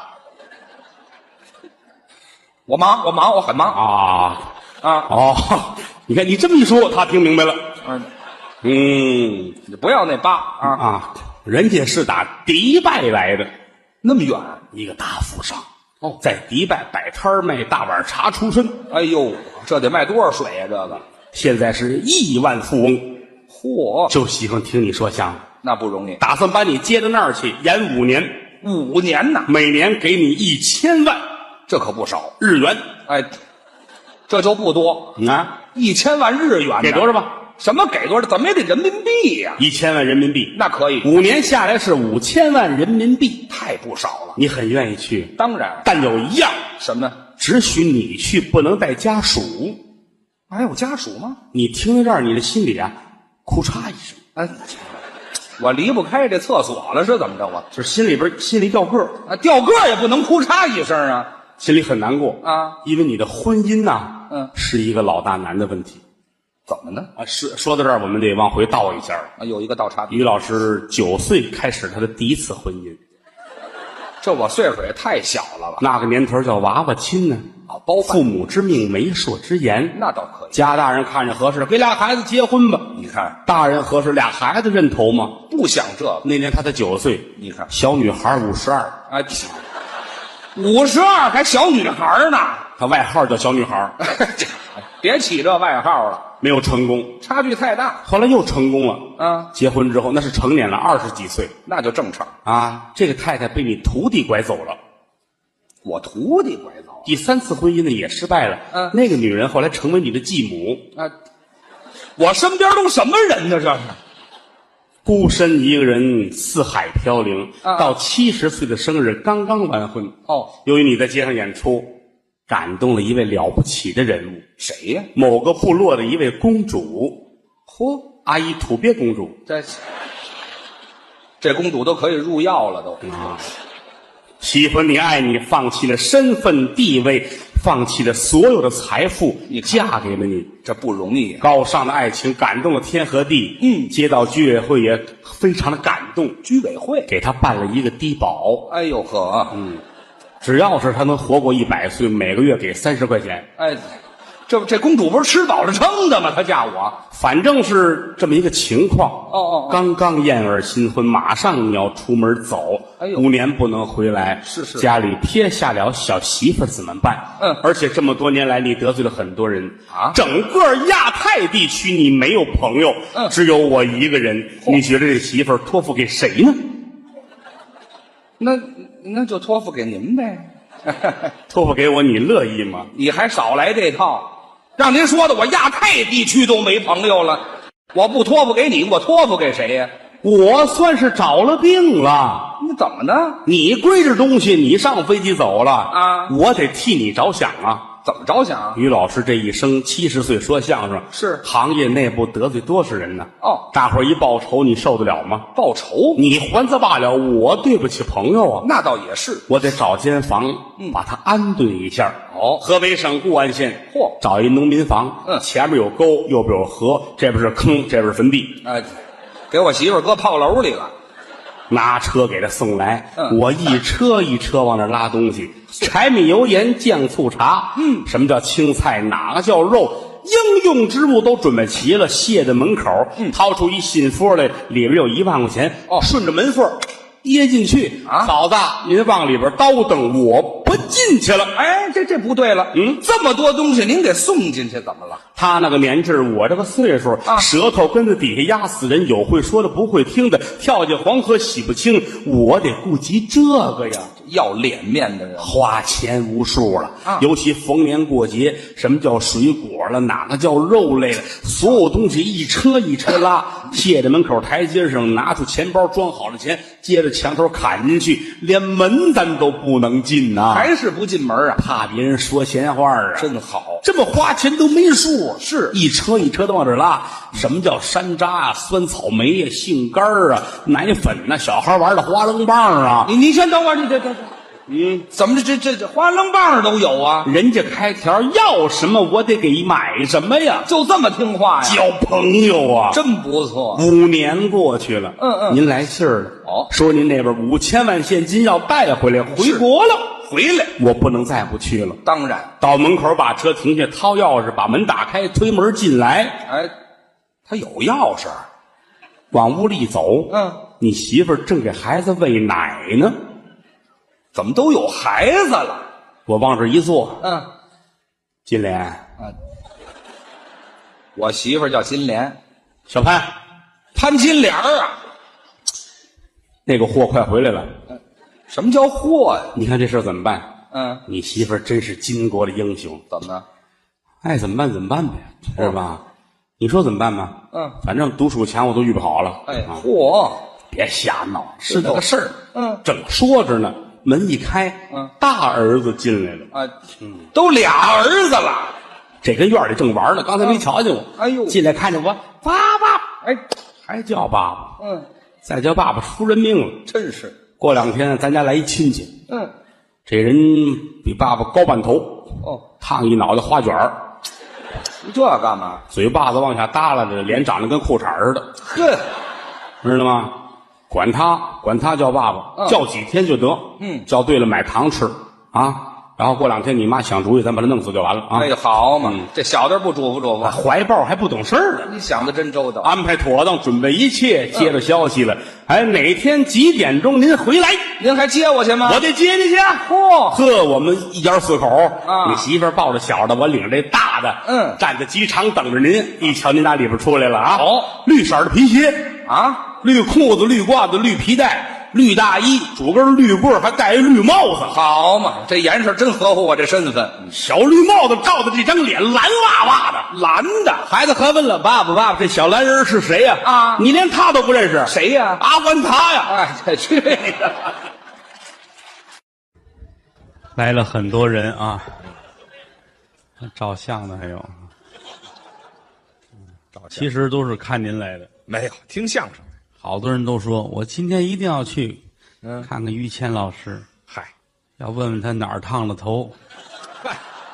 我忙，我忙，我很忙啊啊！ 哦，你看你这么一说，他听明白了。 嗯嗯， 你不要那疤啊啊，人家是打迪拜来的， 那么远一个大富商哦，在迪拜摆摊儿卖大碗茶出身。 哎呦，这得卖多少水呀、啊？这个现在是亿万富翁， 嚯， 就喜欢听你说相声， 那不容易。 打算把你接到那儿去演五年， 五年呐， 每年给你一千万， 这可不少日元。 哎，这就不多啊， 一千万日元给多少吧？ 什么给多少？怎么也得人民币呀、啊？ 一千万人民币， 那可以， 五年下来是五千万人民币， 太不少了。 你很愿意去？ 当然， 但有一样， 什么？ 只许你去，不能带家属。 还有家属吗？ 你听到这儿，你的心里啊，哭嚓一声。 哎，我离不开这厕所了，是怎么着？我就是心里边心里掉个儿啊，掉个儿也不能哭嚓一声啊， 心里很难过啊， 因为你的婚姻呐、啊， 嗯， 是一个老大难的问题。 怎么呢？ 啊，是说到这儿，我们得往回倒一下啊，有一个倒插笔。 于老师九岁开始他的第一次婚姻， 这我岁数也太小了吧？ 那个年头叫娃娃亲呢。 啊，包父母之命，媒妁之言， 那倒可以。 家大人看着合适，给俩孩子结婚吧。 你看， 大人合适，俩孩子认头吗？ 不想这个。 那年他才九岁， 你看， 小女孩五十二， 哎，五十二还小女孩呢。 他外号叫小女孩， 别起这外号了， 没有成功， 差距太大。 后来又成功了。 啊， 结婚之后那是成年了，二十几岁， 那就正常啊。这个太太被你徒弟拐走了， 我徒弟拐走。 第三次婚姻呢也失败了。 嗯， 那个女人后来成为你的继母。 啊，我身边都什么人呢？这是孤身一个人四海飘零， 啊、 到七十岁的生日刚刚完婚。 哦， 由于你在街上演出，感动了一位了不起的人物。 谁呀？ 某个部落的一位公主。 嚯， 阿依土鳖公主。 这这公主都可以入药了都。 啊，喜欢你，爱你，放弃了身份地位，放弃了所有的财富， 你嫁给了你， 这不容易、啊。 高尚的爱情感动了天和地。 嗯， 街道居委会也非常的感动， 居委会给他办了一个低保。 哎呦呵， 嗯，只要是他能活过一百岁，每个月给三十块钱。 哎，这这公主不是吃饱了撑的吗？她嫁我， 反正是这么一个情况。 哦哦， 刚刚燕尔新婚，马上你要出门走， 哎呦， 五年不能回来， 是是， 家里撇下了小媳妇怎么办？ 嗯， 而且这么多年来，你得罪了很多人啊， 整个亚太地区你没有朋友， 嗯， 只有我一个人。你觉得这媳妇托付给谁呢？ 那那就托付给您呗。 托付给我，你乐意吗？ 你还少来这套，让您说的我亚太地区都没朋友了，我不托付给你，我托付给谁呀？ 我算是找了病了。 你怎么呢？ 你归置东西，你上飞机走了啊， 我得替你着想啊。 怎么着想？ 于老师这一生七十岁说相声， 是行业内部得罪多少人呢？ 哦， 大伙儿一报仇，你受得了吗？ 报仇？ 你还则罢了，我对不起朋友啊。 那倒也是， 我得找间房，嗯，把他安顿一下。 哦， 河北省固安县， 嚯， 找一农民房， 嗯， 前面有沟，右边有河，这边是坑，这边是坟地。 哎，给我媳妇儿搁炮楼里了。 拿车给他送来， 嗯， 我一车一车往那拉东西，柴米油盐酱醋茶， 嗯， 什么叫青菜，哪个叫肉，应用之物都准备齐了，卸在门口， 嗯， 掏出一信封来，里边有一万块钱， 哦， 顺着门缝掖进去啊， 嫂子，您往里边叨等，我不进去了。 哎，这这不对了， 嗯， 这么多东西您给送进去，怎么了？ 他那个年纪，我这个岁数， 啊， 舌头跟在底下压死人，有会说的不会听的，跳进黄河洗不清，我得顾及这个呀。 要脸面的人， 花钱无数了啊！ 尤其逢年过节，什么叫水果了，哪个叫肉类了，所有东西一车一车拉， 卸在门口台阶上，拿出钱包装好了钱，接着墙头砍进去，连门咱都不能进呐、啊， 还是不进门啊？ 怕别人说闲话啊！ 真好， 这么花钱都没数， 是一车一车的往这拉。什么叫山楂啊、酸草莓呀、啊、杏干啊、奶粉呐、啊、小孩玩的花楞棒啊？ 你你先等会儿，你这这这。 嗯， 怎么这这这花楞棒都有啊？ 人家开条要什么我得给买什么呀， 就这么听话呀？ 交朋友啊， 真不错。 五年过去了， 嗯嗯， 您来信儿了， 哦， 说您那边五千万现金要带回来，回国了， 回来， 我不能再不去了。 当然， 到门口把车停下，掏钥匙把门打开，推门进来。 哎，他有钥匙， 往屋里一走， 嗯， 你媳妇儿正给孩子喂奶呢。 怎么都有孩子了？ 我往这一坐， 嗯， 金莲， 啊，我媳妇儿叫金莲， 小潘， 潘金莲儿啊。 那个货快回来了。 什么叫货呀？ 你看这事儿怎么办？ 嗯， 你媳妇儿真是巾帼的英雄。 怎么呢？ 爱怎么办怎么办呗，是吧？你说怎么办吧？ 嗯， 反正读书墙我都预备好了。 哎， 啊， 嚯， 别瞎闹，是那个事儿。 嗯， 正说着呢，门一开， 嗯， 大儿子进来了。 啊，嗯，都俩儿子了。 这跟院里正玩呢，刚才没瞧见我。 哎呦， 进来看见我，爸爸， 哎， 还叫爸爸。 嗯， 再叫爸爸出人命了。 真是。 过两天咱家来一亲戚， 嗯， 这人比爸爸高半头， 哦， 烫一脑袋花卷儿， 这干嘛？ 嘴巴子往下耷拉着，脸长得跟裤衩似的， 呵， 知道吗？管他，管他叫爸爸， 嗯叫几天就得。 嗯， 叫对了买糖吃啊。然后过两天你妈想主意，咱把他弄死就完了啊。 哎，好嘛， 嗯这小的不嘱咐嘱咐， 怀抱还不懂事儿呢。 你想的真周到。 安排妥当，准备一切，接着消息了。哎，哪天几点钟您回来？ 您还接我去吗？ 我得接你去。 嚯， 呵，我们一家四口啊你媳妇儿抱着小的，我领着这大的， 嗯站在机场等着您。一瞧您打里边出来了啊！ 哦， 绿色的皮鞋， 啊， 绿裤子、绿褂子、绿皮带、绿大衣，拄根绿棍儿，还戴一绿帽子。 好嘛，这颜色真合乎我这身份。 小绿帽子罩的这张脸蓝哇哇的， 蓝的， 孩子还问了爸爸：“爸爸，这小蓝人是谁呀？” 啊你连他都不认识？ 谁呀？ 阿凡达呀！ 哎，这去你的！ 来了很多人啊，照相的还有，其实都是看您来的。 没有听相声。 好多人都说我今天一定要去， 嗯看看于谦老师， 嗨， 要问问他哪儿烫了头。 嗨，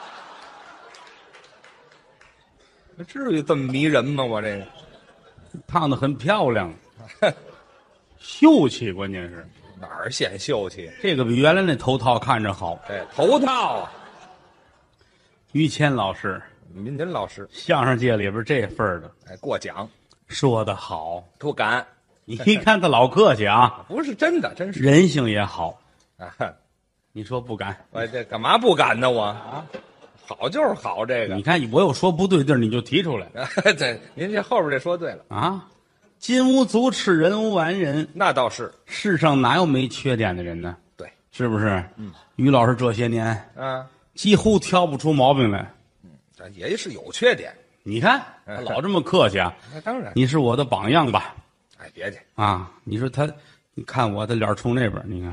至于这么迷人吗？我这个烫得很漂亮，秀气，关键是哪儿显秀气？ 这个比原来那头套看着好。 哎，头套啊！ 于谦老师， 您您老师， 相声界里边这份儿的， 哎，过奖， 说得好。 不敢， 你一看他老客气啊， 不是真的，真是。 人性也好。 啊， 你说不敢？ 我这干嘛不敢呢？我啊，好就是好，这个你。看我有说不对地儿，你就提出来对，您这后边这说对了， 啊。金无足赤，人无完人。 那倒是。 世上哪有没缺点的人呢？ 对， 是不是？嗯。于老师这些年啊， 几乎挑不出毛病来。 这也是有缺点。 你看，他老这么客气啊。 那当然。 你是我的榜样吧？ 哎，别介啊，你说他，你看我的脸冲那边，你看，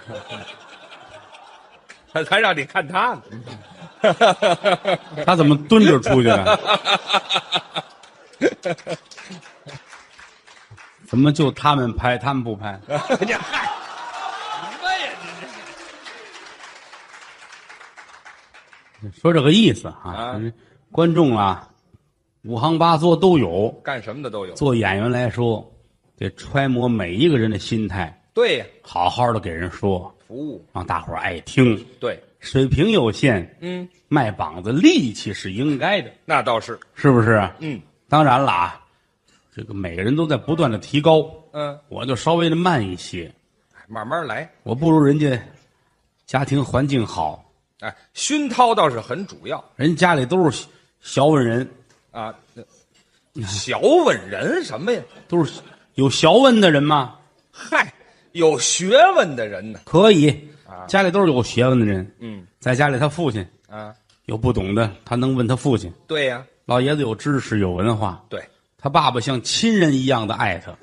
他才让你看他呢。 他怎么蹲着出去的？怎么就他们拍，他们不拍？ 你嗨，什么呀？ 说这个意思啊， 啊观众啊，五行八作都有。 干什么的都有。 做演员来说，得揣摩每一个人的心态， 对呀， 好好的给人说， 服务。 让大伙儿爱听。 对， 水平有限， 嗯， 卖膀子力气是应该的， 那倒是。 是不是？ 嗯当然了啊，这个每个人都在不断的提高， 嗯， 我就稍微的慢一些， 慢慢来。 我不如人家家庭环境好， 哎，熏陶倒是很主要人家里都是小文人， 啊。那小文人什么呀？ 都是有学问的人嘛， 嗨，有学问的人呢。 可以， 啊家里都是有学问的人。 嗯在家里他父亲啊， 有不懂的，他能问他父亲。 对呀， 老爷子有知识有文化， 对， 他爸爸像亲人一样的爱他。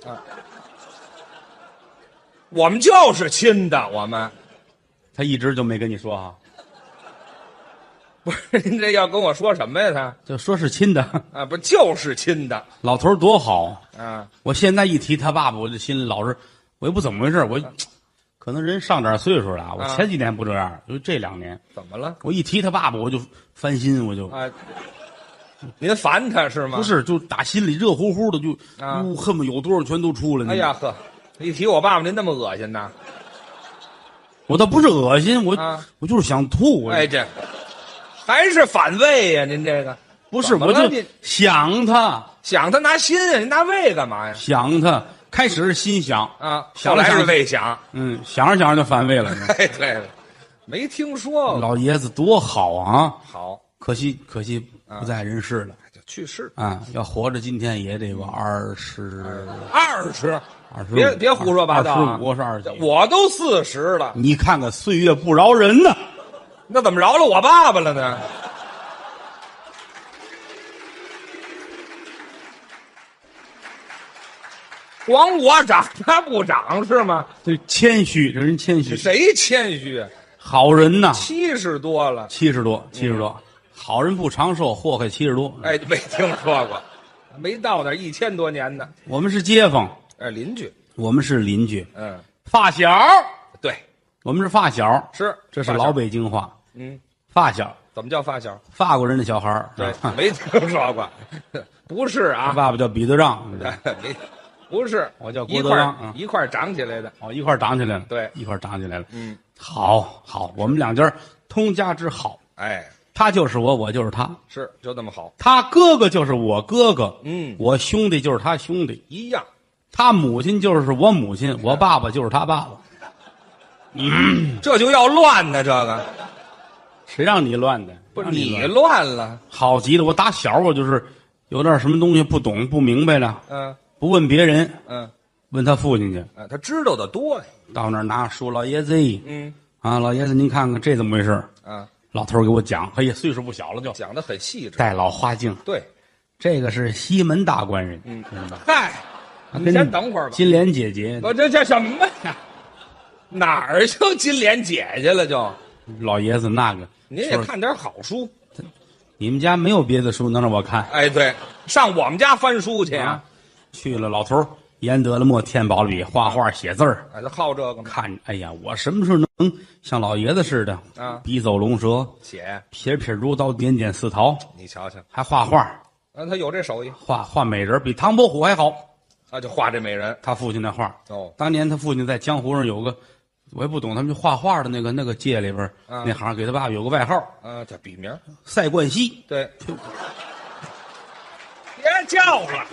我们就是亲的，我们他一直就没跟你说啊？ 不是您这要跟我说什么呀？他就说是亲的。 啊，不就是亲的老头儿多好啊！ 我现在一提他爸爸，我这心里老是，我也不怎么回事，我可能人上点岁数了。我前几年不这样，就这两年怎么了？ 我一提他爸爸，我就烦心，我就啊，您烦他是吗？ 不是，就打心里热乎乎的，就啊呜，恨不得有多少全都出来。 哎呀呵，一提我爸爸，您那么恶心呐？ 我倒不是恶心，我、 啊、 我就是想吐。 哎，这还是反胃呀、啊？您这个不是，我就想他， 想他拿心啊，您拿胃干嘛呀？ 想他，开始是心想啊， 想后来是胃想， 嗯，想着想着就反胃了。 哎，对了，没听说过。 老爷子多好啊！ 好， 可惜可惜不在人世了， 就去世啊！要活着今天也得个二十二十二十， 别别胡说八道啊！ 我是二十几， 我都四十了。 你看看岁月不饶人呢， 那怎么饶了我爸爸了呢？光我长他不长是吗？ 这谦虚，这人谦虚。 谁谦虚啊？ 好人呐， 七十多了， 七十多，七十多。嗯、好人不长寿，祸害七十多。 哎，没听说过，没到那一千多年呢。 我们是街坊， 哎，邻居， 我们是邻居， 嗯， 发小， 对， 我们是发小， 是， 这是老北京话。 嗯， 发小怎么叫发小？ 法国人的小孩儿。 对，没听说过，不是啊。 他爸爸叫彼得让， 没。不是， 我叫郭德纲， 一块一块长起来的。 哦，一块长起来了。 对， 一块长起来了。 嗯， 好，好，我们两家通家之好。 哎， 他就是我，我就是他， 是就那么好。 他哥哥就是我哥哥， 嗯， 我兄弟就是他兄弟， 一样。 他母亲就是我母亲，我爸爸就是他爸爸。 嗯，这就要乱呢，这个谁让你乱的？ 不是你乱了， 好极了。我打小我就是有点什么东西不懂不明白了， 嗯。 不问别人， 嗯， 问他父亲去。 啊，他知道的多呀。 到那儿拿书，老爷子， 嗯， 啊，老爷子您看看这怎么回事？ 啊， 老头给我讲，哎呀，岁数不小了就， 讲得很细致， 戴老花镜。 对， 这个是西门大官人。 嗯，嗨，你先等会儿吧。 金莲姐姐， 我这这什么呀？哪儿就金莲姐姐了就？ 老爷子那个， 您也看点好书。 你们家没有别的书能让我看？ 哎，对，上我们家翻书去啊。 去了，老头研得了墨，添饱了笔，画画写字儿。 哎，他好这个吗？ 看，哎呀，我什么时候能像老爷子似的啊？ 笔走龙蛇， 写撇撇如刀，点点似桃。 你瞧瞧， 还画画。 啊，他有这手艺， 画画美人比唐伯虎还好。 啊，就画这美人。 他父亲那画哦， 当年他父亲在江湖上有个，我也不懂，他们就画画的那个那个界里边， 啊、 那行给他爸爸有个外号， 啊，叫笔名赛冠希。 对，别叫了。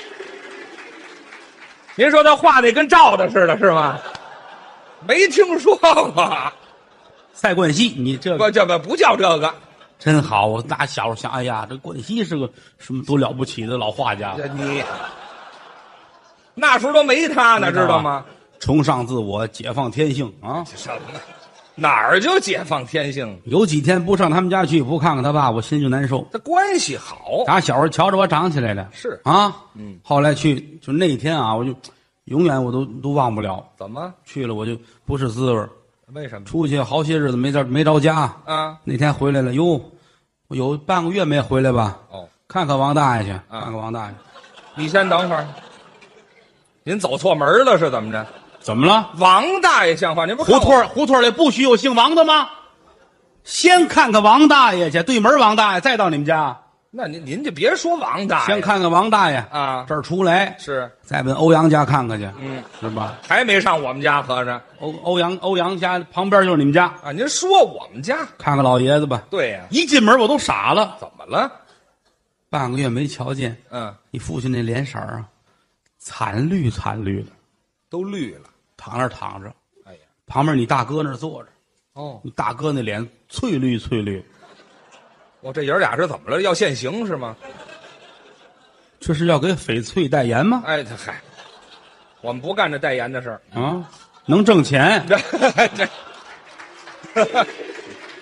您说他画的跟照的似的，是吗？没听说过。 赛冠希，你这不叫不不叫这个， 真好。我打小时候想，哎呀，这冠希是个什么多了不起的老画家。 你那时候都没他呢，知道吗？ 崇尚自我，解放天性啊！ 什么？哪儿就解放天性？ 有几天不上他们家去，不看看他爸，我心就难受。 这关系好， 打小时候瞧着我长起来的， 是啊， 嗯。 后来去，就那天啊，我就永远我都都忘不了。 怎么去了我就不是滋味？ 为什么？ 出去好些日子没着没着家啊。 那天回来了，哟，我有半个月没回来吧？ 哦， 看看王大爷去， 啊、 看看王大爷。 你先等会儿，您走错门了是怎么着？ 怎么了？ 王大爷像话，您不胡同胡同里不许有姓王的吗？先看看王大爷去，对门王大爷，再到你们家。 那您您就别说王大爷， 先看看王大爷啊， 这儿出来是， 再奔欧阳家看看去， 嗯， 是吧？ 还没上我们家合着。 欧欧阳欧阳家旁边就是你们家啊，您说我们家看看老爷子吧。 对呀、啊， 一进门我都傻了， 怎么了？ 半个月没瞧见， 嗯， 你父亲那脸色啊，惨绿惨绿的， 都绿了。 躺那躺着， 哎呀， 旁边你大哥那儿坐着， 哦， 你大哥那脸翠绿翠绿。 我、哦、这爷俩是怎么了？要现行是吗？ 这是要给翡翠代言吗？ 哎，嗨，我们不干这代言的事儿啊，能挣钱。 这，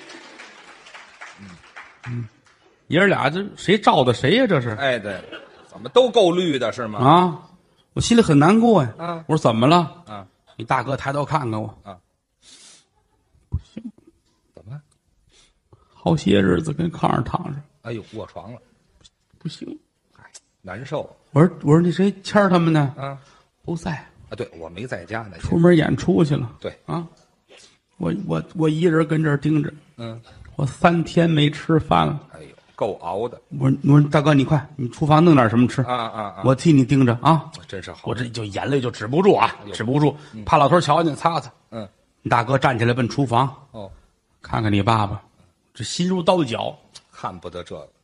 嗯，爷儿俩这谁罩的谁呀？这是？ 哎，对， 怎么都够绿的是吗？ 啊，我心里很难过呀。 啊我说怎么了？ 啊你大哥抬头看看我， 啊！怎么？ 好些日子跟炕上躺着， 哎呦，卧床了， 不行。 哎，难受我说我说那谁谦儿他们呢？ 啊不在， 啊！对，我没在家呢。 出门演出去了。 对啊，我我我一人跟这儿盯着， 嗯， 我三天没吃饭了。 哎呦，够熬的我说我说大哥，你快，你厨房弄点什么吃？ 啊啊啊！ 我替你盯着啊。 真是好， 我这就眼泪就止不住啊，止不住，怕老头瞧见擦擦。 嗯你大哥站起来奔厨房， 哦， 看看你爸爸，这心如刀绞， 看不得这个。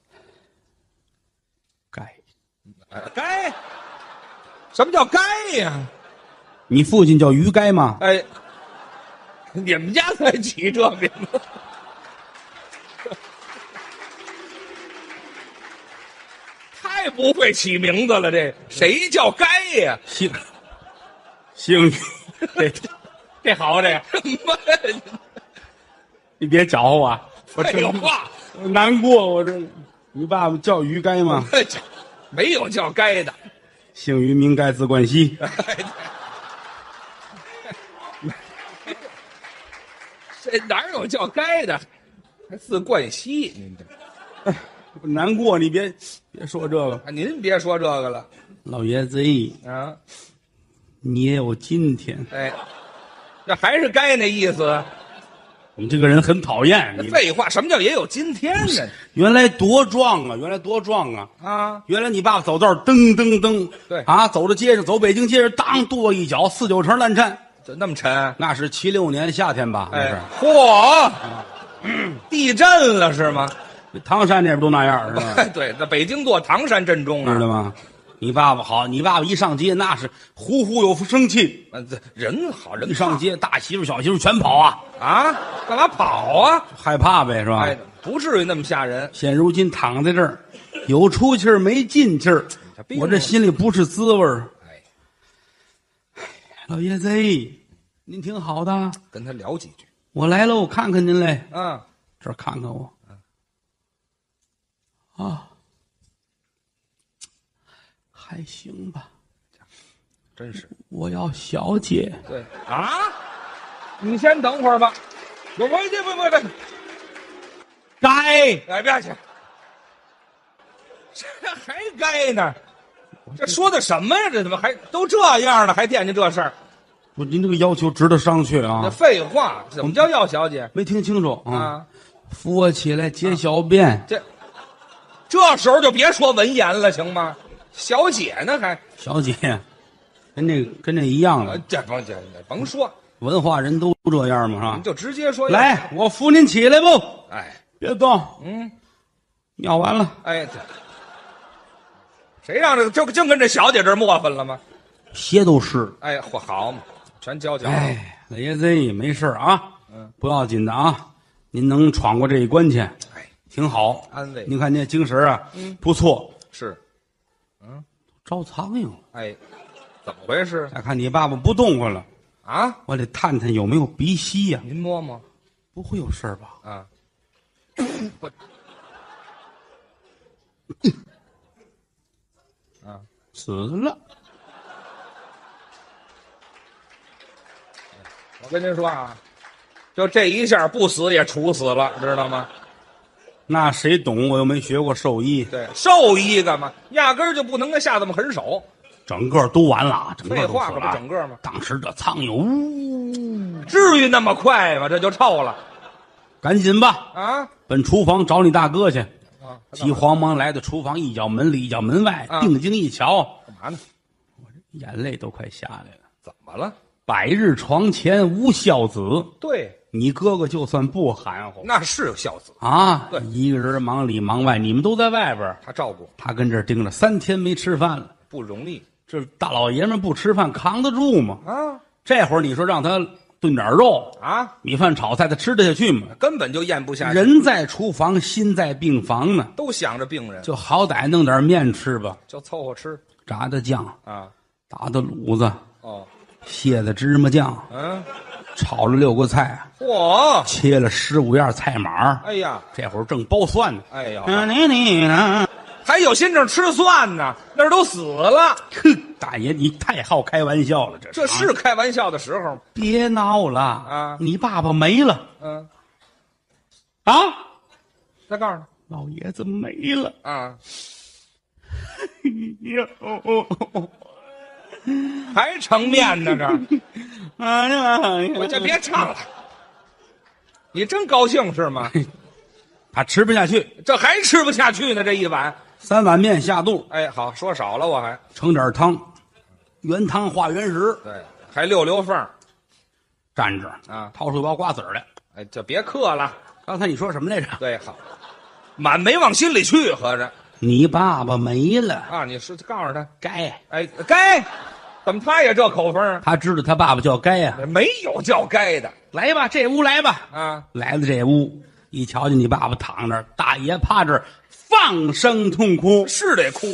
该哎，该，什么叫该呀？ 你父亲叫于该吗？ 哎，你们家才起这名字。太不会起名字了，这谁叫该呀？ 姓姓于，这这好这个， 什么？ 你别搅和我啊，我废真话， 我难过，我这你爸爸叫于该吗？ 没有叫该的。 姓于名该字冠希， 这哪有叫该的？还字冠希，您这我难过，你别别说这个， 啊，您别说这个了老爷子， 啊！ 你也有今天。 哎，这还是该那意思。 你这个人很讨厌，你废话，什么叫也有今天呢？ 原来多壮啊，原来多壮啊！ 啊， 原来你爸爸走道儿噔噔噔， 对啊，走到街上，走北京街上，当跺一脚，四九城烂颤， 就那么沉。 那是七六年夏天吧？那哎是， 嚯，地震了是吗？ 唐山那边都那样是吧？ 对，在北京做唐山震中啊。 知道吗？你爸爸好，你爸爸一上街那是呼呼有生气， 啊，这人好人一上街大媳妇小媳妇全跑啊， 啊，干嘛跑啊？ 害怕呗是吧？ 哎，不至于那么吓人。 现如今躺在这儿，有出气儿没进气儿， 病了我这心里不是滋味儿。 哎， 老爷子，您挺好的， 跟他聊几句我来喽，看看您来， 啊。 这儿看看我。啊，还行吧， 真是我要小姐。 对啊，你先等会儿吧。我我这不不不， 该哎，别去，这还该呢？这说的什么呀？这怎么还都这样了，还惦记这事儿？ 不，您这个要求值得商榷这啊！ 废话，怎么叫要小姐没听清楚啊！ 啊？ 扶我起来解小便， 这这时候就别说文言了，行吗？小姐呢还？ 小姐，跟这跟这一样呃了。 这甭这甭说， 文化人都这样嘛，是吧？ 你就直接说。 来，我扶您起来不？ 哎， 别动， 嗯， 尿完了， 哎，这谁让这个就净跟这小姐这儿磨蹭了吗？ 鞋都湿了。 哎，嚯，好嘛，全交交了。 哎，老爷子没事啊， 嗯， 不要紧的啊，您能闯过这一关去， 哎， 挺好。 安慰您看这精神啊， 嗯不错， 是， 招苍蝇了。 哎，怎么回事再看你爸爸不动弹了， 啊？ 我得探探有没有鼻息呀、 您摸摸不会有事儿吧？ 啊？不，啊， 死了。 我跟您说啊，就这一下不死也处死了，知道吗？ 那谁懂？我又没学过兽医， 对，兽医干嘛？压根儿就不能跟下这么狠手。 整个都完了，整个废话，可不都死了。 整个吗？ 当时这苍蝇，呜， 至于那么快吗？这就臭了赶紧吧， 啊！ 奔厨房找你大哥去。 啊， 急慌忙来到厨房，一脚门里，一脚门外， 啊定睛一瞧， 干嘛呢？ 眼泪都快下来了。 怎么了？ 百日床前无孝子， 对， 你哥哥就算不含糊那是孝子， 啊， 对一个人忙里忙外，你们都在外边儿， 他照顾他跟这儿盯着，三天没吃饭了。 不容易这大老爷们儿不吃饭扛得住吗？ 啊这会儿你说让他炖点肉， 啊！ 米饭炒菜，他吃得下去吗？ 根本就咽不下去， 人在厨房，心在病房呢， 都想着病人， 就好歹弄点面吃吧， 就凑合吃炸的酱， 啊。 打的卤子， 哦， 蟹的芝麻酱， 嗯， 炒了六个菜， 嚯， 切了十五样菜码儿。 哎呀， 这会儿正剥蒜呢。 哎呀， 啊你你呢？ 还有心情吃蒜呢？那儿都死了。 哼，大爷，你太好开玩笑了，这这是开玩笑的时候吗？ 别闹了啊！ 你爸爸没了。 嗯， 啊！ 再告诉你， 老爷子没了。 啊！ 哟， 还成面呢这？ 哎呀， 我就别唱了。你真高兴是吗？ 他吃不下去， 这还吃不下去呢，这一碗三碗面下肚， 哎，好说少了我还盛点汤，原汤化原食， 对，还溜溜缝站着啊， 掏出一包瓜子来。 哎，就别嗑了。 刚才你说什么来着？ 对，好，满没往心里去，合着你爸爸没了啊！你是告诉他该， 哎，该怎么他也这口风啊？ 他知道他爸爸叫该呀、啊。 没有叫该的， 来吧，这屋来吧。 啊， 来了这屋，一瞧见你爸爸躺那儿，大爷趴这儿放声痛哭， 是得哭。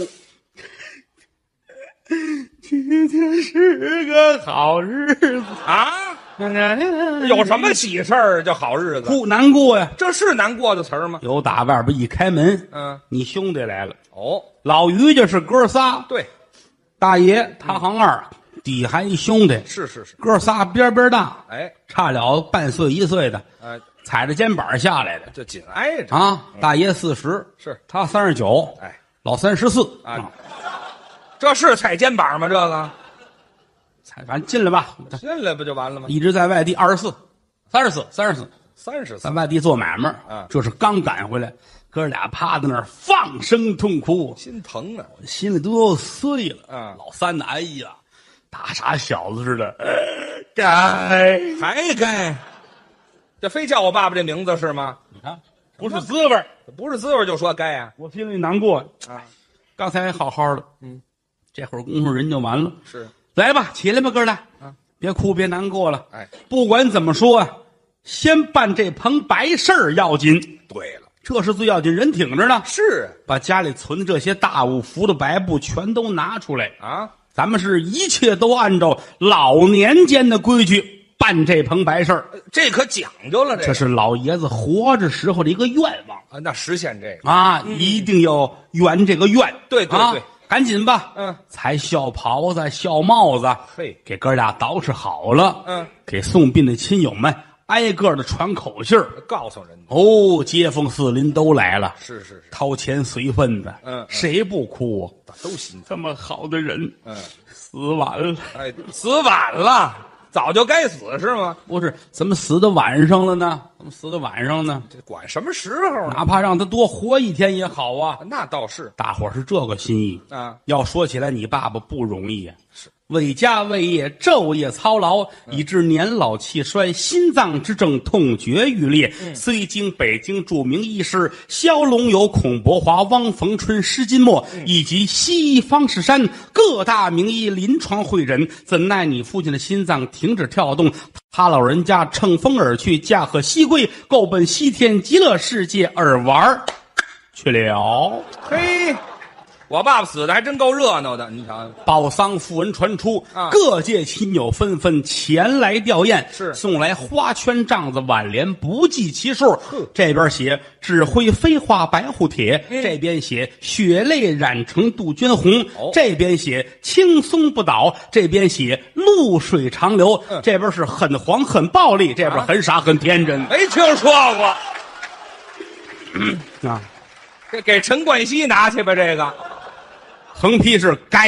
今天是个好日子啊！有什么喜事儿叫好日子？ 哭难过呀， 这是难过的词儿吗？ 有打外边一开门， 嗯， 你兄弟来了。 哦， 老于家是哥仨， 对， 大爷他行二，底还一兄弟， 是是是， 哥仨边边大， 哎， 差了半岁一岁的， 哎， 踩着肩膀下来的， 就紧挨着啊。大爷四十， 是他三十九， 哎， 老三十四啊。这是踩肩膀吗？这个， 踩反正进来吧， 进来不就完了吗？ 一直在外地，二十四、三十四、三十四、 三十， 在外地做买卖啊。 这是刚赶回来，哥俩趴在那儿放声痛哭， 心疼啊， 心里都要碎了。 啊， 老三的，哎呀，大傻小子似的，该还该，这非叫我爸爸这名字是吗？ 你看，不是滋味， 不是滋味就说该啊， 我心里难过啊。 刚才好好的， 嗯。 这会儿功夫人就完了， 是， 来吧，起来吧，哥俩， 啊， 别哭，别难过了。 哎， 不管怎么说啊，先办这棚白事儿要紧。 对了， 这是最要紧，人挺着呢。 是， 把家里存的这些大物、福的白布全都拿出来啊！ 咱们是一切都按照老年间的规矩办这棚白事儿， 这可讲究了。这这是老爷子活着时候的一个愿望啊，那实现这个啊，嗯、一定要圆这个愿。 对对对。 啊赶紧吧， 嗯， 裁孝袍子、孝帽子， 嘿， 给哥俩捯饬好了， 嗯， 给送殡的亲友们挨个的传口信儿， 告诉人家哦，街坊四邻都来了， 是是是， 掏钱随份子， 嗯，嗯谁不哭啊？ 都心疼。 这么好的人， 嗯， 死晚了， 哎，死晚了，早就该死是吗？ 不是，怎么死到晚上了呢？怎么死到晚上呢？ 这管什么时候？ 哪怕让他多活一天也好啊。 那倒是， 大伙儿是这个心意啊。 要说起来，你爸爸不容易啊， 是为家为业昼夜操劳，嗯、以致年老气衰，心脏之症痛绝欲裂。嗯、虽经北京著名医师萧龙友、孔伯华、汪逢春、施金墨、嗯、以及西方士山各大名医临床会诊，怎奈你父亲的心脏停止跳动，他老人家乘风而去，驾鹤西归，够奔西天极乐世界而玩去了。 嘿。我爸爸死的还真够热闹的，你瞧， 报丧讣文传出， 啊、 各界亲友纷纷前来吊唁， 是送来花圈、帐子、挽联，不计其数。这边写纸灰飞花白虎帖，嗯、这边写血泪染成杜鹃红， 哦、 这边写青松不倒，这边写露水长流。嗯、这边是很黄很暴力，这边很傻很天真。 没听说过。 嗯、啊， 给给陈冠希拿去吧，这个。 横批是该，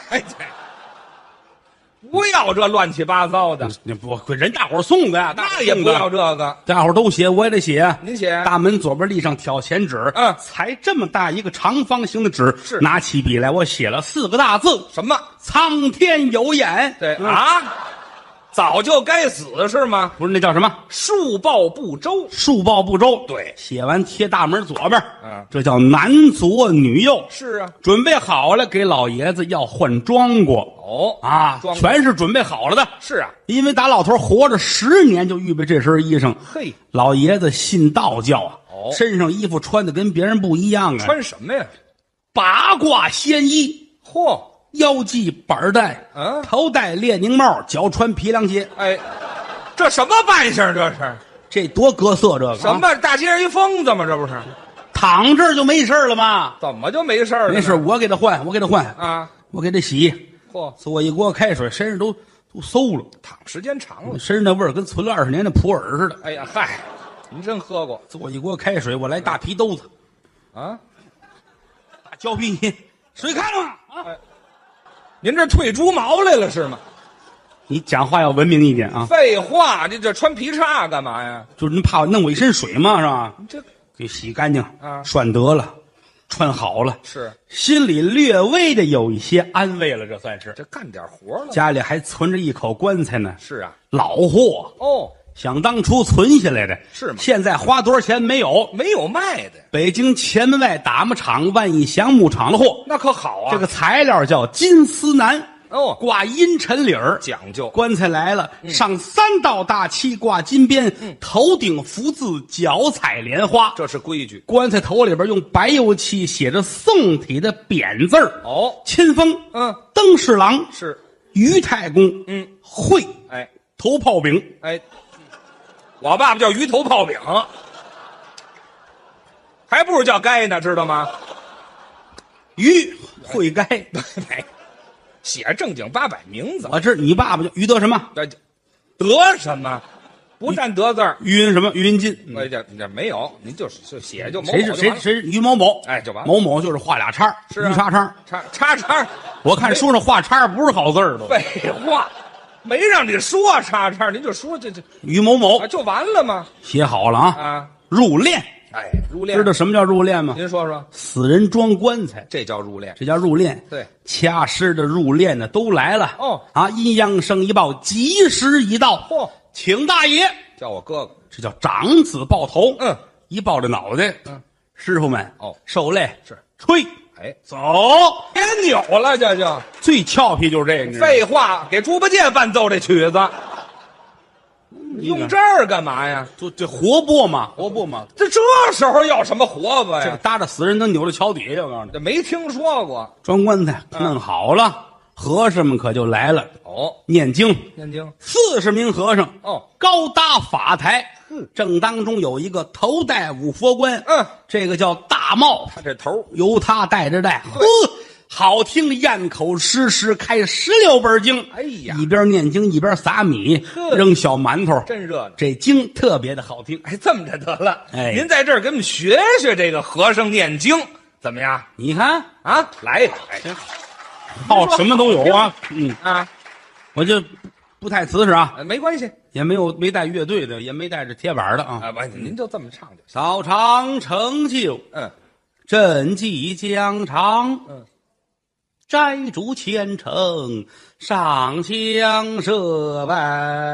不要这乱七八糟的。 你不人大伙儿送的呀， 那也不要这个， 大伙儿都写，我也得写。 您写。 大门左边立上挑钱纸， 嗯， 才这么大一个长方形的纸， 是拿起笔来，我写了四个大字： 什么？ 苍天有眼。 对、 嗯、 啊。早就该死是吗？ 不是，那叫什么？ 树报不周。 树报不周。 对， 写完贴大门左边， 嗯， 这叫男左女右。 是啊， 准备好了，给老爷子要换装褂。 哦啊，全是准备好了的。 是啊， 因为打老头活着十年就预备这身衣裳。 嘿， 老爷子信道教啊， 哦， 身上衣服穿的跟别人不一样啊。 穿什么呀？ 八卦仙衣。 嚯！ 腰系板带， 嗯， 头戴列宁帽，脚穿皮凉鞋。 哎，这什么扮相？这是这多格色？这个什么、啊、大街上一疯子吗？这不是躺这儿就没事了吗？ 怎么就没事了呢？ 没事，我给他换，我给他换啊， 我给他洗， 嚯， 做一锅开水，身上都都馊了， 躺时间长了。 身上那味儿跟存了二十年的普洱似的。 哎呀，嗨，您真喝过做一锅开水，我来大皮兜子， 啊？ 大胶皮泥，水开了吗？啊， 哎，您这退猪毛来了是吗？ 你讲话要文明一点啊！ 废话，你这穿皮叉干嘛呀？ 就是您怕我弄我一身水嘛，是吧？ 你这给洗干净啊涮得了，穿好了， 是心里略微的有一些安慰了，这算是。 这干点活了。 家里还存着一口棺材呢， 是啊， 老货， 哦， 想当初存下来的， 是吗现在花多少钱没有？ 没有卖的， 北京前门外打木厂万益祥木厂的货， 那可好啊。 这个材料叫金丝楠， 哦， 挂阴沉里儿。 讲究棺材来了，上三道大漆，挂金边，头顶福字，脚踩莲花。 这是规矩。 棺材头里边用白油漆写着宋体的匾字儿。 哦， 亲封， 嗯， 登侍郎， 是， 于太公， 嗯， 会， 哎头炮饼， 哎，我爸爸叫鱼头泡饼，还不如叫该呢，知道吗？ 于会该。 写正经八百名字， 我知你爸爸叫于德什么？ 这得什么？不占德字儿。 于云什么？于云金。 哎，这这没有，您就是就写就某某谁是就完了谁谁是于某某？ 哎就完了某某就是画俩叉， 是啊于叉叉。 叉叉叉， 我看书上画叉不是好字儿都。 废话，没让你说叉叉，您就说这这于某某啊就完了吗？ 写好了啊， 啊， 入殓。 哎，入殓知道什么叫入殓吗？ 您说说， 死人装棺材， 这叫入殓。 这叫入殓。 对， 掐尸的、入殓的都来了。 哦啊，阴阳生一报，吉时已到。 嚯， 请大爷， 叫我哥哥。 这叫长子抱头。 嗯， 一抱着脑袋。 嗯， 师傅们哦受累是吹哎， 走。 别扭了，这就最俏皮就是这个，你知道吗废话，给猪八戒伴奏这曲子，用这儿干嘛呀？ 就这活泼嘛，活泼嘛。 这这时候要什么活泼这个呀？ 搭着死人能扭到桥底下，我告诉你， 这没听说过。 装棺材弄好了，和尚们可就来了， 哦， 念经。 念经。 四十名和尚， 哦， 高搭法台，正当中有一个头戴五佛冠， 嗯， 这个叫大帽， 他这头由他戴着戴，呵，好听的咽口诗诗开十六本经， 哎呀一边念经一边撒米， 呵扔小馒头， 真热闹。 这经特别的好听。 哎，这么着得了。 哎您在这儿给我们学学这个和尚念经怎么样你看， 啊？来一个，哎好什么都有啊，嗯， 啊， 我就不太瓷实啊， 呃没关系也没有没带乐队的，也没带着铁板的啊。 啊，不，您就这么唱就行。 早长成就， 嗯， 赈济疆场， 嗯， 摘竹虔诚，上香设拜，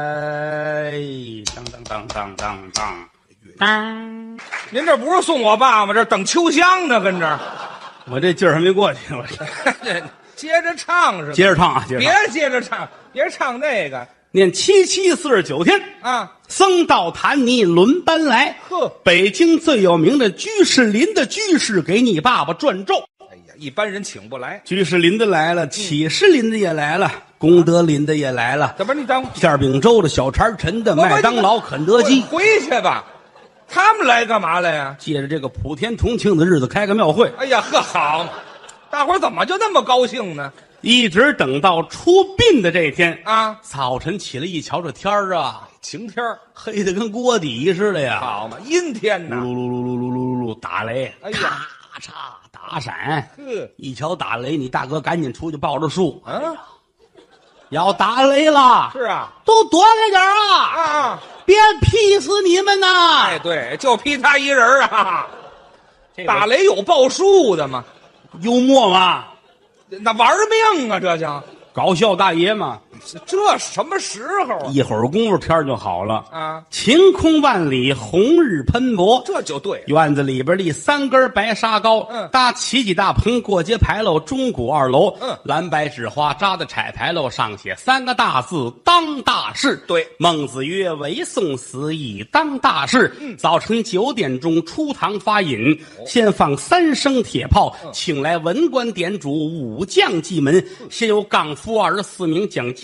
当当当当当当当。 您这不是送我爸吗？这等秋香呢，跟这儿。 我这劲儿还没过去，我这接着唱是吧？ 接着唱啊，接着别唱， 接着唱，别唱那个念七七四十九天。 啊！ 僧道坛尼轮班来， 呵， 北京最有名的居士林的居士给你爸爸转咒。 哎呀，一般人请不来。 居士林的来了，启士林的也来了，功德林的也来了， 怎么你等馅饼粥的、小肠陈的、 不不麦当劳、肯德基， 回去吧？他们来干嘛来呀？ 借着这个普天同庆的日子开个庙会， 哎呀，呵，好嘛，大伙儿怎么就那么高兴呢？ 一直等到出殡的这天。 啊， 早晨起来一瞧，这天儿啊， 晴天儿黑的跟锅底似的呀， 好嘛，阴天呐。 噜噜噜噜噜噜噜噜打雷， 哎呀咔嚓打闪， 呵， 一瞧打雷，你大哥赶紧出去抱着树， 啊， 要打雷了， 是啊， 都躲开点儿啊， 啊， 别劈死你们呐！ 哎，对，就批他一人儿啊。 这个打雷有报数的吗？ 幽默嘛， 那玩命啊，这叫搞笑大爷嘛。 这什么时候啊？ 一会儿功夫天儿就好了， 啊， 晴空万里，红日喷薄。 这就对了。 院子里边立三根白沙高， 嗯搭起几大棚，过街牌楼中谷二楼， 嗯蓝白纸花扎的彩牌楼上写三个大字：当大事。 对孟子曰：“唯送死以当大事。” 嗯早晨九点钟出堂发引，先放三声铁炮， 嗯请来文官点主，武将祭门。先有杠夫二十四名讲金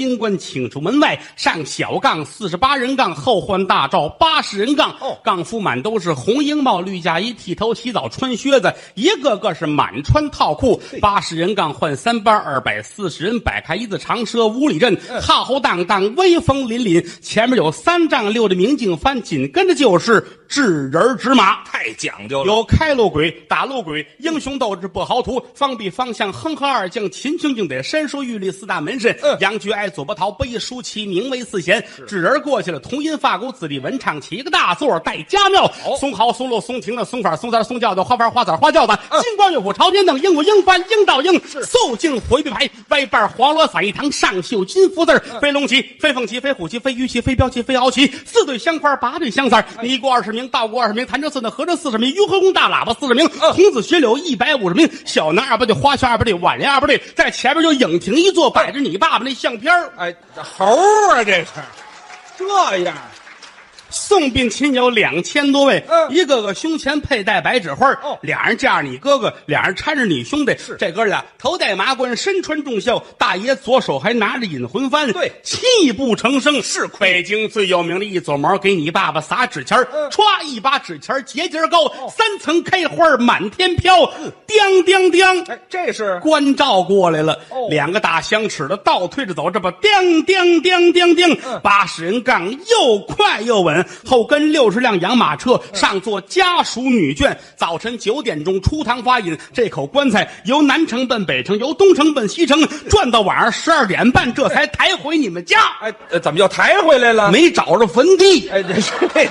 金官请出门外，上小杠四十八人杠，后换大罩八十人杠。 哦， 杠夫满都是红缨帽、绿嫁衣，剃头洗澡穿靴子，一个个是满穿套裤。八十人杠换三班，二百四十人摆开一字长蛇五里阵，浩浩荡荡，威风凛凛。前面有三丈六的明镜幡，紧跟着就是智人纸马， 太讲究了。 有开路鬼、打路鬼、英雄斗志不豪图、方必方向、哼和二将、秦琼敬得、山书玉立四大门神， 嗯杨觉哀、左伯桃、背舒淇，名为四贤。智人过去了，同音发鼓、子弟文唱，起一个大座，带家庙。松毫、松露、松亭的、松法、松簪、松轿子、花幡、花伞、花轿子，金光乐府、朝天凳、鹦鹉、鹰幡、鹰倒鹰，肃静回避牌，歪瓣黄罗伞一堂，上绣金福字，飞龙旗、飞凤旗、飞虎旗、飞鱼旗、飞镖旗、飞鳌旗，四对香花，八对香伞，尼姑二十名，道姑二十名，潭柘寺的和尚四十名，雍和宫大喇叭四十名，童子学柳一百五十名，小南二百队，花圈二百队，挽联二百队，在前边就影亭一座，摆着你爸爸那相片儿。 哎，这猴啊，这是这样。 送殡亲友两千多位， 嗯一个个胸前佩戴白纸花， 哦俩人架着你哥哥，俩人搀着你兄弟。 是这哥俩头戴麻冠，身穿重孝，大爷左手还拿着引魂幡， 对泣不成声。是北京最有名的一撮毛，给你爸爸撒纸钱儿， 嗯歘一把纸钱儿节节高，三层开花满天飘，叮叮叮。 哎，这是关照过来了， 哦两个大香尺的倒推着走，这不叮叮叮叮叮， 嗯八十人杠又快又稳，后跟六十辆洋马车，上坐家属女眷。早晨九点钟出堂发引，这口棺材由南城奔北城，由东城奔西城，转到晚上十二点半，这才抬回你们家。 哎，呃怎么又抬回来了？ 没找着坟地。 哎，这是这个。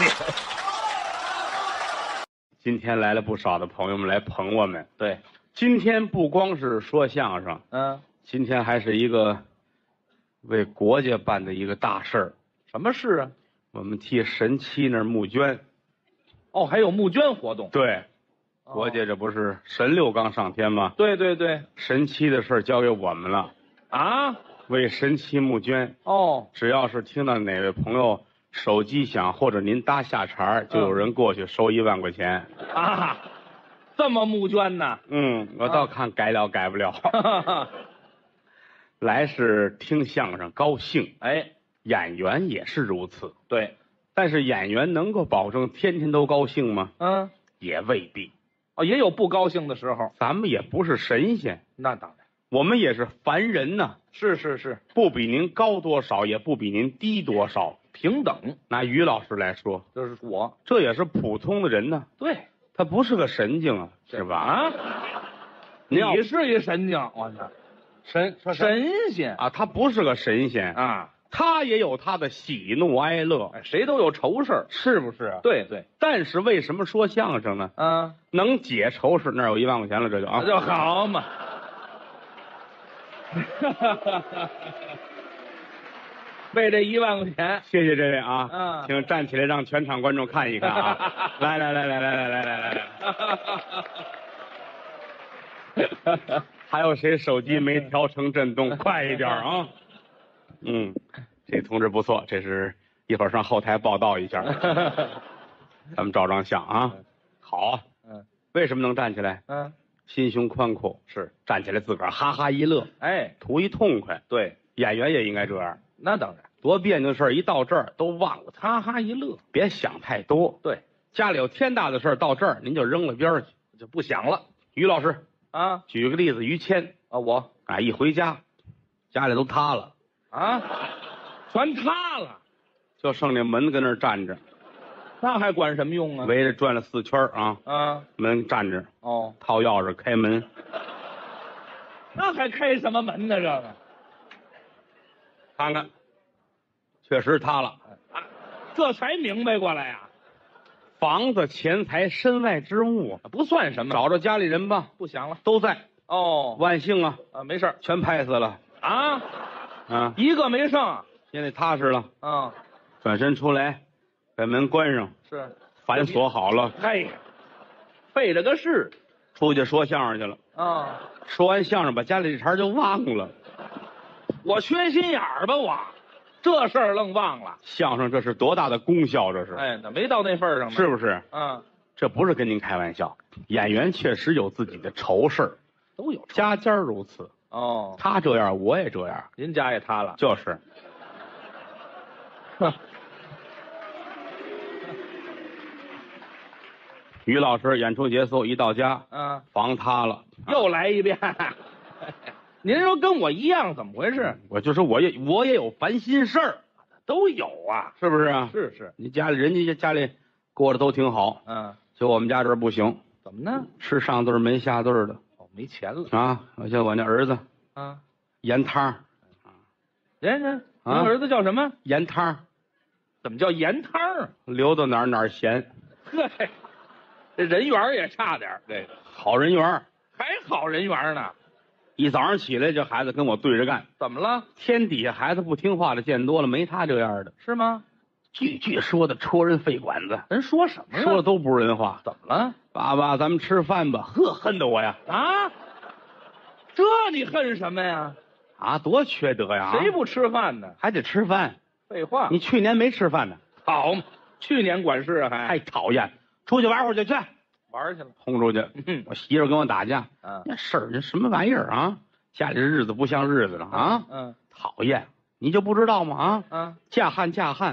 今天来了不少的朋友们来捧我们。 对， 今天不光是说相声， 嗯， 今天还是一个为国家办的一个大事儿。 什么事啊？ 我们替神七那儿募捐。 哦，还有募捐活动。 对， 哦国家这不是神六刚上天吗？ 对对对。 神七的事儿交给我们了， 啊？ 为神七募捐。 哦， 只要是听到哪位朋友手机响或者您搭下茬儿，就有人过去收一万块钱。 啊，这么募捐呢？ 嗯，我倒看改了改不了。来是听相声高兴， 哎， 演员也是如此。 对， 但是演员能够保证天天都高兴吗？ 嗯， 也未必。 哦，也有不高兴的时候。 咱们也不是神仙， 那当然。 我们也是凡人呐、 是是是， 不比您高多少，也不比您低多少。 平等。 拿于老师来说， 这是我。 这也是普通的人呢， 对。 他不是个神经啊，是吧？ 啊， 你要你是一神经，我操， 神说神仙啊，他不是个神仙， 啊！ 他也有他的喜怒哀乐， 哎，谁都有愁事儿。 是不是啊？ 对对， 但是为什么说相声呢？ 啊， 能解愁事，那儿有一万块钱了，这就啊， 那就好嘛。为这一万块钱， 谢谢这位啊， 嗯请站起来让全场观众看一看啊！来来来来来来来来来来，还有谁手机没调成震动？快一点啊！嗯，这同志不错，这是一会儿上后台报道一下，咱们照张相啊。好啊， 嗯为什么能站起来？ 嗯， 心胸宽阔，是站起来自个儿哈哈一乐， 哎， 图一痛快。 对， 演员也应该这样， 那当然， 多别扭的事儿一到这儿都忘了， 哈哈一乐。 别想太多。 对， 家里有天大的事儿，到这儿您就扔了边儿去， 就不想了于老师啊举个例子，于谦啊！我啊，一回家，家里都塌了， 啊，全塌了， 就剩那门跟那儿站着， 那还管什么用啊？ 围着转了四圈儿啊， 啊， 门站着， 哦， 掏钥匙开门， 那还开什么门呢？这个看看，确实塌了。 啊，这才明白过来呀、 房子、钱财、身外之物， 不算什么， 找着家里人吧， 不想了。 都在。 哦， 万幸啊， 啊，没事儿全拍死了啊， 啊！ 一个没剩。 现在踏实了， 啊， 转身出来，把门关上， 是， 反锁好了， 嘿，费了个事出去说相声去了。 啊！ 说完相声，把家里这茬就忘了。 我缺心眼儿吧，我这事儿愣忘了。 相声这是多大的功效，这是， 哎，那没到那份儿上呢。 是不是？ 啊， 这不是跟您开玩笑，演员确实有自己的愁事儿， 都有家家如此。 哦， 他这样我也这样， 您家也塌了。 就是。于老师演出结束，一到家， 嗯， 房塌了， 又来一遍。您说跟我一样，怎么回事？ 我就说我也我也有烦心事儿， 都有啊， 是不是啊？ 是是， 你家里人家家里过得都挺好， 嗯， 就我们家这儿不行， 怎么呢？ 吃上顿没下顿的。 哦，没钱了啊！我像我那儿子， 啊， 盐汤， 人人， 啊您儿子叫什么？ 盐汤， 怎么叫盐汤啊？ 流到哪儿哪儿咸， 呵，这人缘也差点儿，这个好人缘儿。 还好人缘呢。 一早上起来，这孩子跟我对着干。 怎么了？ 天底下孩子不听话的见多了，没他这样的。 是吗？ 句句说的戳人肺管子， 人说什么了？ 说的都不是人话。 怎么了？ 爸爸，咱们吃饭吧。呵，恨得我呀！ 啊，这你恨什么呀？ 啊，多缺德呀！ 谁不吃饭呢？ 还得吃饭？ 废话， 你去年没吃饭呢， 好嘛？去年管事啊还太讨厌！出去玩会儿去，去玩去了。 轰出去。 嗯我媳妇跟我打架， 嗯那事儿，这什么玩意儿啊？家里的日子不像日子了啊！ 嗯讨厌，你就不知道吗？啊， 嗯。 嫁汉嫁汉。